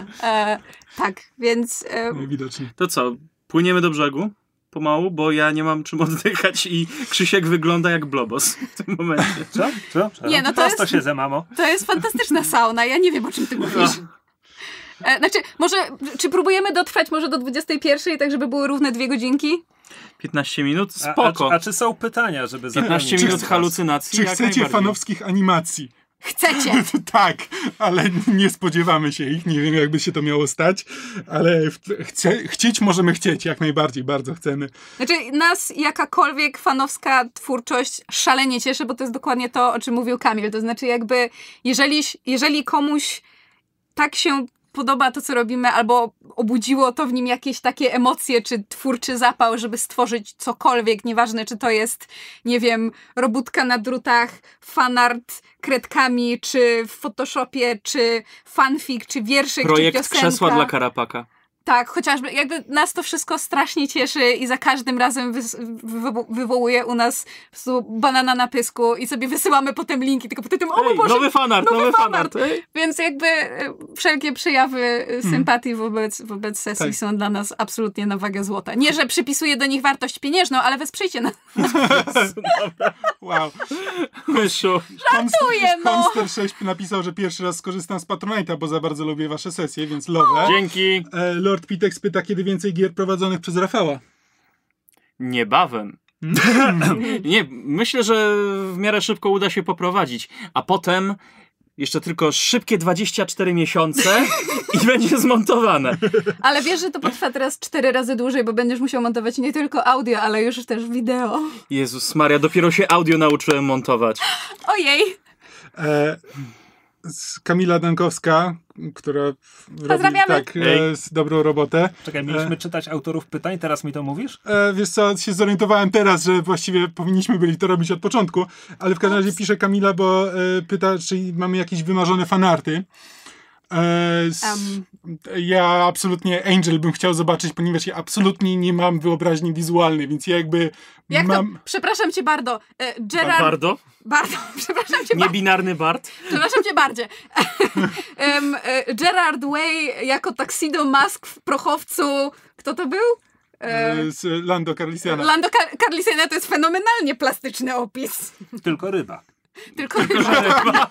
Tak, więc... Widocznie. To co, płyniemy do brzegu? Pomału, bo ja nie mam czym oddychać i Krzysiek wygląda jak Blobos w tym momencie. Co? Nie, no to siedzę, mamo. To jest fantastyczna sauna, ja nie wiem, o czym ty mówisz. Znaczy, może, czy próbujemy dotrwać może do 21, tak żeby były równe 2 godzinki? 15 minut? Spoko. A czy są pytania, żeby 15 minut halucynacji? Czy chcecie fanowskich animacji? Chcecie! Tak, ale nie spodziewamy się ich. Nie wiem, jakby się to miało stać, ale chcieć możemy chcieć, jak najbardziej, bardzo chcemy. Znaczy, nas jakakolwiek fanowska twórczość szalenie cieszy, bo to jest dokładnie to, o czym mówił Kamil. To znaczy, jakby, jeżeli komuś tak się podoba to, co robimy, albo obudziło to w nim jakieś takie emocje, czy twórczy zapał, żeby stworzyć cokolwiek, nieważne, czy to jest, nie wiem, robótka na drutach, fanart kredkami, czy w Photoshopie, czy fanfic, czy wierszyk, projekt czy piosenka. krzesła dla Karapaka. Tak, chociażby jakby nas to wszystko strasznie cieszy i za każdym razem wywołuje u nas po prostu banana na pysku i sobie wysyłamy potem linki, tylko potem o Boże, nowy fanart. Więc jakby wszelkie przejawy sympatii wobec sesji są dla nas absolutnie na wagę złota. Nie, że przypisuję do nich wartość pieniężną, ale wesprzyjcie nas. Wow. Myszu. Żartuję, no! Monster 6 napisał, że pierwszy raz skorzystam z Patronite'a, bo za bardzo lubię wasze sesje, więc love. Dzięki. Lord Pitek spyta, kiedy więcej gier prowadzonych przez Rafała. Niebawem. Nie, myślę, że w miarę szybko uda się poprowadzić, a potem jeszcze tylko szybkie 24 miesiące i będzie zmontowane. Ale wiesz, że to potrwa teraz 4 razy dłużej, bo będziesz musiał montować nie tylko audio, ale już też wideo. Jezus Maria, dopiero się audio nauczyłem montować. Ojej! Kamila Dankowska, która robi dobrą robotę. Czekaj, mieliśmy czytać autorów pytań, teraz mi to mówisz? Wiesz co, się zorientowałem teraz, że właściwie powinniśmy byli to robić od początku, ale w każdym razie pisze Kamila, bo pyta, czy mamy jakieś wymarzone fanarty. Ja absolutnie Angel bym chciał zobaczyć, ponieważ ja absolutnie nie mam wyobraźni wizualnej, więc ja jakby mam... Przepraszam cię bardzo. Gerard... Bardo? Bardo, przepraszam cię bardzo. Niebinarny Bart? Przepraszam cię bardzo. Gerard Way jako Tuxedo Mask w Prochowcu. Kto to był? Lando Calrissiana. Lando Calrissiana to jest fenomenalnie plastyczny opis. Tylko ryba. Tylko ryba.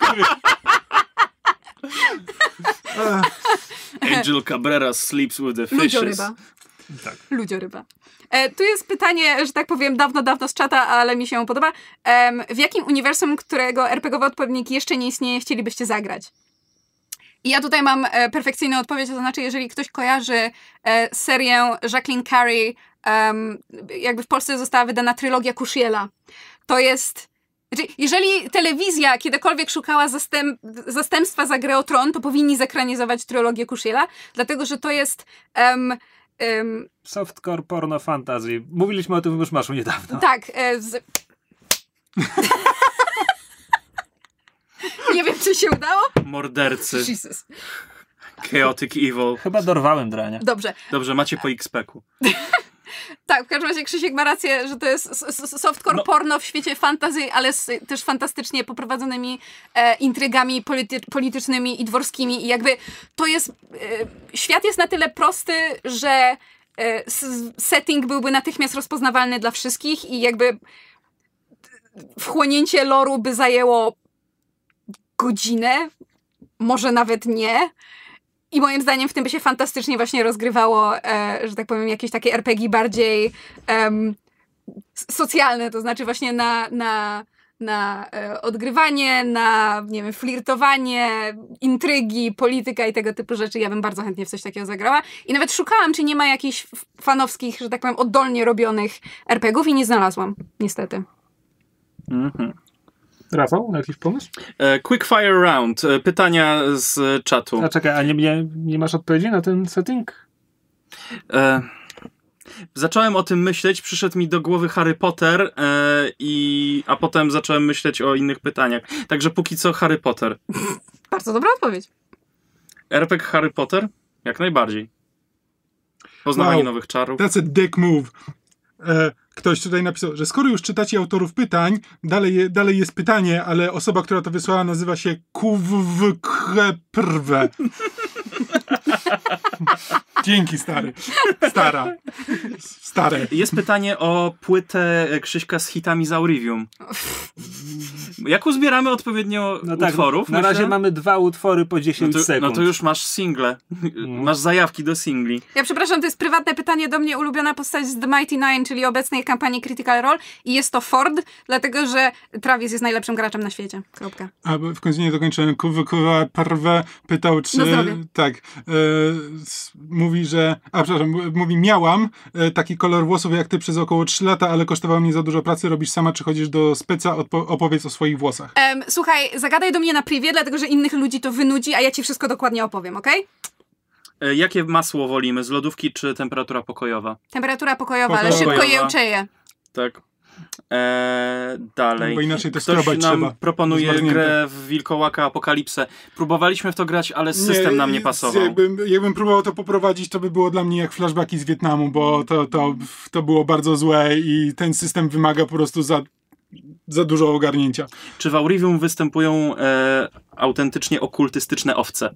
Angel Cabrera sleeps with the fishes. Ludzioryba. Tak. Ludzioryba. Tu jest pytanie, że tak powiem, dawno z czata, ale mi się podoba. W jakim uniwersum, którego RPGowy odpowiednik jeszcze nie istnieje, chcielibyście zagrać? I ja tutaj mam perfekcyjną odpowiedź, to znaczy, jeżeli ktoś kojarzy serię Jacqueline Carey, jakby w Polsce została wydana trylogia Kushiela, to jest... Znaczy, jeżeli telewizja kiedykolwiek szukała zastępstwa za Grę o Tron, to powinni zekranizować trylogię Kushiela, dlatego, że to jest... Softcore porno fantasy. Mówiliśmy o tym w Myszmaszu niedawno. Tak. Nie wiem, czy się udało. Mordercy. Jesus. Chaotic Evil. Chyba dorwałem drania. Dobrze. Dobrze, macie po XP-ku. Tak, w każdym razie Krzysiek ma rację, że to jest softcore porno w świecie fantasy, ale z też fantastycznie poprowadzonymi intrygami politycznymi i dworskimi i jakby to jest... Świat jest na tyle prosty, że setting byłby natychmiast rozpoznawalny dla wszystkich i jakby wchłonięcie loru by zajęło godzinę, może nawet nie. I moim zdaniem w tym by się fantastycznie właśnie rozgrywało, że tak powiem, jakieś takie RPG bardziej socjalne, to znaczy właśnie na odgrywanie, na, nie wiem, flirtowanie, intrygi, polityka i tego typu rzeczy. Ja bym bardzo chętnie w coś takiego zagrała. I nawet szukałam, czy nie ma jakichś fanowskich, że tak powiem, oddolnie robionych RPGów i nie znalazłam, niestety. Mhm. Rafał, jakiś pomysł? Quickfire round. Pytania z czatu. A czekaj, a nie masz odpowiedzi na ten setting? Zacząłem o tym myśleć, przyszedł mi do głowy Harry Potter, a potem zacząłem myśleć o innych pytaniach. Także póki co Harry Potter. Bardzo dobra odpowiedź. RPG Harry Potter? Jak najbardziej. Poznawanie nowych czarów. That's a dick move. Ktoś tutaj napisał, że skoro już czytacie autorów pytań, dalej jest pytanie, ale osoba, która to wysłała, nazywa się Kuwkrprwe. Dzięki, stary. Stare. Jest pytanie o płytę Krzyśka z hitami z Aurivium. Jak uzbieramy odpowiednio utworów? Na razie mamy 2 utwory po 10 sekund. No to już masz single. Masz zajawki do singli. Ja przepraszam, to jest prywatne pytanie do mnie, ulubiona postać z The Mighty Nine, czyli obecnej kampanii Critical Role i jest to Ford, dlatego że Travis jest najlepszym graczem na świecie. Kropka. A w końcu nie dokończyłem. Kuwkrprwe pytał, czy... Tak. Mówi, że... miałam taki kolor włosów jak ty przez około 3 lata, ale kosztowało mnie za dużo pracy. Robisz sama, czy chodzisz do speca? Opowiedz o swoich włosach. Słuchaj, zagadaj do mnie na privie, dlatego że innych ludzi to wynudzi, a ja ci wszystko dokładnie opowiem, okej? Jakie masło wolimy? Z lodówki czy temperatura pokojowa? Temperatura pokojowa, ale szybko je uczeje. Tak. Dalej. Bo inaczej to Ktoś nam proponuje grę w Wilkołaka Apokalipsę. Próbowaliśmy w to grać, ale system nam nie pasował. Jakbym próbował to poprowadzić, to by było dla mnie jak flashbacki z Wietnamu, bo to było bardzo złe i ten system wymaga po prostu za dużo ogarnięcia. Czy w Aurivium występują autentycznie okultystyczne owce?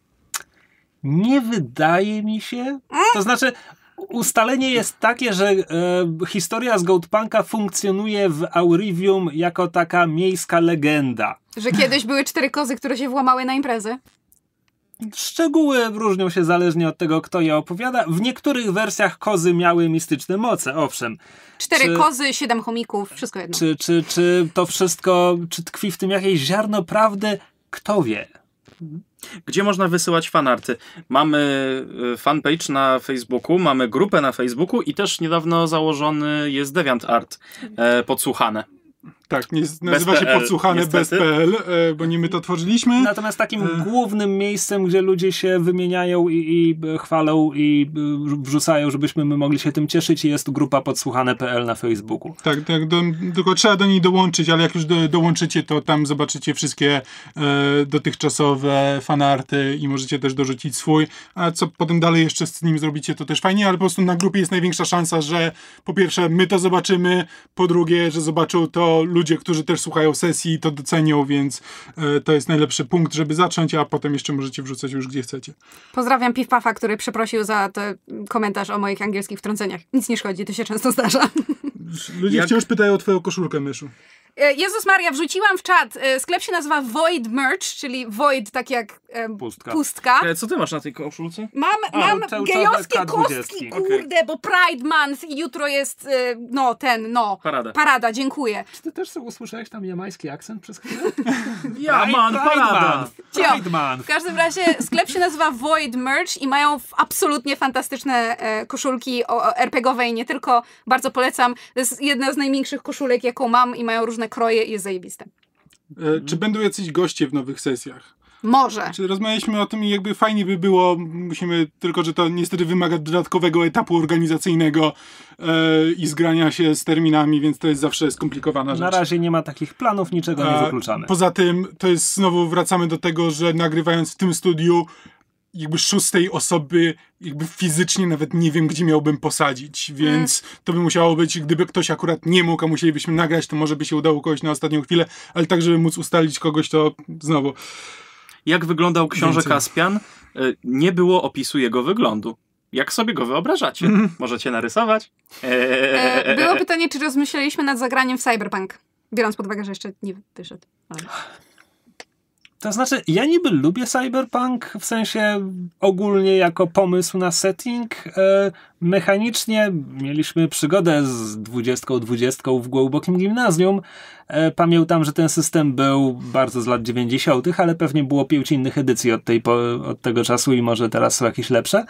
Nie wydaje mi się. To znaczy, ustalenie jest takie, że historia z Goatpunka funkcjonuje w Aurivium jako taka miejska legenda. Że kiedyś były 4 kozy, które się włamały na imprezy? Szczegóły różnią się zależnie od tego, kto je opowiada. W niektórych wersjach kozy miały mistyczne moce, owszem. 4 kozy, 7 chomików, wszystko jedno. Czy to wszystko, czy tkwi w tym jakieś ziarno prawdy? Kto wie? Gdzie można wysyłać fanarty? Mamy fanpage na Facebooku, mamy grupę na Facebooku i też niedawno założony jest DeviantArt, Podsłuchane. Tak, nazywa się Podsłuchane bez.pl, bo nie my to tworzyliśmy. Natomiast takim głównym miejscem, gdzie ludzie się wymieniają i chwalą i wrzucają, żebyśmy my mogli się tym cieszyć, jest grupa podsłuchane.pl na Facebooku. Tak, tylko trzeba do niej dołączyć, ale jak już dołączycie, to tam zobaczycie wszystkie dotychczasowe fanarty i możecie też dorzucić swój, a co potem dalej jeszcze z nim zrobicie, to też fajnie, ale po prostu na grupie jest największa szansa, że po pierwsze my to zobaczymy, po drugie, że zobaczą to ludzie, którzy też słuchają sesji i to docenią, więc to jest najlepszy punkt, żeby zacząć, a potem jeszcze możecie wrzucać już gdzie chcecie. Pozdrawiam Piw Pafa, który przeprosił za ten komentarz o moich angielskich wtrąceniach. Nic nie szkodzi, to się często zdarza. Ludzie wciąż pytają o twoją koszulkę, Myszu. Jezus Maria, wrzuciłam w czat. Sklep się nazywa Void Merch, czyli Void tak jak pustka. Co ty masz na tej koszulce? Mam gejowskie kostki, kurde, bo Pride Month i jutro jest Parada, dziękuję. Czy ty też usłyszałeś tam jamański akcent przez chwilę? Parada. Pride Month. W każdym razie sklep się nazywa Void Merch i mają absolutnie fantastyczne koszulki RPG-owe i nie tylko. Bardzo polecam. To jest jedna z najmniejszych koszulek, jaką mam i mają różne kroje i jest zajebiste. Czy będą jacyś goście w nowych sesjach? Może. Czy rozmawialiśmy o tym i jakby fajnie by było, tylko że to niestety wymaga dodatkowego etapu organizacyjnego i zgrania się z terminami, więc to jest zawsze skomplikowana rzecz. Na razie nie ma takich planów, niczego nie wykluczamy. Poza tym, to jest znowu wracamy do tego, że nagrywając w tym studiu jakby szóstej osoby jakby fizycznie nawet nie wiem, gdzie miałbym posadzić, więc to by musiało być, gdyby ktoś akurat nie mógł, a musielibyśmy nagrać, to może by się udało kogoś na ostatnią chwilę, ale tak, żeby móc ustalić kogoś, to znowu. Jak wyglądał książę Kaspian? Nie było opisu jego wyglądu. Jak sobie go wyobrażacie? Możecie narysować? Było pytanie, czy rozmyśleliśmy nad zagraniem w Cyberpunk, biorąc pod uwagę, że jeszcze nie wyszedł. Ale... To znaczy, ja niby lubię cyberpunk, w sensie ogólnie jako pomysł na setting. Mechanicznie mieliśmy przygodę z 2020 w głębokim gimnazjum. Pamiętam, że ten system był bardzo z lat 90., ale pewnie było 5 innych edycji od tego czasu i może teraz są jakieś lepsze.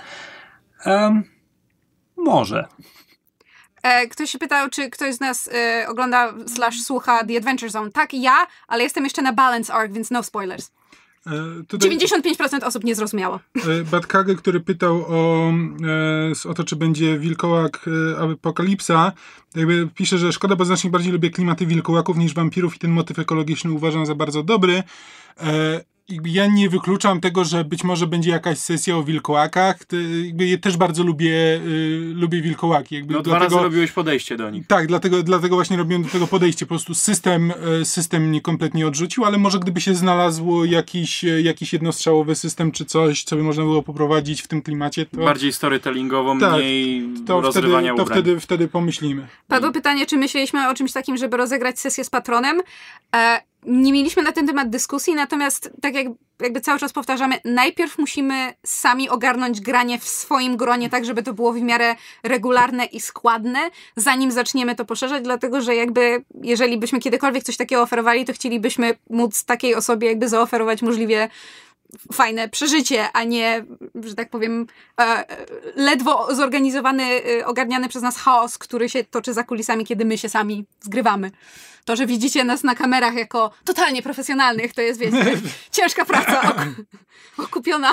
Może. Ktoś się pytał, czy ktoś z nas ogląda / słucha The Adventure Zone. Tak, ja, ale jestem jeszcze na Balance Arc, więc no spoilers. 95% osób nie zrozumiało. Batkage, który pytał o to, czy będzie wilkołak Apokalipsa, jakby pisze, że szkoda, bo znacznie bardziej lubię klimaty wilkołaków niż wampirów i ten motyw ekologiczny uważam za bardzo dobry. Ja nie wykluczam tego, że być może będzie jakaś sesja o wilkołakach. Ja też bardzo lubię wilkołaki. Jakby no 2 razy robiłeś podejście do nich. Tak, dlatego właśnie robiłem do tego podejście. Po prostu system mnie kompletnie odrzucił, ale może gdyby się znalazło jakiś jednostrzałowy system czy coś, co by można było poprowadzić w tym klimacie, to... Bardziej storytellingowo, mniej rozrywania ubrań. Wtedy pomyślimy. Padło pytanie, czy myśleliśmy o czymś takim, żeby rozegrać sesję z patronem. Nie mieliśmy na ten temat dyskusji, natomiast tak jakby cały czas powtarzamy, najpierw musimy sami ogarnąć granie w swoim gronie tak, żeby to było w miarę regularne i składne, zanim zaczniemy to poszerzać, dlatego że jakby jeżeli byśmy kiedykolwiek coś takiego oferowali, to chcielibyśmy móc takiej osobie jakby zaoferować możliwie fajne przeżycie, a nie, że tak powiem, ledwo zorganizowany, ogarniany przez nas chaos, który się toczy za kulisami, kiedy my się sami zgrywamy. To, że widzicie nas na kamerach jako totalnie profesjonalnych, to jest, wiecie, ciężka praca, okupiona.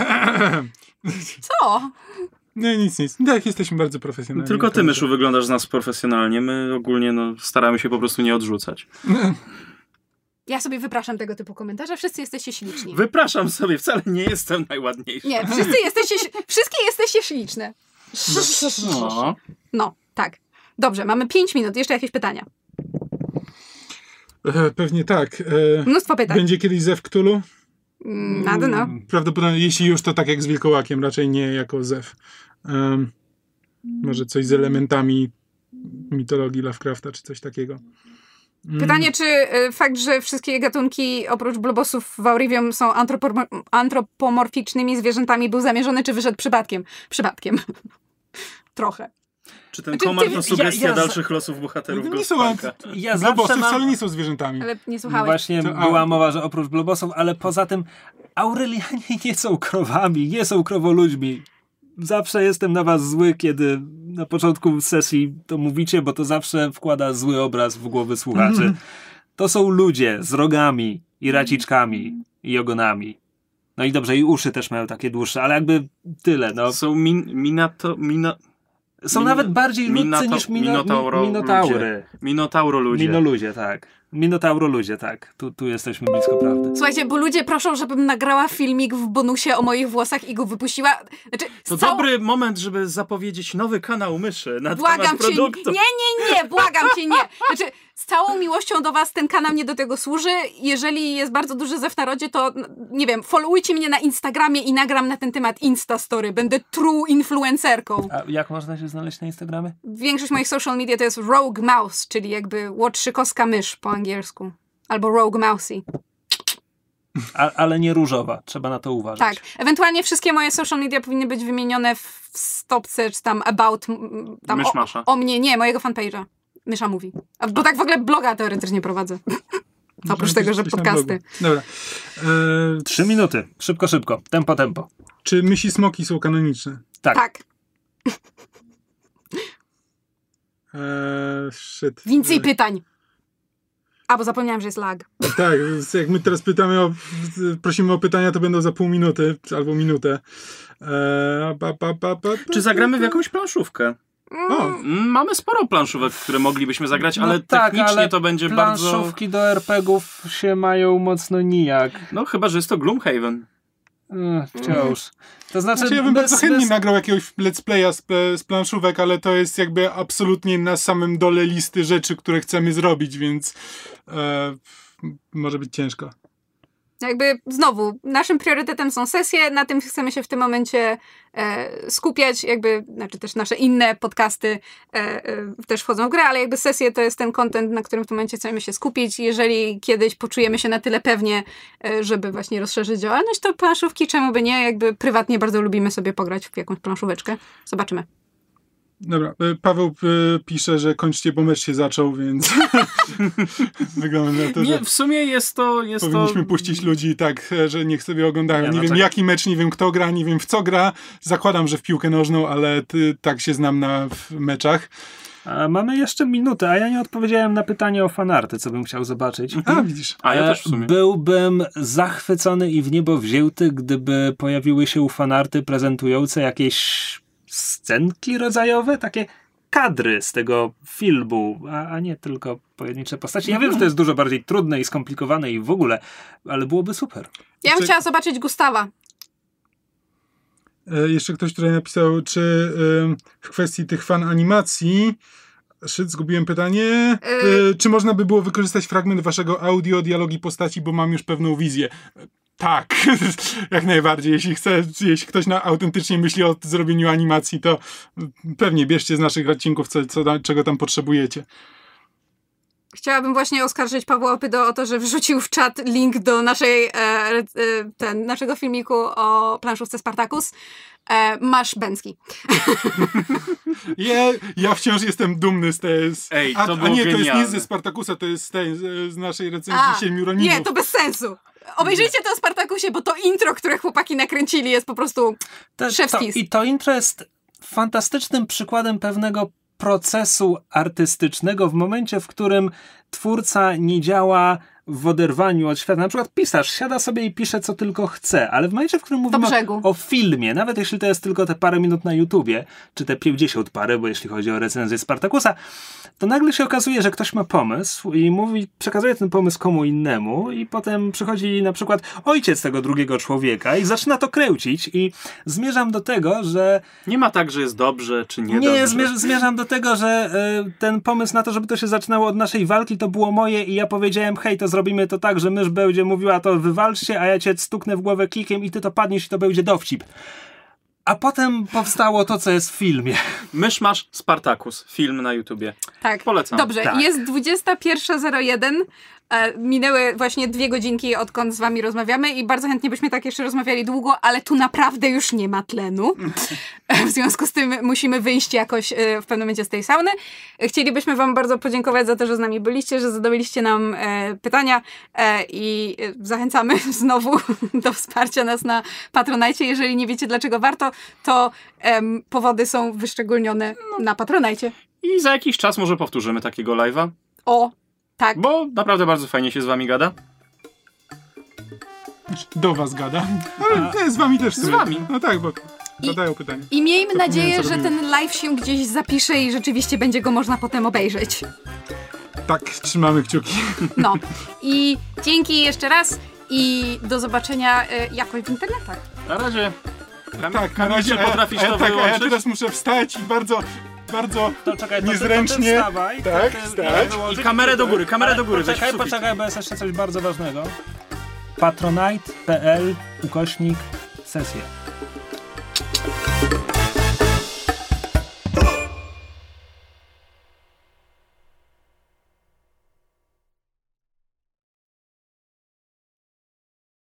Co? Nie, nic. Tak, jesteśmy bardzo profesjonalni. Tylko ty, Myszu, wyglądasz z nas profesjonalnie. My ogólnie staramy się po prostu nie odrzucać. Ja sobie wypraszam tego typu komentarze. Wszyscy jesteście śliczni. Wypraszam sobie, wcale nie jestem najładniejszy. Nie, wszystkie jesteście śliczne. No, tak. Dobrze, mamy 5 minut. Jeszcze jakieś pytania? Pewnie tak. Mnóstwo pytań. Będzie kiedyś Zew Cthulhu? No. Prawdopodobnie, jeśli już, to tak jak z Wilkołakiem, raczej nie jako Zew. Może coś z elementami mitologii Lovecrafta, czy coś takiego. Pytanie, czy fakt, że wszystkie gatunki oprócz blobosów w Aurivium są antropomorficznymi zwierzętami był zamierzony, czy wyszedł przypadkiem? Przypadkiem. Trochę. Czy ten komar to sugestia dalszych losów bohaterów Ghostpunka? Blobosy wcale nie są zwierzętami. Ale nie słuchałeś. No właśnie była mowa, że oprócz blobosów, ale poza tym Aurelianie nie są krowami, nie są krowoludźmi. Zawsze jestem na was zły, kiedy na początku sesji to mówicie, bo to zawsze wkłada zły obraz w głowy słuchaczy. To są ludzie z rogami i raciczkami i ogonami. No i dobrze, i uszy też mają takie dłuższe, ale jakby tyle. No. Są są nawet bardziej ludcy niż minotaury. Minotauro-ludzie. Minoludzie, tak. Minotauro-ludzie, tak. Tu jesteśmy blisko prawdy. Słuchajcie, bo ludzie proszą, żebym nagrała filmik w bonusie o moich włosach i go wypuściła. Znaczy, to dobry moment, żeby zapowiedzieć nowy kanał Myszy na błagam temat produktu. Nie, błagam cię, nie. Znaczy, z całą miłością do was ten kanał nie do tego służy. Jeżeli jest bardzo duży zew w narodzie, to nie wiem, followujcie mnie na Instagramie i nagram na ten temat Instastory. Będę true influencerką. A jak można się znaleźć na Instagramie? Większość moich social media to jest Rogue Mouse, czyli jakby łotrzykowska mysz po angielsku. Albo Rogue Mousey. Ale nie różowa. Trzeba na to uważać. Tak. Ewentualnie wszystkie moje social media powinny być wymienione w stopce, czy tam about tam o mnie. Nie, mojego fanpage'a. Mysza mówi. Bo tak w ogóle bloga teoretycznie prowadzę. Oprócz tego, że podcasty. Dobra. 3 minuty. Szybko. Tempo. Czy mysi smoki są kanoniczne? Tak. Shit. Więcej pytań. Bo zapomniałam, że jest lag. Tak, jak my teraz prosimy o pytania, to będą za pół minuty albo minutę. Czy zagramy w jakąś planszówkę? Mamy sporo planszówek, które moglibyśmy zagrać, ale technicznie to będzie planszówki do RPG-ów się mają mocno nijak. No chyba, że jest to Gloomhaven. Wciąż. To znaczy, ja bym bardzo chętnie nagrał jakiegoś let's playa z planszówek, ale to jest jakby absolutnie na samym dole listy rzeczy, które chcemy zrobić, więc może być ciężko. Jakby znowu, naszym priorytetem są sesje, na tym chcemy się w tym momencie skupiać, jakby, znaczy też nasze inne podcasty też wchodzą w grę, ale jakby sesje to jest ten content, na którym w tym momencie chcemy się skupić. Jeżeli kiedyś poczujemy się na tyle pewnie, żeby właśnie rozszerzyć działalność, to planszówki, czemu by nie? Jakby prywatnie bardzo lubimy sobie pograć w jakąś planszóweczkę. Zobaczymy. Dobra, Paweł pisze, że kończcie, bo mecz się zaczął, więc wygląda na to, że w sumie jest to... powinniśmy puścić ludzi tak, że niech sobie oglądają. Nie wiem jaki mecz, nie wiem kto gra, nie wiem w co gra. Zakładam, że w piłkę nożną, ale tak się znam na meczach. A mamy jeszcze minutę, a ja nie odpowiedziałem na pytanie o fanarty, co bym chciał zobaczyć. A, widzisz. A ja też w sumie. Byłbym zachwycony i w niebo wzięty, gdyby pojawiły się fanarty prezentujące jakieś scenki rodzajowe, takie kadry z tego filmu, a nie tylko pojedyncze postaci. Ja wiem, że to jest dużo bardziej trudne i skomplikowane i w ogóle, ale byłoby super. Ja bym chciała zobaczyć Gustawa. Jeszcze ktoś tutaj napisał, czy w kwestii tych fan animacji, zgubiłem pytanie, czy można by było wykorzystać fragment waszego audio, dialogi postaci, bo mam już pewną wizję. Tak, jak najbardziej. Jeśli ktoś autentycznie myśli o zrobieniu animacji, to pewnie bierzcie z naszych odcinków, czego tam potrzebujecie. Chciałabym właśnie oskarżyć Pawła Opydo o to, że wrzucił w czat link do naszego filmiku o planszówce Spartacus. Masz Bęcki. Ja wciąż jestem dumny z tej... to nie, to jest nie ze Spartacusa, to jest z naszej recenzji 7 Roninów. Nie, to bez sensu. Obejrzyjcie to o Spartacusie, bo to intro, które chłopaki nakręcili, jest po prostu szewskis. I to intro jest fantastycznym przykładem pewnego procesu artystycznego w momencie, w którym twórca nie działa w oderwaniu od świata. Na przykład pisarz siada sobie i pisze, co tylko chce, ale w momencie, w którym mówimy o filmie, nawet jeśli to jest tylko te parę minut na YouTubie, czy te 50 parę, bo jeśli chodzi o recenzję Spartacusa, to nagle się okazuje, że ktoś ma pomysł i przekazuje ten pomysł komu innemu i potem przychodzi na przykład ojciec tego drugiego człowieka i zaczyna to kręcić i zmierzam do tego, że... Nie ma tak, że jest dobrze, czy nie dobrze. Nie, zmierzam do tego, że ten pomysł na to, żeby to się zaczynało od naszej walki, to było moje i ja powiedziałem, hej, to zrobimy to tak, że mysz będzie mówiła, to wywalcz się, a ja cię stuknę w głowę klikiem i ty to padniesz i to będzie dowcip. A potem powstało to, co jest w filmie. Mysz masz Spartacus, film na YouTubie. Tak. Polecam. Dobrze, tak. Jest 21:01. Minęły właśnie 2 godzinki, odkąd z wami rozmawiamy i bardzo chętnie byśmy tak jeszcze rozmawiali długo, ale tu naprawdę już nie ma tlenu. W związku z tym musimy wyjść jakoś w pewnym momencie z tej sauny. Chcielibyśmy wam bardzo podziękować za to, że z nami byliście, że zadawaliście nam pytania i zachęcamy znowu do wsparcia nas na Patronite. Jeżeli nie wiecie, dlaczego warto, to powody są wyszczególnione na Patronite. I za jakiś czas może powtórzymy takiego live'a. Tak. Bo naprawdę bardzo fajnie się z wami gada. Do was gada. Ale z wami też. Z wami. No tak, bo zadają pytania. I miejmy nadzieję, że ten live się gdzieś zapisze i rzeczywiście będzie go można potem obejrzeć. Tak, trzymamy kciuki. No. I dzięki jeszcze raz i do zobaczenia jakoś w internetach. Na razie. Tak, na razie. Potrafisz to wyłączyć? A ja teraz muszę wstać i bardzo to czekaj, niezręcznie. To wstawaj, tak, wstać. I kamerę do góry, Poczekaj, bo jest jeszcze coś bardzo ważnego. Patronite.pl/sesje.